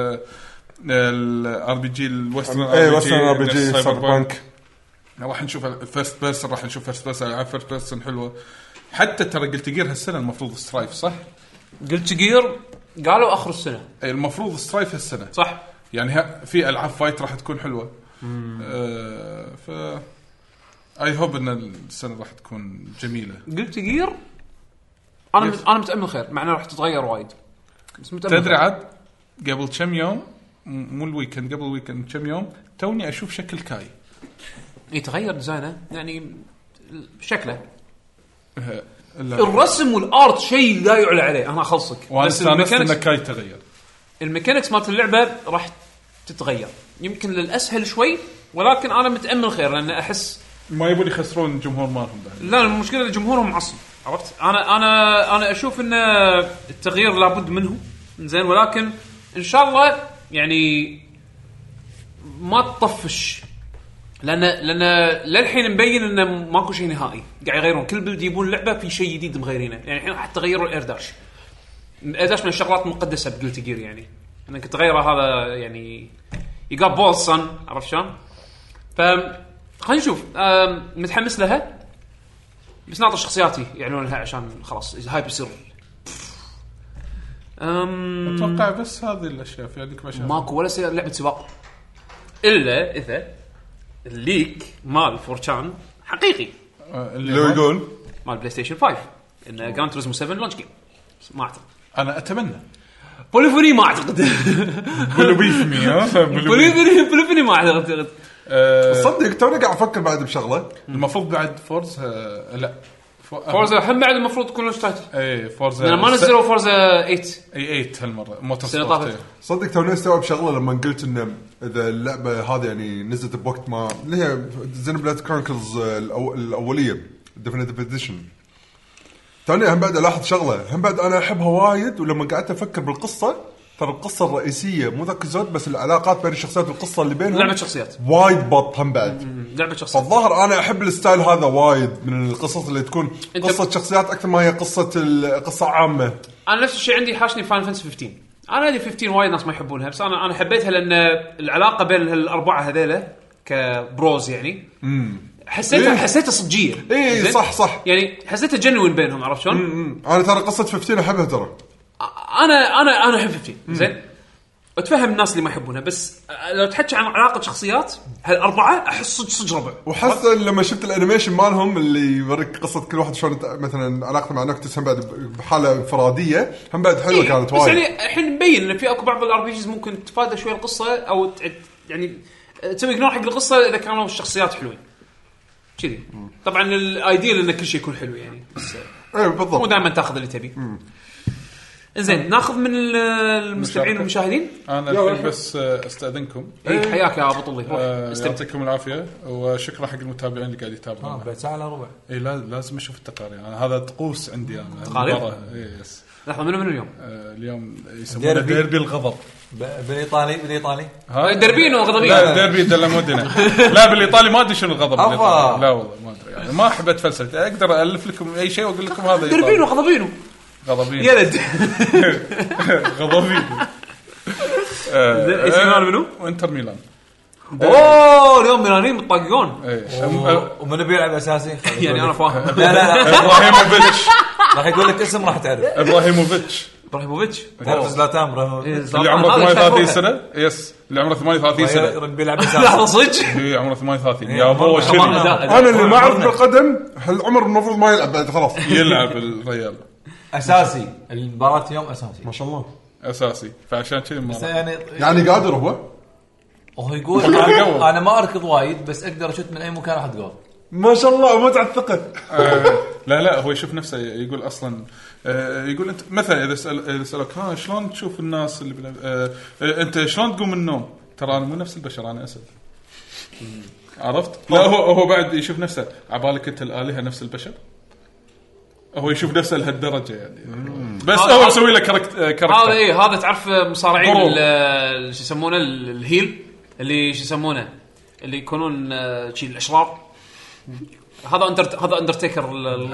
الار بي جي الويسترن ار بي جي سايبر بانك راح نشوف الفيرست بيرسون راح نشوف فيرست بيرسون العاب فيرست بيرسون حلوه. حتى ترى قلت جير هالسنه المفروض سترايف صح. قلت جير قالوا اخر السنه المفروض سترايف هالسنه صح يعني في العاب فايت راح تكون حلوه. ف اي هوب ان السنه راح تكون جميله. قلت جير انا متامل خير مع انه راح تتغير وايد بس متامل. تدري عاد قبل كم يوم مو الويكند قبل الويكند كم يوم توني اشوف شكل كاي يتغير ديزاينه يعني شكله الرسم والارت شيء لا يعلى عليه. انا اخلصك بس الميكانيكس كاي تغير. الميكانيكس مالت اللعبه راح تتغير يمكن للاسهل شوي ولكن انا متامل خير لان احس ما يبون يخسرون الجمهور مالهم بعد. لا المشكله الجمهورهم معصب عرفت. انا اشوف ان التغيير لابد منه زين ولكن ان شاء الله يعني ما تطفش لان للحين مبين انه ماكو شيء نهائي قاعد يغيرون كل بلد يجيبون لعبه في شيء جديد مغيرينه. يعني الحين حتى غيروا الايرداش من الشغلات المقدسه بقلت جير يعني انك تغيره هذا يعني يقاب بول صن عرفت شلون. ف خلينا نشوف متحمس لها بس ناطر شخصياتي يعلنون لها عشان خلاص هاي بيصير اتوقع بس هذه الاشياء في عندك مشاكل ماكو ولا لعبه سباق الا اذا الليك مال فورتشان حقيقي اللي يقول مال بلاي ستيشن 5 ان جراند توريزمو 7 لونش جيم. ما اعتقد انا اتمنى بوليفوني ما اعتقد بوليفوني ما اعتقد. صدق توني قاعد افكر بعد بشغله المفروض بعد فورز لا فورزا هم بعد المفروض تكون لونش تايتل. اي فورزا انا ما نزلوا فورزا 8 اي 8 هالمره موتور سبورت. صدق توني استوعب شغله لما قلت ان اذا اللعبه هذه يعني نزلت بوقت ما اللي هي زينوبليد كرونيكلز الاوليه ديفينيتيف اديشن. توني هم بعد الاحظ شغله هم بعد انا احبها وايد ولما قعدت افكر بالقصه ترى القصه الرئيسيه مو ذاك الزود بس العلاقات بين الشخصيات والقصه اللي بينهم لعبه شخصيات وايد بط هم بعد لعبه شخصيات. فالظاهر انا احب الستايل هذا وايد من القصص اللي تكون قصه شخصيات اكثر ما هي قصه عامه. انا نفس الشيء عندي حاشني فاينل فانتسي 15. انا ادري 15 وايد ناس ما يحبونها بس انا حبيتها لان العلاقه بين الاربعه هذيله كبروز يعني حسيتها صجيه. اي صح يعني حسيتها جنوين بينهم عرفت شلون. انا ترى قصه 15 احبها ترى. انا احب 15 زين اتفهم الناس اللي ما يحبونها بس لو تحكي عن علاقه شخصيات هالاربعه احس صج ربع. وحس لما شفت الانيميشن مالهم اللي يوريك قصه كل واحد شلون مثلا علاقته مع نكتس هم بعد بحاله انفراديه هم بعد حلوه كانت وايد. بس يعني الحين مبين ان في اكو بعض الار بي جيز ممكن تفادى شويه القصه او يعني تسوي اجنور حق القصه اذا كانوا الشخصيات حلوين كذي. طبعا الايديال ان كل شيء يكون حلو يعني بس اي بالضبط مو دائما تاخذ اللي تبي. انزين ناخذ من المستمعين والمشاهدين. انا الحين بس استاذنكم. حياك يا ابو طلي، روح يعطيكم العافيه وشكرا حق المتابعين اللي قاعد يتابعون. بعد ساعه الا ربع. اي لازم اشوف التقارير، انا هذا طقوس عندي انا. تقارير؟ يس. لحظه منو اليوم؟ اليوم يسمونه ديربي الغضب. بالايطالي دربينو غضبين. لا ديربي دلا مودينا. لا بالايطالي ما ادري شنو الغضب بالإيطالي. لا والله ما ادري يعني ما احب اتفلسف، اقدر الف لكم اي شيء واقول لكم هذا دربينو غضبينو غضبين يلد غضبين. ايش مال منو؟ وانتر ميلان. اوه اليوم ميلانيين متطاقون. ومن بيلعب اساسي يعني انا فاهم. لا ابراهيموفيتش راح يقول لك اسم راح تعرف. ابراهيموفيتش تعرف زلاتان ابراهيموفيتش اللي عمره 38 سنه. يس اللي عمره 38 سنه بيلعب اساسي. لحظه صدق اللي عمره 38 يا ابو شنو. انا اللي ما اعرف بالقدم هالعمر المفروض ما يلعب بعد خلاص. يلعب الريال اساسي المباراه يوم اساسي ما شاء الله اساسي، فعشان كذا يعني قادر هو يقول انا ما اركض وايد بس اقدر اشوت من اي مكان راح تقول. ما شاء الله ومتع الثقه. لا هو يشوف نفسه يقول اصلا يقول انت مثلا اذا سالك شلون تشوف الناس اللي انت شلون تقوم من النوم، ترى انا مو نفس البشر، انا اسد. عرفت؟ لا هو بعد يشوف نفسه عبالك انت الالهه نفس البشر. هو يشوف نفسه لهالدرجه يعني. بس هو مسوي له كاركتر. هذا تعرف مصارعين شو يسمونه الهيل اللي شو يسمونه اللي يكونون شيء الاشرار. هذا اندرتيكر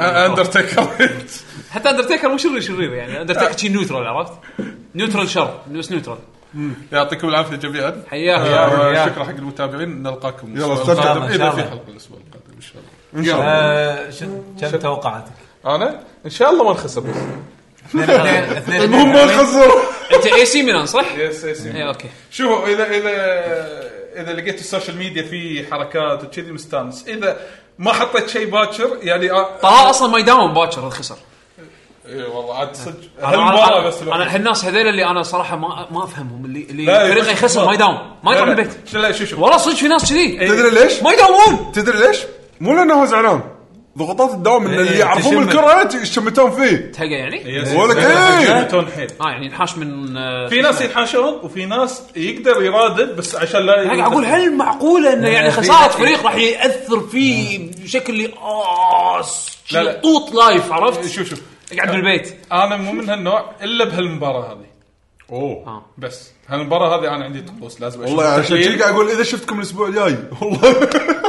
حتى اندرتيكر مو شرير يعني. اندرتيكر شيء نيوترال، عرفت؟ نيوترال شر بس نيوترال. يعطيكم العافيه جميعا. حياك. شكرا حق المتابعين. نلقاكم يلا اذا في حلقه الاسبوع القادم ان شاء الله. كم توقعاتك؟ انا ان شاء الله ما نخسر بس المهم ما نخسر. انت اي سي ميلان صح؟ يس اوكي. شوفوا اذا لقيت السوشيال ميديا في حركات وكذي مستانس. اذا ما حطيت شيء باكر يعني طلع اصلا ما يداوم باكر الخسر. اي والله عاد صدق انا هالناس هذول اللي انا صراحه ما افهمهم اللي فريق يخسر ما يداوم ما يطلع من البيت. لا شوف والله صدق في ناس كذي. تدري ليش ما يداومون؟ تدري ليش؟ مو لانه هو زعلان، ضغوطات الدوام من اللي يعرفون الكره يشمتون فيه تهقى يعني. ولك يشمتون حيل. يعني نحاش من في ناس ينحاشون وفي ناس يقدر يرادد بس عشان لا قاعد اقول هل معقوله انه يعني خساره فريق راح ياثر فيه بشكل طوط لايف؟ عرفت؟ شوف قاعد بالبيت. انا مو من هالنوع الا بهالمباراه هذه. بس هالمباراه هذه انا عندي طقوس لازم اشوف. والله عشان كذا قاعد اقول اذا شفتكم الاسبوع الجاي والله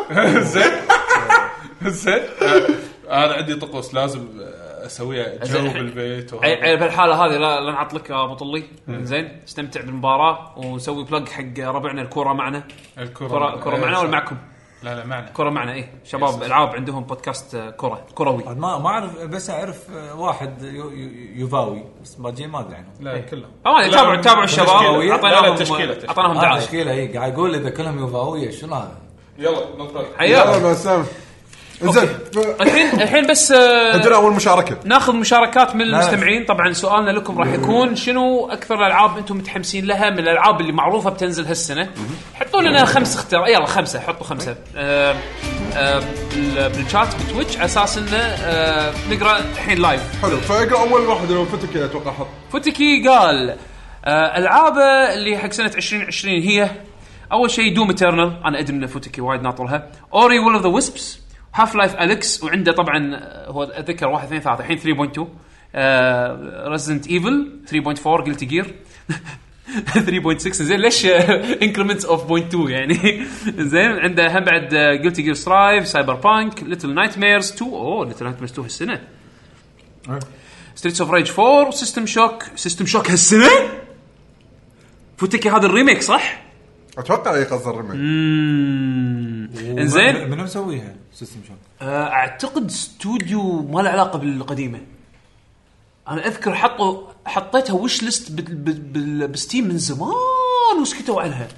زين انا عندي طقوس لازم اسويها جو بالبيت بالحاله هذه لا نعطلك يا ابو طلي. زين استمتع بالمباراه ونسوي بلج حق ربعنا الكوره معنا. الكوره معنا ولا معكم؟ لا معنا. كوره معنا. ايه شباب العاب عندهم بودكاست كروي. ما اعرف بس اعرف واحد يفاوي بس ما ادري عنه. لا كلهم تابعوا الشباب. اعطيناهم دعايه. تشكيله هي قاعد اقول اذا كلهم يفاويه شنو هذا. يلا نطلع. يلا مع السلامه. زين الحين بس عندنا اول مشاركه. ناخذ مشاركات من المستمعين. طبعا سؤالنا لكم راح يكون شنو اكثر الالعاب انتم متحمسين لها من الالعاب اللي معروفه بتنزل هالسنه. حطوا لنا 5 اختيارات. يلا 5 حطوا 5 بالشات بتويتش على اساس انه نقرا الحين لايف. حلو فاقرا اول واحد لو فتكي اتوقع حط فتكي قال العاب اللي حق سنه 2020 هي اول شيء دوم إترنال. انا ادري ان فتكي وايد ناطرها. اوري وول اوف ذا ويسبس، هاف لايف أليكس، وعنده طبعا هو أذكر 1 2 3 الحين 3.2 ريزيدنت ايفل 3.4 قلت جير 3.6 زين ليش انكريمنتس اوف 0.2 يعني زين. عنده هم بعد قلت جير سترايف، سايبر بانك، ليتل نايتميرز 2 ليتل نايتميرز 2 هالسنه، ستريتس اوف ريج 4 وسيستم شوك هالسنه. فوتكي هذا الريميك صح؟ اتوقع يقصد الريميك. انزين من مسويها سيستم شوك؟ اعتقد استوديو ما له علاقه بالقديمه. انا اذكر حطيتها وش ليست بستيم من زمان وسكتوا عنها.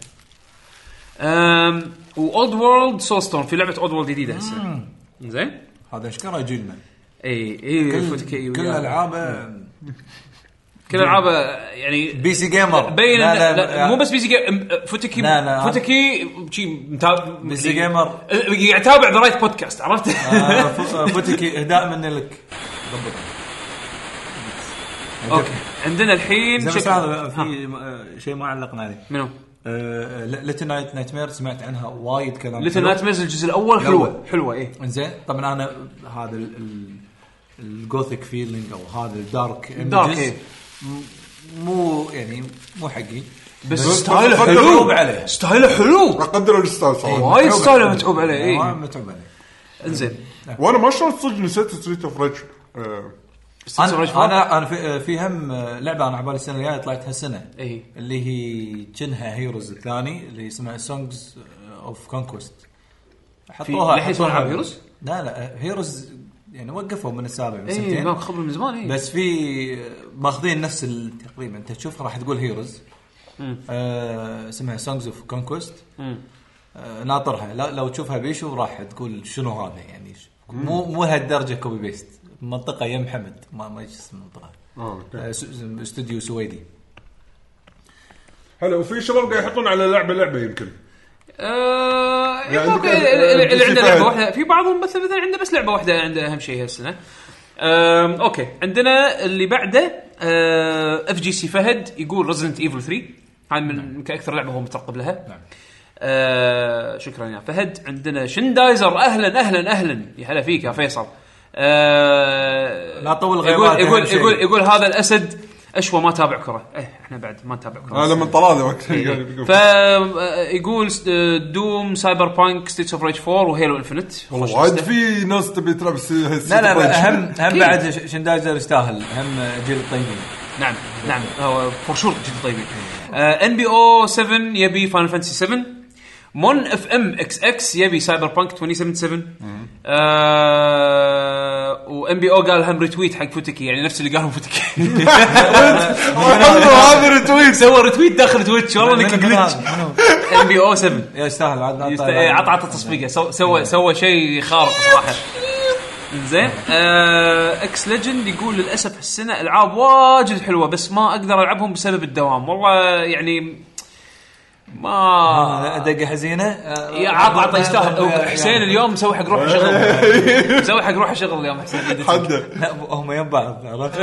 واولد وورلد سولستون، في لعبه اولد وورلد جديده هسه. زين هذا اشكره جيلنا. اي فوتكي كل العابه كل العابه يعني بي سي جيمر. بين لا مو بس بي سي فوتكي فوتكي شيء متابع بي سي جيمر قاعد يتابع ذا رايت بودكاست. عرفت؟ فوتكي اهداء مني لك. اوكي عندنا الحين بس هذا في شيء ما علقنا عليه. منو؟ ليتل نايت مير سمعت عنها وايد كلام. ليتل نايت مير الجزء الاول حلوه ايه. انزين طبعا انا هذا الجوثيك فيلينج او هذا الدارك إيه. مو يعني مو حقي، بس ستايله حلو عليه. ستايله حلو اقدر الستايل صراحه وايد ستايله متعوب عليه ايه متعوب عليه. انزين وانا ما شلون صدق نسيت ستريت اوف ريج. انا في هم لعبه انا عبالي السنه الجايه طلعت هالسنه اي اللي هي جنها هيروز الثاني اللي اسمها سونجز اوف كونكوست. حطوها هيروز. لا هيروز يعني وقفوا من السابع من سنتين. اي ما خبر من زمان ايه. بس في ماخذين نفس تقريبا انت تشوف راح تقول هيروز اسمها سونجز اوف كونكوست. ناطرها لا لو تشوفها بيشو راح تقول شنو هذا يعني مو هالدرجه كوبي بيست. منطقه يم حمد ما اسم المنطقه استوديو سويدي. حلو. وفي شباب قاعد يحطون على لعبه يمكن اللي عنده لعبه واحده. في بعضهم مثلا عنده بس لعبه واحده عنده اهم شيء هالسنه. اوكي عندنا اللي بعده اف جي سي فهد يقول ريزيدنت ايفل 3 هاي من اكثر لعبه هو مترقب لها. نعم. شكرا يا فهد. عندنا شندايزر اهلا يا هلا فيك يا فيصل. لا طول غيبات. يقول هذا الاسد اشوى ما تابع كره. احنا بعد ما نتابع كره هذا من طلاله وقت. فيقول دوم سايبر بانك ستيتس اوف ريج 4 وهيلو انفينيت. وايد في ناس تبي تلعب لا هم بعد شندايزر يستاهل هم جيل الطيبين. نعم هو فور شور جيل الطيبين. ان بي او 7 يبي فاينل فانتسي 7. مون اف ام اكس اكس يبي سايبر بانك 2077. وام بي او قال هم ريتويت حق فوتكي يعني نفس اللي قالهم فوتكي. هذا ريتويت سوى ريتويت داخل تويتش والله انك جلتش. ام بي او 7 يستاهل عطى تصفيقه سوى شيء خارق صراحه. زين اكس ليجند يقول للاسف السنه العاب واجد حلوه بس ما اقدر العبهم بسبب الدوام. والله يعني ما دقه حزينه يا عطى يستاهل. حسين اليوم مسوي حق روحه شغل مسوي حق روحه شغل اليوم حسين. لا هم يم بعض عرفت.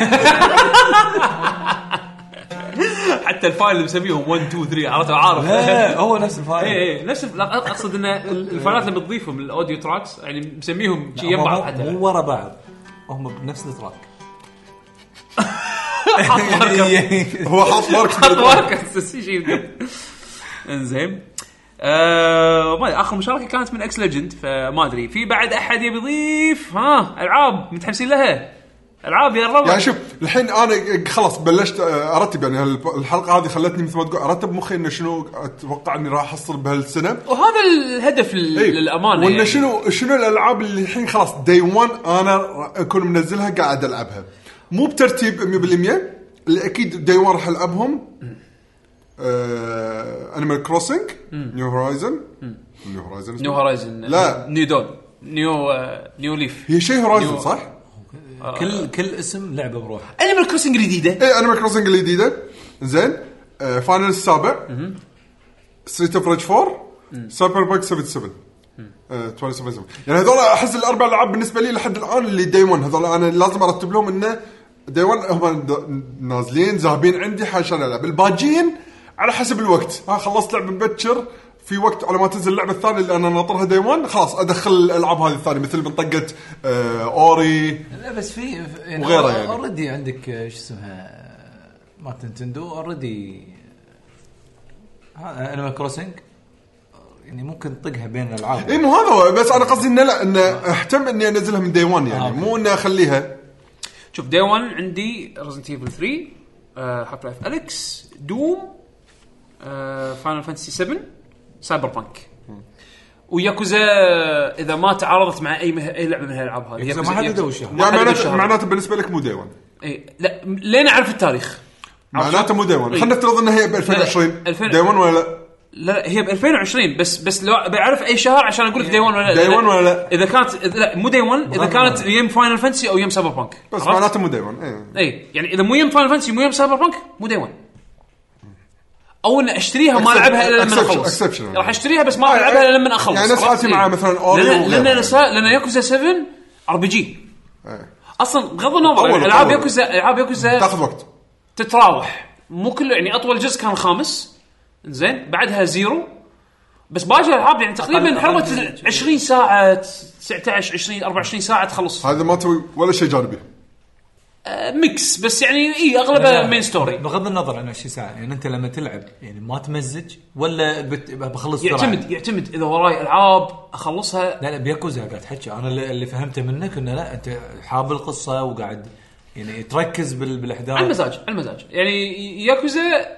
حتى الفايل اللي مسميهم 1 2 3 عارف هو نفس الفايل. اي نفس اقصد ان الفايلات اللي بتضيفهم الاوديو تراكس يعني مسميهم شيء يم بعض حتى مو ورا بعض هم بنفس التراك. هو حاط مارك اساسي شيء. انزين ما اخر مشاركه كانت من اكس ليجند فما ادري في بعد احد يبي يضيف العاب متحمسين لها العاب يا الربع. يعني شوف الحين انا خلاص بلشت ارتب يعني الحلقه هذه خلتني مثل ما تقول ارتب مخي انه شنو اتوقع اني راح احصل بهالسنه وهذا الهدف للامانه وانه يعني. شنو الالعاب اللي الحين خلاص داي 1 انا اكون منزلها قاعد العبها مو بترتيب 100% اللي اكيد داي 1 راح العبهم. انيمال كروسنج نيو هورايزن لا نيو ليف هي شيء هورايزن صح. كل اسم لعبه بروح. انيمال كروسنج الجديده انيمال كروسنج الجديده زين. فاينل السابع ستريت اوف ريج 4 سايبر بانك 77 يعني هذول احس الاربع العاب بالنسبه لي لحد الان اللي داي 1 هذول انا لازم ارتب لهم انه داي 1 هم نازلين ذاهبين عندي عشان العب. الباجين على حسب الوقت. خلصت لعبه مبكر في وقت على ما تنزل اللعبه الثانيه اللي انا ناطرها داي 1 خلاص ادخل الالعاب هذه الثانيه مثل منطقه اوري. لا بس في وغيره يعني اوريدي عندك ايش اسمها ما نينتندو اوريدي هذا انيمال كروسنج يعني ممكن تطقها بين الالعاب. اي مو هذا بس انا قصدي انه لا انه اهتم اني انزلها من داي 1 يعني مو اني اخليها. شوف داي 1 عندي ريزنت ايفل 3 هاف لايف اليكس دوم فاينل فانتسي 7 سايبر بانك وياكوزا اذا ما تعارضت مع اي لعبه من هالالعاب هذه ياكوزا ما حددوا وش يعني معناته بالنسبه لك مو داي 1. اي لا لين اعرف التاريخ معناته مو داي 1. خلينا نفترض انها هي ب 2020 داي 1 ولا لا هي ب 2020 بس لو بعرف اي شهر عشان اقول لك داي 1 ولا داي 1 ولا لا. اذا كانت لا مو داي 1 اذا كانت يم فاينل فانتسي او يم سايبر بانك بس معناته مو داي 1. اي يعني اذا مو يم فاينل فانتسي مو يم سايبر بانك مو داي 1 او ان اشتريها ما العبها الا لما اخلص. راح اشتريها بس ما العبها الا لما اخلص. يعني ساعتي مع مثلا اوري لان ياكوزا 7 ار بي جي اصلا بغض النظر العاب ياكوزا تاخذ وقت تتراوح مو كله يعني اطول جزء كان الخامس زين بعدها زيرو بس باقي الالعاب يعني تقريبا حرمه 20 ساعه 19 20 24 ساعه تخلص هذا ما تسوي ولا شيء جانبي ميكس بس يعني اي اغلبها مين ستوري بغض النظر عن 20 ساعه يعني انت لما تلعب يعني ما تمزج ولا بخلص يعتمد اذا وراي العاب اخلصها. لا بياكوزا قاعد تحكي انا اللي فهمته منك انه لا انت حاب القصه وقاعد يعني تركز بالاحداث على المزاج يعني ياكوزا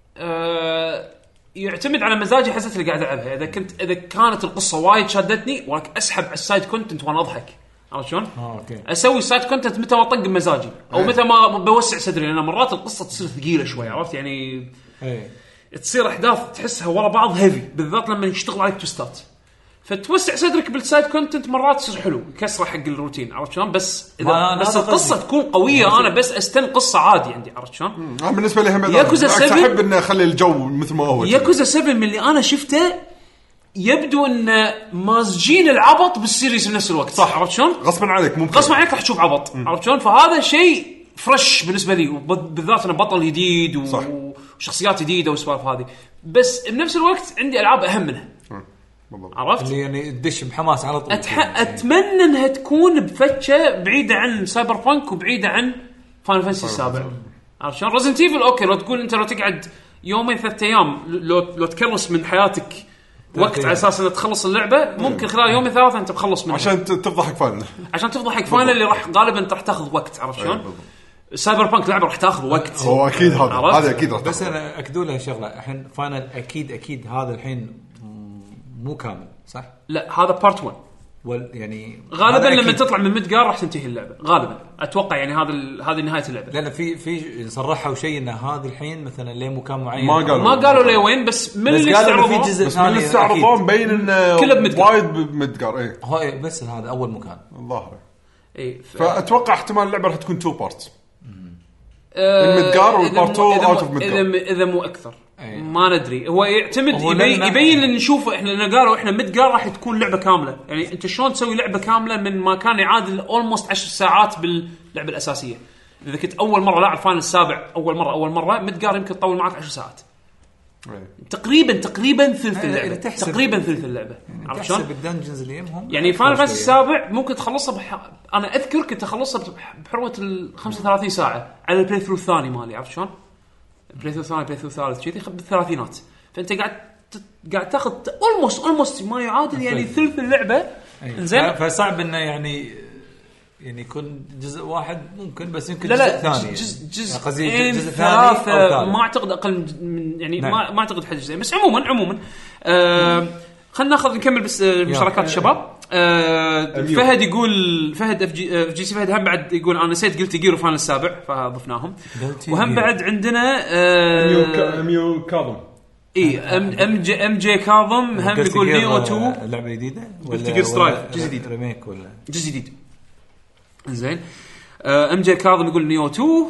يعتمد على مزاجي حسيت اللي قاعد العبها اذا كانت القصه وايد شادتني ولك اسحب على السايد كونتنت وانا اضحك عرفت شلون؟ اوكي اسوي سايد كونتنت متى ما طق بمزاجي او متى ما بوسع صدري لان مرات القصه تصير ثقيله شوي عرفت يعني تصير احداث تحسها ورا بعض هيفي بالذات لما يشتغل عليك توستات فتوسع صدرك بالسايد كونتنت مرات تصير حلو كسره حق الروتين عرفت شلون بس اذا بس القصه تكون قويه انا بس استن قصه عادي عندي عرفت شلون بالنسبه لي هم ياكوزا 7 احب اني اخلي الجو مثل ما هو ياكوزا 7 من اللي انا شفته يبدو ان مازجين العبط بالسيريس بنفس الوقت صح عرفت شلون غصبا عليك ممكن غصبا عليك راح تشوف عبط عرفت شلون فهذا شيء فريش بالنسبه لي بالذات انه بطل جديد وشخصيات جديده والسوالف هذه بس بنفس الوقت عندي العاب اهم منها عرفت اللي يعني تدش بحماس على طول اتمنى انها تكون بفتشه بعيده عن سايبر بانك وبعيده عن فاينل فانتسي السابع عرفت شلون ريزنت ايفل اوكي لو تقول انت لو تقعد يومين 3 ايام لو تكرس من حياتك وقت على اساس انك تخلص اللعبه ممكن خلال يومين 3 انت بخلص منها عشان تفضح حق فاينل اللي راح غالبا انت راح تاخذ وقت عرفت شلون سايبر بانك لعبه راح تاخذ وقت هو اكيد هذا اكيد راح بس انا اكدوا له شغله الحين فاينل اكيد هذا الحين مو كامل صح لا هذا بارت 1 يعني غالبا لما تطلع من مدقار راح تنتهي اللعبه غالبا اتوقع يعني هذه نهايه اللعبه لا في صرحوا شيء ان هذا الحين مثلا ليه مكان معين ما قالوا ليه وين بس من اللي استعرضوا في جزء ثاني اللي استعرضوه مبين انه وايد بمدقار هو بس هذا اول مكان الظاهر فاتوقع احتمال اللعبه راح تكون 2 بارتس المدقار والبارت 2 اوت اوف مدقار اذا مو اكثر ما ندري هو يعتمد يبين ان نشوفه احنا لنا قالوا احنا مدقار راح تكون لعبه كامله يعني انت شلون تسوي لعبه كامله من ما كان يعادل اولموست 10 ساعات باللعبه الاساسيه اذا كنت اول مره لاعب فاينل السابع اول مره مدقار يمكن تطول معك 10 ساعات تقريبا ثلث اللعبه تقريبا ثلث اللعبه عرفت شلون بالدنجنز اللي يمهم يعني فاينل فانتسي السابع ممكن تخلصها انا اذكر كنت اخلصها بحروه ال 35 ساعه على البلاي ثرو الثاني مالي عرفت شلون بلاي ثرو ثاني بلاي ثرو ثالث كذي بالثلاثينات فانت قاعد تاخذ اولموست ما يعادل يعني ثلث اللعبه زين فصعب انه يعني يكون جزء واحد ممكن بس يمكن لا ثاني جزء ثاني ما اعتقد اقل من يعني ما اعتقد حد جزئين بس عموما خلينا نكمل بس مشاركات الشباب فهد يقول فهد اف جي سي فهد هم بعد يقول انا نسيت قلت جيرو فاينل السابع فضفناهم وهم بعد عندنا ميو كاظم ام جي كاظم هم يقول نيو 2 لعبه جديده ولا سترايف جزء جديد ريميك ولا جزء جديد زين ام جي كاظم يقول نيو 2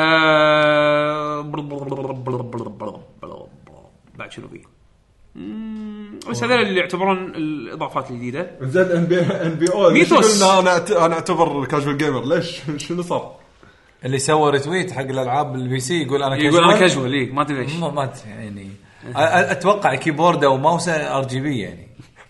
بعد شنو بيه بس هذول اللي يعتبرون الاضافات الجديده زين ان بي او قلنا انا اعتبر كاجوال جيمر ليش شنو صار اللي سوى ريتويت حق الالعاب البي سي يقول انا كاجوال ليه ما ادري ليش ما يعني اتوقع كيبورد او ماوس ار جي بي يعني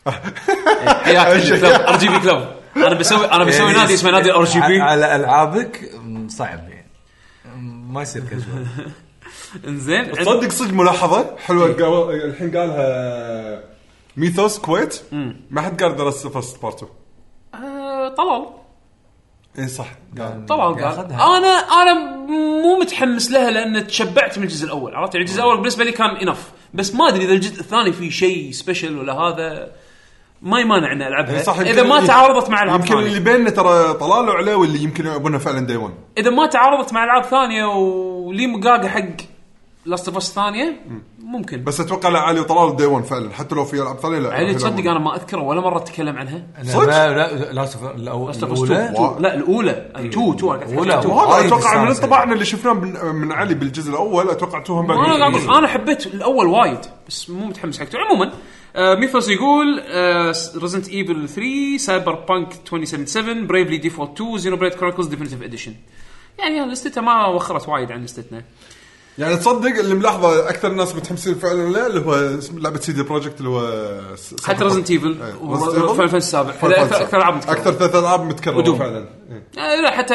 ار جي بي كلاب انا بسوي نادي اسمه نادي ار جي بي على العابك صعب يعني ما يصير كاجوال انزين تصدق صدق ملاحظه حلوه الحين قالها ميثوس كويت ما حد قال درس فاست بارتو طلال اي صح قال انا مو متحمس لها لان تشبعت من الجزء الاول عرفت يعني الجزء الاول بالنسبه لي كان انف بس ما ادري اذا الجزء الثاني فيه شيء سبيشل ولا هذا ما يمانع ان العبها اذا ما تعارضت مع العاب يمكن اللي بيننا ترى طلالوا عليه واللي يمكن يلعبونها فعلا داي 1 اذا ما تعارضت مع العاب ثانيه ولي مقاقه حق لاست اوف اس ثانيه ممكن بس اتوقع لا علي وطلال داي 1 فعلا حتى لو في العاب ثانيه لا علي تصدق انا ما اذكره ولا مره اتكلم عنها لا لاست اوف لا الاولى 2 اتوقع من انطباعنا اللي شفناه من علي بالجزء الاول اتوقع توهم بعد انا حبيت الاول وايد بس مو متحمس حقته عموما ميثوس يقول ريزنت ايفل 3 سايبر بانك 2077 بريفلي ديفولت 2 زينوبليد كرونيكلز ديفينيتيف اديشن يعني لستها ما وخرت وايد عن لستنا. يعني تصدق اللي ملاحظه اكثر الناس متحمسين فعلا ولا اللي هو لعبه سي دي بروجكت اللي هو حتى ريزنت ايفل وفاينل فانتسي 7 اكثر العاب متكرره اكثر 3 العاب متكرره فعلا. لا حتى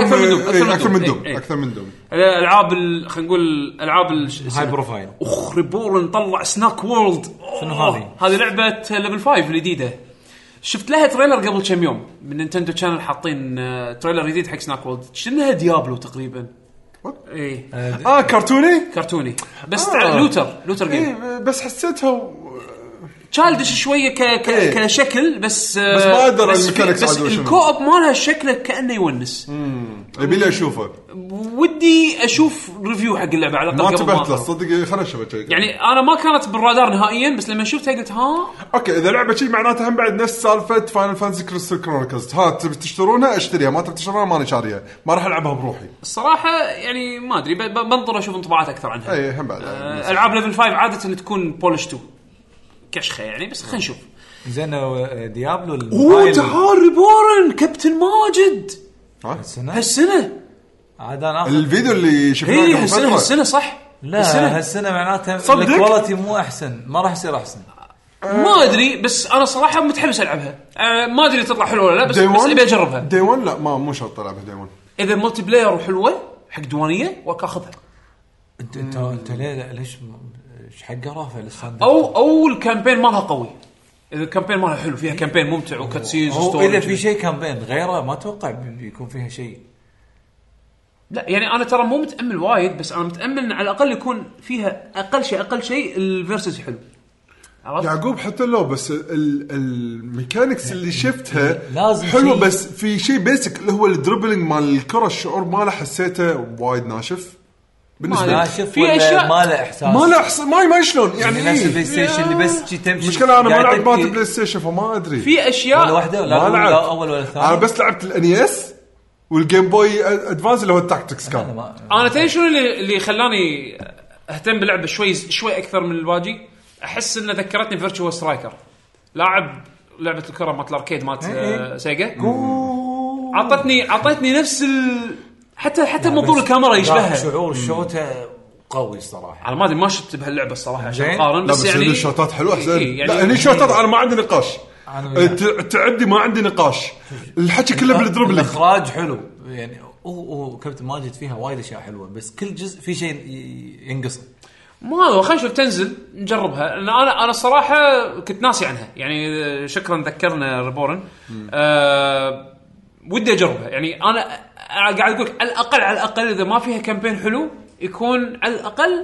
اكثر من دوم الالعاب خلينا نقول العاب هاي بروفايل. ريبورن طلع سناك وورلد. شنو هذه لعبه ليفل 5 الجديده. شفت لها تريلر قبل كم يوم من نينتندو شانل حاطين تريلر جديد حق سناك وورلد. شنها ديابلو تقريبا. ايه كرتوني بس لوتر جيم. بس حسيتها تشايلدش شويه كشكل بس ما ادري الميكانكس بس الكوب مالها شكله كانه يونس. يبي لي اشوفه. ودي اشوف ريفيو حق اللعبه على الاقل. ما تبعت له صدق خلنا نشوف يعني انا ما كانت بالرادار نهائيا بس لما شفتها قلت ها اوكي اذا لعبه شيء معناتها هم بعد نفس سالفه فاينل فانتسي كريستال كرونيكلز. ها تبي تشترونها اشتريها ما تبي تشترونها ماني شاريها ما راح العبها بروحي الصراحه. يعني ما ادري بنطر اشوف انطباعات اكثر عنها. اي هم بعد العاب ليفل 5 عاده تكون بولش 2 كشخه يعني بس خلينا نشوف. زين ديابلو تعال ريبورن كابتن ماجد هالسنه عاد انا الفيديو اللي شفناه هالسنه صح. لا هالسنه معناتها الكواليتي مو احسن ما راح يصير احسن. ما ادري بس انا صراحه متحمس العبها. ما ادري تطلع حلوه ولا لا بس ابي اجربها. دي 1 لا مو شرط العبها دي 1. اذا ملتي بلاير وحلوه حق دوانيه واخذها. انت ليش حق قرافه لسه او الكامبين مالها قوي. اذا الكامبين مالها حلو فيها كامبين ممتع وكاتسينز وستوري. اذا في شيء كامبين غيره ما اتوقع بيكون فيها شيء. لا يعني انا ترى مو متامل وايد بس انا متامل على الاقل يكون فيها اقل شيء الفيرسز حلو. يعقوب حتى لو بس الميكانكس اللي شفتها شيء. حلو بس في شيء بيسك اللي هو الدربلينج مال الكره الشعور ما له حسيته وايد ناشف بالنسبه لي. في اشياء ما له احساس ما شلون يعني نفس البلاي ستيشن اللي بس تمشي. مشكله انا ما لعبت مال البلاي ستيشن فما ادري في اشياء ولا واحده لا اول ولا ثاني. انا بس لعبت الانيس والجيم بوي ادفانس اللي هو التاكتكس كان. انا تدري شنو اللي خلاني اهتم باللعبه شوي اكثر من الواجي. احس انها ذكرتني فيرتشوال سترايكر. لاعب لعبه الكره مال الاركيد مالت سيجا. عطتني نفس حتى منظور الكاميرا يشبهها. شعور الشوته قوي الصراحه. انا ما ادري ما شفت بهاللعبه الصراحه عشان اقارن بس يعني الشوتات حلوه احسن. لا هني شوتات انا ما عندي نقاش. تعدي ما عندي نقاش. الحكي كله بالدربلينج. الاخراج حلو يعني كابتن ماجد فيها وايد اشياء حلوه بس كل جزء في شيء ينقص. ما هذا خلينا نشوف تنزل نجربها. انا الصراحه كنت ناسي عنها يعني. شكرا ذكرنا ريبورن. ودي اجربها يعني. انا قاعد اقول على الاقل اذا ما فيها كامبين حلو يكون على الاقل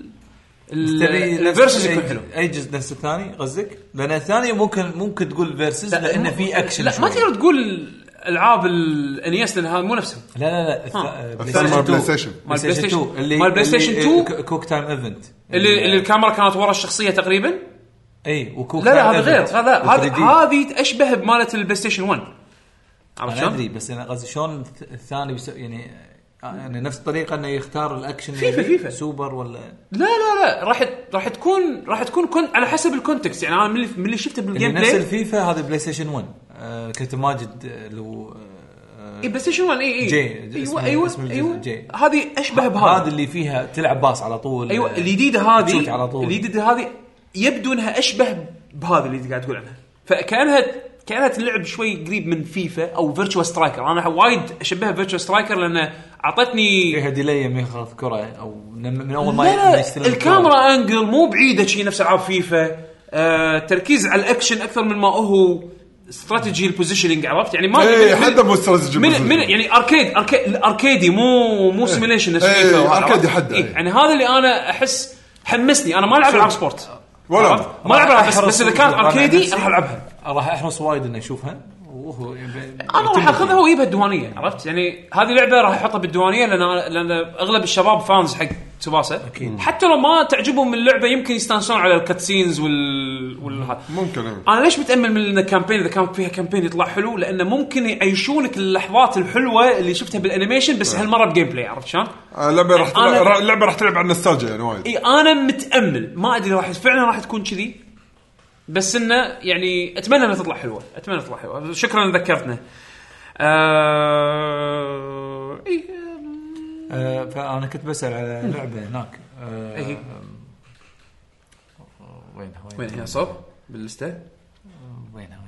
الفيرسز يكون حلو. اي جزء نفس الثاني قصدك؟ لان الثاني ممكن تقول فيرسز لانه في اكشن. لا ما تقدر تقول العاب الانيس لان هذا مو نفسهم. لا بلاي ستيشن مال بلاي ستيشن 2 كوك تايم ايفنت اللي الكاميرا كانت ورا الشخصيه تقريبا. اي وكوك لا هذا غير. هذه اشبه بمالة البلاي ستيشن 1. انا ادري بس انا قصدي شلون الثاني يعني نفس الطريقه انه يختار الاكشن فيفا سوبر ولا لا راح تكون على حسب الكونتكست يعني. انا من اللي شفته بالجيم بلاي نفس الفيفا هذا بلاي ستيشن 1. كنت ماجد لو بلاي ستيشن 1 ايوه جي. هذه اشبه بهذا. هذا اللي فيها تلعب باص على طول. ايوه الجديده هذه يبدو انها اشبه بهذه اللي قاعد تقول عنها. فكانها تلعب شوي قريب من فيفا او فيرتشوال سترايكر. انا وايد اشبهها فيرتشوال سترايكر لان اعطتني فيها ديلي من ياخذ كره او من اول ما يستلم الكاميرا انجل مو بعيده شيء نفس العاب فيفا. تركيز على الاكشن اكثر من ما هو استراتيجي البوزيشننج. عرفت يعني ما حدا مو استراتيجي من يعني اركيدي مو سيميليشن نفس فيفا اركيدي حدا. يعني هذا اللي انا احس حمسني. انا ما العب العاب سبورت ولا ما العبها بس اذا كانت اركيدي راح العبها. راح احرص وايد اني اشوفها انا راح اخذها ويبها الديوانيه. عرفت يعني هذه لعبه راح احطها بالديوانيه لان اغلب الشباب فانز حق تسوباسا. حتى لو ما تعجبهم اللعبه يمكن يستانسون على الكاتسينز ممكن. انا ليش متامل من الكامبين اذا كانت فيها كامبين يطلع حلو لانه ممكن يعيشونك اللحظات الحلوه اللي شفتها بالانيميشن بس هالمره بجيم بلاي. عرفت شلون؟ اللعبه راح تلعب على النوستالجيا يعني وايد. انا متامل ما ادري فعلا تكون كذي بس انه يعني اتمنى انها تطلع حلوه. شكرا ذكرتنا. فانا كنت بسال على لعبه هناك. إيه. وين هي صوب باللسته؟ وينها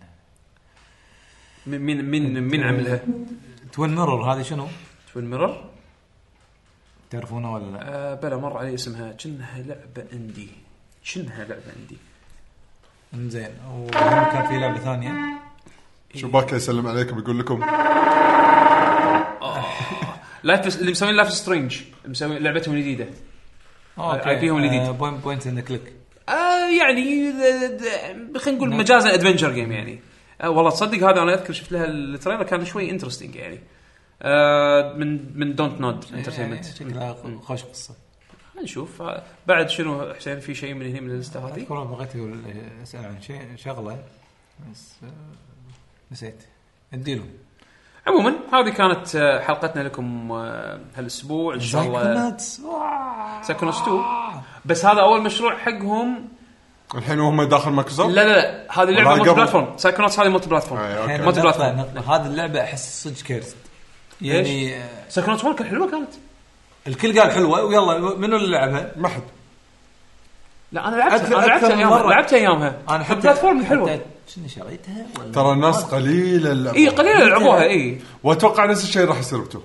من عملها؟ توين ميرور. هذه شنو؟ توين ميرور تعرفونه ولا لا؟ بلا مر علي اسمها. كأنها لعبه اندي. انزين. وكان في لعبه ثانيه شو باكي يسلم عليكم بيقول لكم لايف اللي مسوين لايف سترينج، مسوين لعبتهم الجديده. اي بيهم الجديد بوينت اند كليك. يعني خلينا نقول مجازا ادفنتشر جيم يعني. والله تصدق هذا انا اذكر شفت لها التريلر كان شوي انترستينج يعني. من دونت نود انترتينمنت. خوش قصه. نشوف بعد شنو حسين. في شيء من هنا من اللسته هذه؟ والله بغيت اقول اسال عن شيء شغله بس نسيت اديله. عموما هذه كانت حلقتنا لكم هالاسبوع ان شاء الله. سايكونوتس 2 بس هذا اول مشروع حقهم الحين وهم داخل مايكروسوفت. لا هذه لعبه مالتي بلاتفورم. سايكونوتس هذه مالتي بلاتفورم. مالتي بلاتفورم. هذه اللعبه احس صدق كيرست يعني. سايكونوتس 1 كانت حلوه. كانت الكل قال حلوه ويلا منو اللي لعبها؟ ما حد. لا انا لعبتها ايامها. انا حتى بلاتفورم حلوه. شنو شريتها ولا ترى الناس قليله اللعبة. اي قليله لعبوها. اي واتوقع نفس الشيء راح يصير بتو.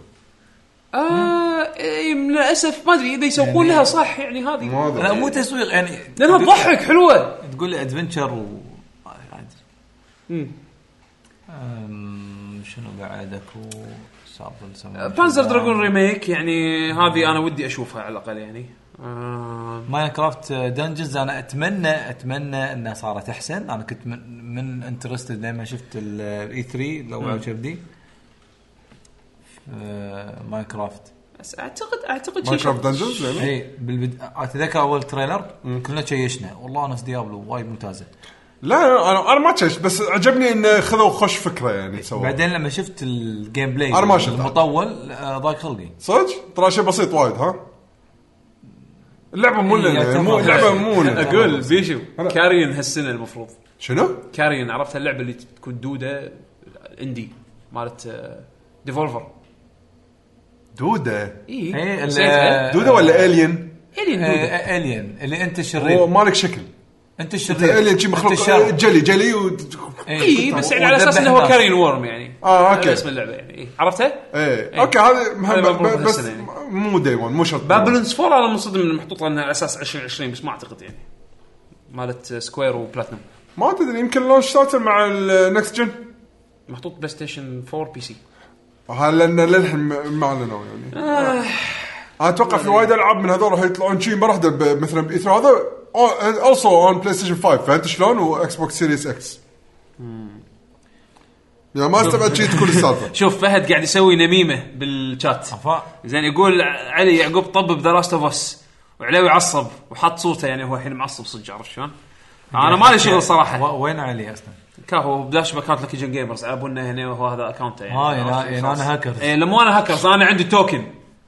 للاسف ما ادري اذا يسوقون لها صح يعني. هذه لا مو تسويق يعني لانها تضحك حلوه. تقول لي ادفنتشر و شنو بعدك بانزر دراجون ريميك يعني. هذه انا ودي اشوفها على الاقل يعني. ماينكرافت دنجنز انا اتمنى انها صارت احسن. انا كنت من انترستد لما شفت الاي 3 لو عجبني ماينكرافت. بس اعتقد شيء ماينكرافت دنجنز يعني. اي اتذكر اول تريلر كلنا تشيشنا والله ناس ديابلو وايد ممتازه. لا انا ما تشيش بس عجبني ان خذوا خوش فكره يعني سووا. بعدين لما شفت الجيم بلاي المطول ضاق خلقي صدق. ترى شيء بسيط وايد. ها اللعبه مو لعبه مو اقول بيشو كاريون هالسنه المفروض. شنو كاريون؟ عرفت اللعبه اللي تكون دوده اندي مالت ديفولفر. دوده دوده ولا الين اللي انت الشرير هو مالك شكل. انت الشرير الين شيء مخلوق جلي اي بس يعني على اساس انه هو كارين وورم يعني. اوكي اسم اللعبه يعني. عرفتها؟ اوكي هذا بس مو دايمون مو شرط. بابلونز 4 انا منصدم انه محطوط لنا على اساس 2020 بس ما اعتقد يعني. مالت سكوير وبلاتنم ما تدري يمكن لونش تايتل مع النكست جن. محطوط بلاي ستيشن 4 بي سي. لان للحين ما اعلنوا يعني. انا اتوقع في وايد العاب من هذول راح يطلعون شيء مره واحده مثلا باي هذا also on PlayStation 5. فهمت شلون؟ واكس بوكس سيريس اكس يعني ما استبعد شيء تكون السالفه. شوف فهد قاعد يسوي نميمه بالشات زين. يقول علي يعقوب طبب ذا لاست اوف اس وعليوي عصب وحط صورته يعني. هو الحين معصب صدق. عرفت شلون؟ انا ما لي شغل صراحه. وين علي اصلا؟ كافو بلاش باكات لك جن جيمرز عبونا هنا وهو هذا اكونته يعني انا هاكر. لما انا هاكرز انا عندي توكن.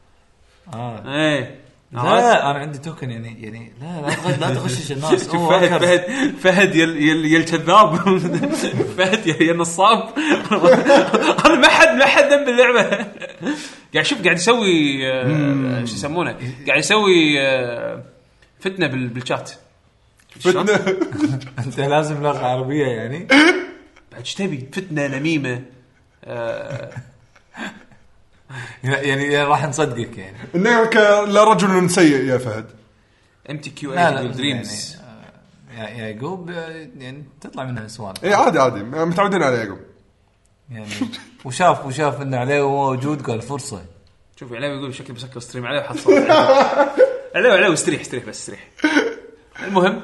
لا انا عندي توكن يعني لا تغشش الناس. فهد يل كذاب. فهد يا نصاب. انا ما حد ذنب اللعبه. قاعد يسوي شو يسمونه قاعد يسوي فتنه بالشات. فتنه. انت لازم لغه عربيه يعني. بعد ايش تبي فتنه نميمه يعني راح نصدقك يعني انك لا رجل سيء يا فهد. MTQ دريمز يعني يا يعقوب يعني تطلع منها سوالف. اي عادي متعودين على يعقوب يعني. وشاف ان عليه موجود قال فرصه. شوف عليه يقول بشكل بسكر ستريم عليه وحط صوت عليه استريح بس استريح. المهم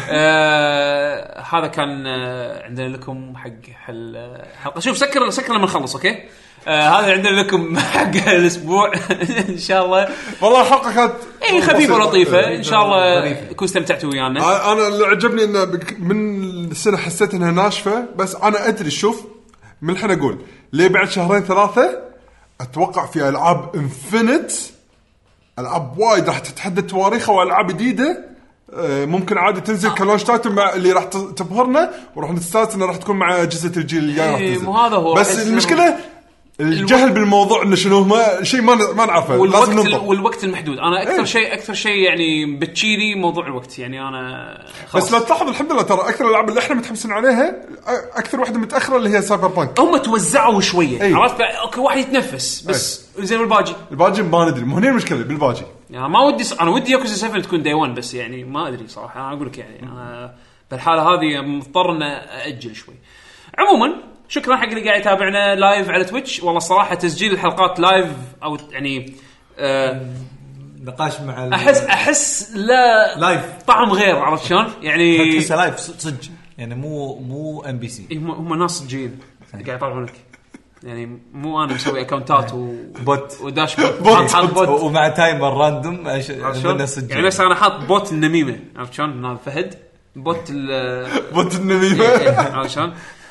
هذا كان عندنا لكم حق حلقه. شوف سكر لما نخلص. اوكي هذا عندنا لكم حق الاسبوع ان شاء الله. والله الحلقه كانت خفيفه ولطيفه ان شاء الله يكون استمتعتوا ويانا. انا اللي عجبني انه من السنه حسيت انها ناشفه. بس انا ادري شوف من الحين اقول ليه بعد 2-3 اتوقع في العاب انفينيت. العاب وايد راح تتحدى تواريخها والعاب جديده ممكن عادي تنزل كلونش تايتل مع اللي راح تبهرنا وراح نستانس انه راح تكون مع اجهزه الجيل الجاي. مو هذا هو. بس المشكله الجهل بالموضوع انه شنو ما شيء ما نعرفه لازم ننطر. والوقت المحدود انا اكثر شيء يعني بتشيلي موضوع الوقت يعني انا خلاص. بس لا تلاحظ الحمد لله ترى اكثر الالعاب اللي احنا متحمسين عليها اكثر واحده متاخره اللي هي سايبر بانك. هم توزعوا شويه أي. عرفت اوكي واحد يتنفس بس زين الباجي ما ندري مو هنا المشكله بالباجي يعني ما ودي انا ودي ياكوزا 7 تكون داي 1 بس يعني ما ادري صراحه انا اقول لك يعني انا بالحاله هذه مضطر ان ااجل شوي. عموما شكرا حق اللي قاعد يتابعنا لايف على تويتش. والله صراحه تسجيل الحلقات لايف او يعني نقاش مع احس لا لايف طعم غير عرفت شلون يعني تحس لايف صدق يعني مو ام بي سي هم ناس صجين قاعد يطلعونك يعني مو انا مسوي اكونتات بوت وداش بوت ومع تايمر راندوم يعني بس انا حاط بوت النميمه عرفت شلون هذا فهد بوت النميمه عرفت شلون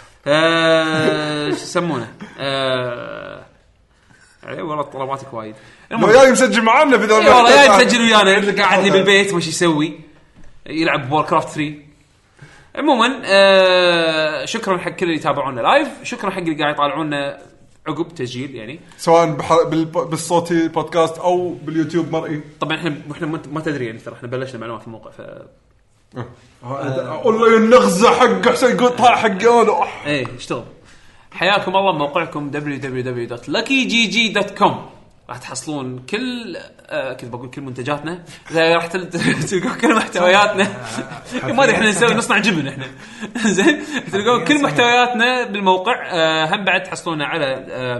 شو يسمونه والله طلباتك وايد لو جاي مسجل معنا بدل ما والله جاي مسجل ويانا قاعد لي بالبيت وش يسوي يلعب ووركرافت 3. عموما شكرا حق كل اللي يتابعونا لايف. شكرا حق اللي قاعد يطالعونا عقب تسجيل يعني سواء بالصوتي بودكاست او باليوتيوب مرئي. طبعا احنا ما تدري يعني ترى احنا بلشنا معلومات في الموقع ف والله النغزه حق حسين يقول طاح حق انا ايه اشتغل. حياكم الله موقعكم www.luckygg.com راح تحصلون كل كنت بقول كل منتجاتنا راح تلقون كل محتوياتنا ما ادري احنا نسوي نصنع جبن احنا زين تلقون كل محتوياتنا بالموقع. هم بعد تحصلونا على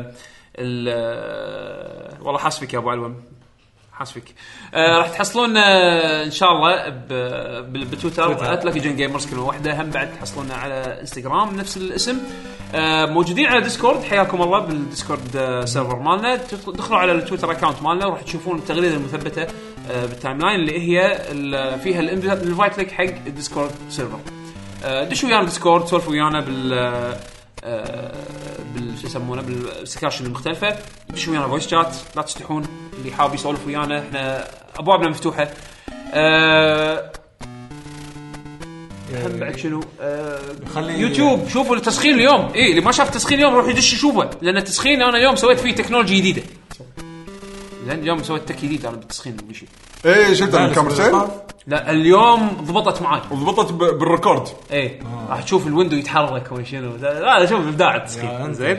والله حاسبك يا ابو علوم حاسبك راح تحصلون ان شاء الله بتويتر @luckygengamers كلمه واحده. هم بعد تحصلونا على انستغرام نفس الاسم. موجودين على ديسكورد حياكم الله بالديسكورد سيرفر مالنا. تدخلوا على التويتر اكاونت مالنا وراح تشوفون التغريده المثبته بالتايم لاين اللي هي فيها الانفايت لك حق الديسكورد سيرفر. دشوا ويانا ديسكورد سولفوا ويانا شو يسمونه بالسكاشن المختلفه. دشوا ويانا فويس شات لا تستحون اللي حاب يسولف ويانا احنا ابوابنا مفتوحه. هم بعد شنو يوتيوب شوفوا التسخين اليوم اللي ما شاف تسخين اليوم روح يدش يشوفه لان التسخين انا اليوم سويت فيه تكنولوجيا جديده. زين اليوم سويت تك جديد انا بالتسخين بشيء شفت الكاميرتين لا اليوم ضبطت معاي وضبطت بالريكورد راح تشوف الويندو يتحرك وشنو لا شوف ابداع التسخين زين.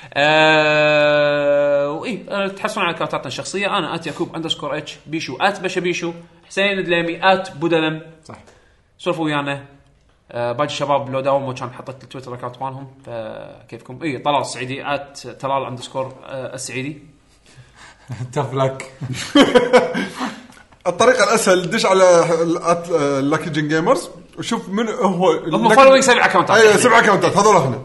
تحصلون على اكونتاتنا الشخصيه. انا @yakub_h بيشو @بشبيشو حسين دليمي @بودلم صح. سولفوا ويانا باقي الشباب لو داوموا كان حطيت التويتر اكونت مالهم فكيفكم طلال السعيدي @طلال_السعيدي تفلك. الطريقه الاسهل دش على لاكي جن جيمرز وشوف من هو هم فولوينج 7 اكونتات. ايوه 7 اكونتات هذول هنا.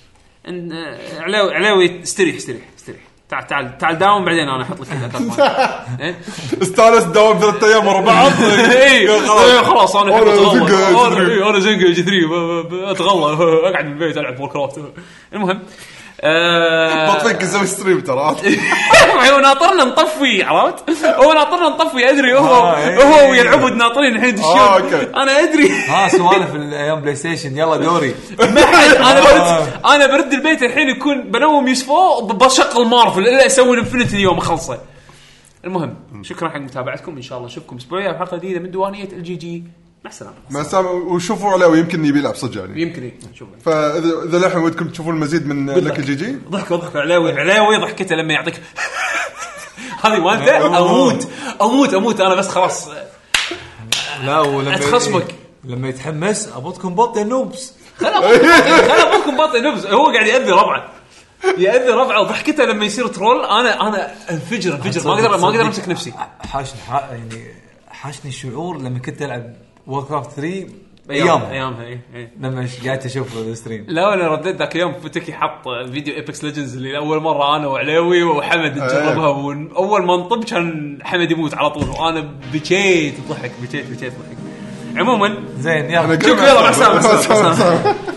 علاوي استريح تعال داوم بعدين انا احط لك الاكونت مالي. استانس داوم 3 ايام ورا بعض. خلاص انا زنقه جي 3 اتغلى اقعد بالبيت العب ووركرافت. المهم بطفيك اسوي ستريم ترى. هو ناطرنا نطفي عرفت هو ناطرنا نطفي ادري هو ويلعبوا ناطرين الحين دشون انا ادري سوالف الايام بلاي ستيشن يلا دوري ما حد انا برد البيت الحين يكون بنوم يسفو بشغل مارفل الا اسوي انفنتي اليوم اخلصه. المهم شكرا حق متابعتكم ان شاء الله نشوفكم اسبوعيا بحلقه جديده من دوانيه الجي. مع السلامه وشوفوا عليه ويمكن يبي يلعب صدق يعني يمكن نشوفه. فاذا لحين ودكم تشوفون المزيد من لك الجي جي ضحك علاوي ضحكته لما يعطيك هذه مالته اموت انا بس خلاص لا ولما اتخصمك لما يتحمس ابوكم بط يا نوبس خلا ابوكم بط يا نوبس هو قاعد يأذي ربعه وضحكته لما يصير ترول انا انفجر ما اقدر امسك نفسي. حاشني الشعور لما كنت العب ووركرافت 3 ايامها لما قاعد اشوف الستريم. لا انا رديت ذاك اليوم فتكي حط فيديو ايبكس ليجندز اللي اول مره انا وعليوي وحمد نجربها واول ما نطب كان حمد يموت على طول وانا بكيت ضحك. عموما زين يلا شكرا مع السلامه.